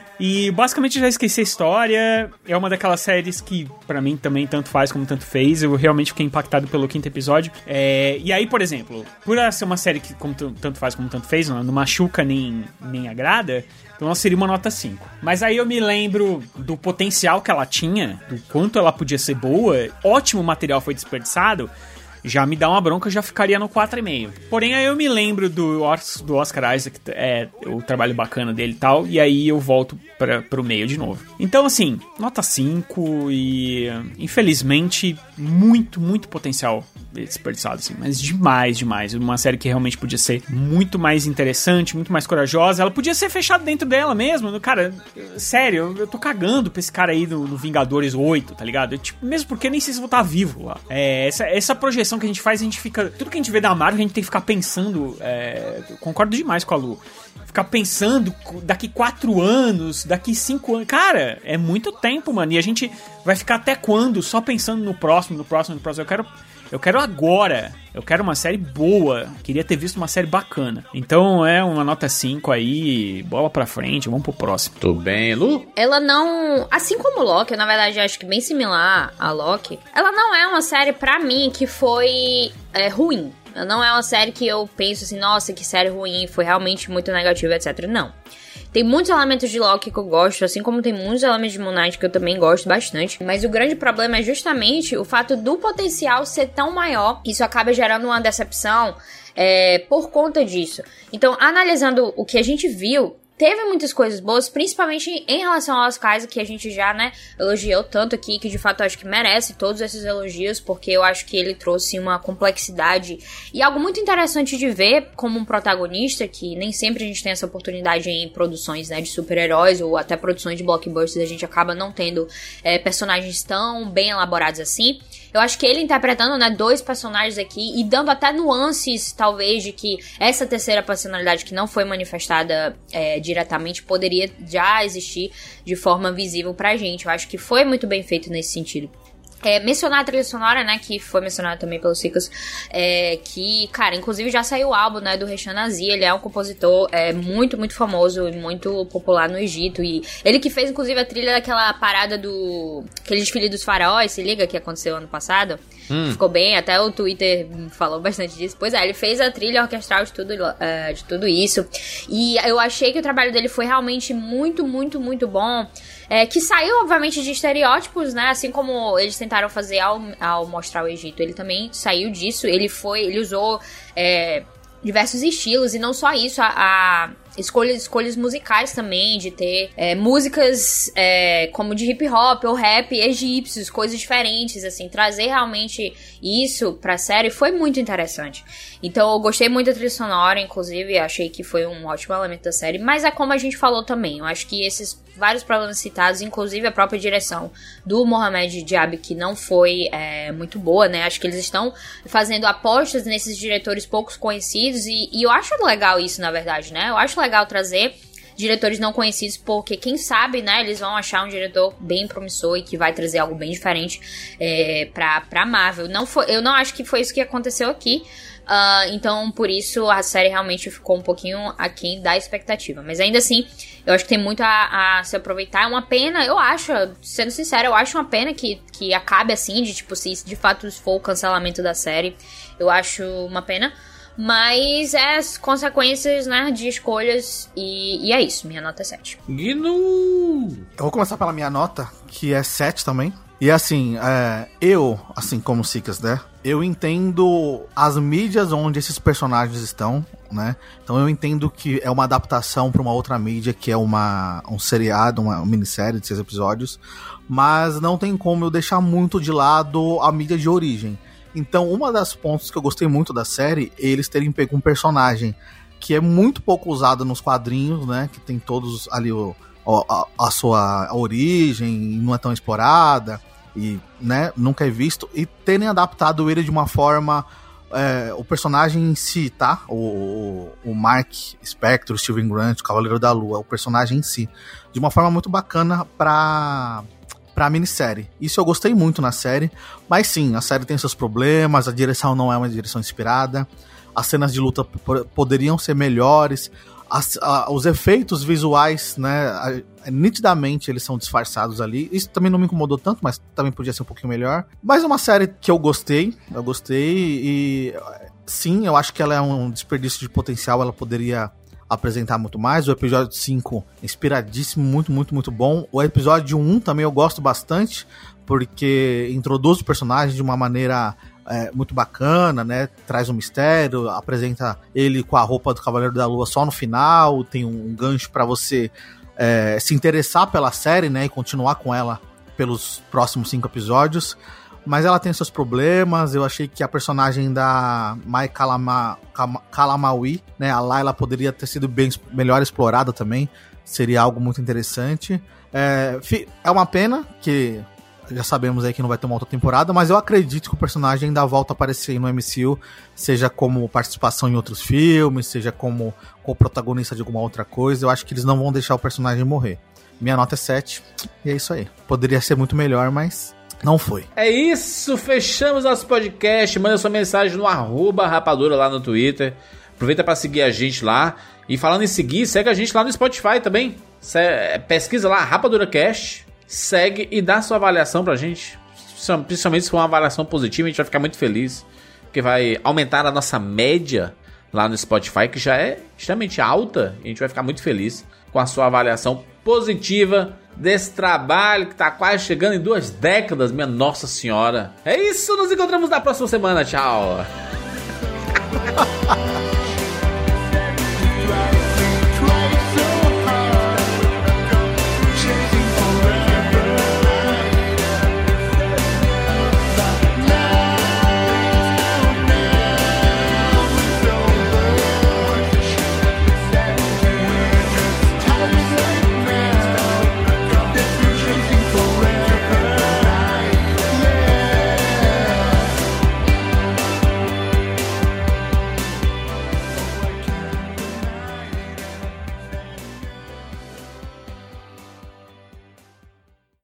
E basicamente já esqueci a história. É uma daquelas séries que pra mim também tanto faz como tanto fez. Eu realmente fiquei impactado pelo quinto episódio. É, e aí, por exemplo, por ela ser uma série que como tanto faz como tanto fez, não machuca nem, nem agrada, então ela seria uma nota cinco. Mas aí eu me lembro do potencial que ela tinha, do quanto ela podia ser boa. Ótimo material foi desperdiçado. Já me dá uma bronca, já ficaria no quatro vírgula cinco. Porém, aí eu me lembro do, Os- do Oscar Isaac, é, o trabalho bacana dele e tal, e aí eu volto pra, pro meio de novo. Então, assim, nota cinco e, infelizmente, muito, muito potencial desperdiçado, assim, mas demais, demais. Uma série que realmente podia ser muito mais interessante, muito mais corajosa. Ela podia ser fechada dentro dela mesmo. Cara, sério, eu, eu tô cagando pra esse cara aí no, no Vingadores oito, tá ligado? Eu, tipo, mesmo porque eu nem sei se vou estar vivo lá. É, essa, essa projeção que a gente faz, a gente fica... Tudo que a gente vê da Marvel, a gente tem que ficar pensando... É, concordo demais com a Lu. Ficar pensando daqui quatro anos, daqui cinco anos... Cara, é muito tempo, mano. E a gente vai ficar até quando? Só pensando no próximo, no próximo, no próximo. Eu quero... Eu quero agora. Eu quero uma série boa. Queria ter visto uma série bacana. Então é uma nota cinco aí. Bola pra frente. Vamos pro próximo. Tudo bem, Lu? Ela não... Assim como Loki, eu, na verdade, acho que bem similar a Loki. Ela não é uma série, pra mim, que foi é, ruim. Não é uma série que eu penso assim, nossa, que série ruim. Foi realmente muito negativa, etcétera. Não. Tem muitos elementos de Loki que eu gosto, assim como tem muitos elementos de Moon Knight que eu também gosto bastante. Mas o grande problema é justamente o fato do potencial ser tão maior. Isso acaba gerando uma decepção é, por conta disso. Então, analisando o que a gente viu, teve muitas coisas boas, principalmente em relação ao Oscar Isaac, que a gente já, né, elogiou tanto aqui, que de fato eu acho que merece todos esses elogios, porque eu acho que ele trouxe uma complexidade e algo muito interessante de ver como um protagonista, que nem sempre a gente tem essa oportunidade em produções, né, de super-heróis ou até produções de blockbusters, a gente acaba não tendo é, personagens tão bem elaborados assim. Eu acho que ele interpretando, né, dois personagens aqui e dando até nuances, talvez, de que essa terceira personalidade que não foi manifestada é, diretamente poderia já existir de forma visível pra gente. Eu acho que foi muito bem feito nesse sentido. É, mencionar a trilha sonora, né, que foi mencionada também pelos Cicas, é, que, cara, inclusive já saiu o álbum, né, do Reshad Nazi. Ele é um compositor é, muito, muito famoso e muito popular no Egito, e ele que fez, inclusive, a trilha daquela parada do... aquele desfile dos faraós, se liga, que aconteceu ano passado. Hum. Ficou bem, até o Twitter falou bastante disso. Pois é, ele fez a trilha orquestral de tudo, uh, de tudo isso. E eu achei que o trabalho dele foi realmente muito, muito, muito bom. É, que saiu, obviamente, de estereótipos, né? Assim como eles tentaram fazer ao, ao mostrar o Egito. Ele também saiu disso. Ele foi, ele usou é, diversos estilos. E não só isso, a... a Escolhas, escolhas musicais também, de ter é, músicas é, como de hip hop ou rap egípcios, coisas diferentes, assim, trazer realmente isso pra série foi muito interessante. Então eu gostei muito da trilha sonora, inclusive achei que foi um ótimo elemento da série, mas é como a gente falou também, eu acho que esses vários problemas citados, inclusive a própria direção do Mohamed Diab, que não foi é, muito boa, né, acho que eles estão fazendo apostas nesses diretores poucos conhecidos e, e eu acho legal isso, na verdade, né, eu acho legal trazer diretores não conhecidos, porque quem sabe, né, eles vão achar um diretor bem promissor e que vai trazer algo bem diferente é, pra, pra Marvel. Não foi, eu não acho que foi isso que aconteceu aqui, uh, então por isso a série realmente ficou um pouquinho aquém da expectativa, mas ainda assim eu acho que tem muito a, a se aproveitar. É uma pena, eu acho, sendo sincero, eu acho uma pena que, que acabe assim, de tipo, se de fato for o cancelamento da série, eu acho uma pena. Mas é as consequências, né, de escolhas e, e é isso, minha nota é sete. Guino! Eu vou começar pela minha nota, que é sete também. E assim, é, eu, assim como o Sicas, né, eu entendo as mídias onde esses personagens estão, né, então eu entendo que é uma adaptação para uma outra mídia, que é uma, um seriado, uma minissérie de seis episódios, mas não tem como eu deixar muito de lado a mídia de origem. Então, uma das pontos que eu gostei muito da série é eles terem pego um personagem que é muito pouco usado nos quadrinhos, né? Que tem todos ali o, a, a sua origem, não é tão explorada, e né, nunca é visto, e terem adaptado ele de uma forma... É, o personagem em si, tá? O, o Mark Spector, o Steven Grant, o Cavaleiro da Lua, o personagem em si, de uma forma muito bacana pra... pra minissérie. Isso eu gostei muito na série, mas sim, a série tem seus problemas, a direção não é uma direção inspirada, as cenas de luta p- poderiam ser melhores, as, a, os efeitos visuais, né, a, nitidamente eles são disfarçados ali, isso também não me incomodou tanto, mas também podia ser um pouquinho melhor. Mas é uma série que eu gostei, eu gostei e sim, eu acho que ela é um desperdício de potencial, ela poderia apresentar muito mais. O episódio cinco, inspiradíssimo, muito, muito, muito bom. O episódio um também eu gosto bastante, porque introduz o personagem de uma maneira é, muito bacana, né? Traz um mistério, apresenta ele com a roupa do Cavaleiro da Lua só no final, tem um, um gancho para você é, se interessar pela série, né? E continuar com ela pelos próximos cinco episódios. Mas ela tem seus problemas. Eu achei que a personagem da Mai Kalama, Kalamaui, né, a Layla, poderia ter sido bem melhor explorada também. Seria algo muito interessante. É, é uma pena que já sabemos aí que não vai ter uma outra temporada, mas eu acredito que o personagem ainda volta a aparecer no M C U, seja como participação em outros filmes, seja como, como protagonista de alguma outra coisa. Eu acho que eles não vão deixar o personagem morrer. Minha nota é sete, e é isso aí. Poderia ser muito melhor, mas... não foi. É isso, fechamos nosso podcast. Manda sua mensagem no arroba rapadura lá no Twitter. Aproveita para seguir a gente lá. E falando em seguir, segue a gente lá no Spotify também. Pesquisa lá, RapaduraCast. Segue e dá sua avaliação pra gente. Principalmente se for uma avaliação positiva, a gente vai ficar muito feliz. Porque vai aumentar a nossa média lá no Spotify, que já é extremamente alta. E a gente vai ficar muito feliz com a sua avaliação positiva desse trabalho que tá quase chegando em duas décadas, minha nossa senhora. É isso, nos encontramos na próxima semana, tchau.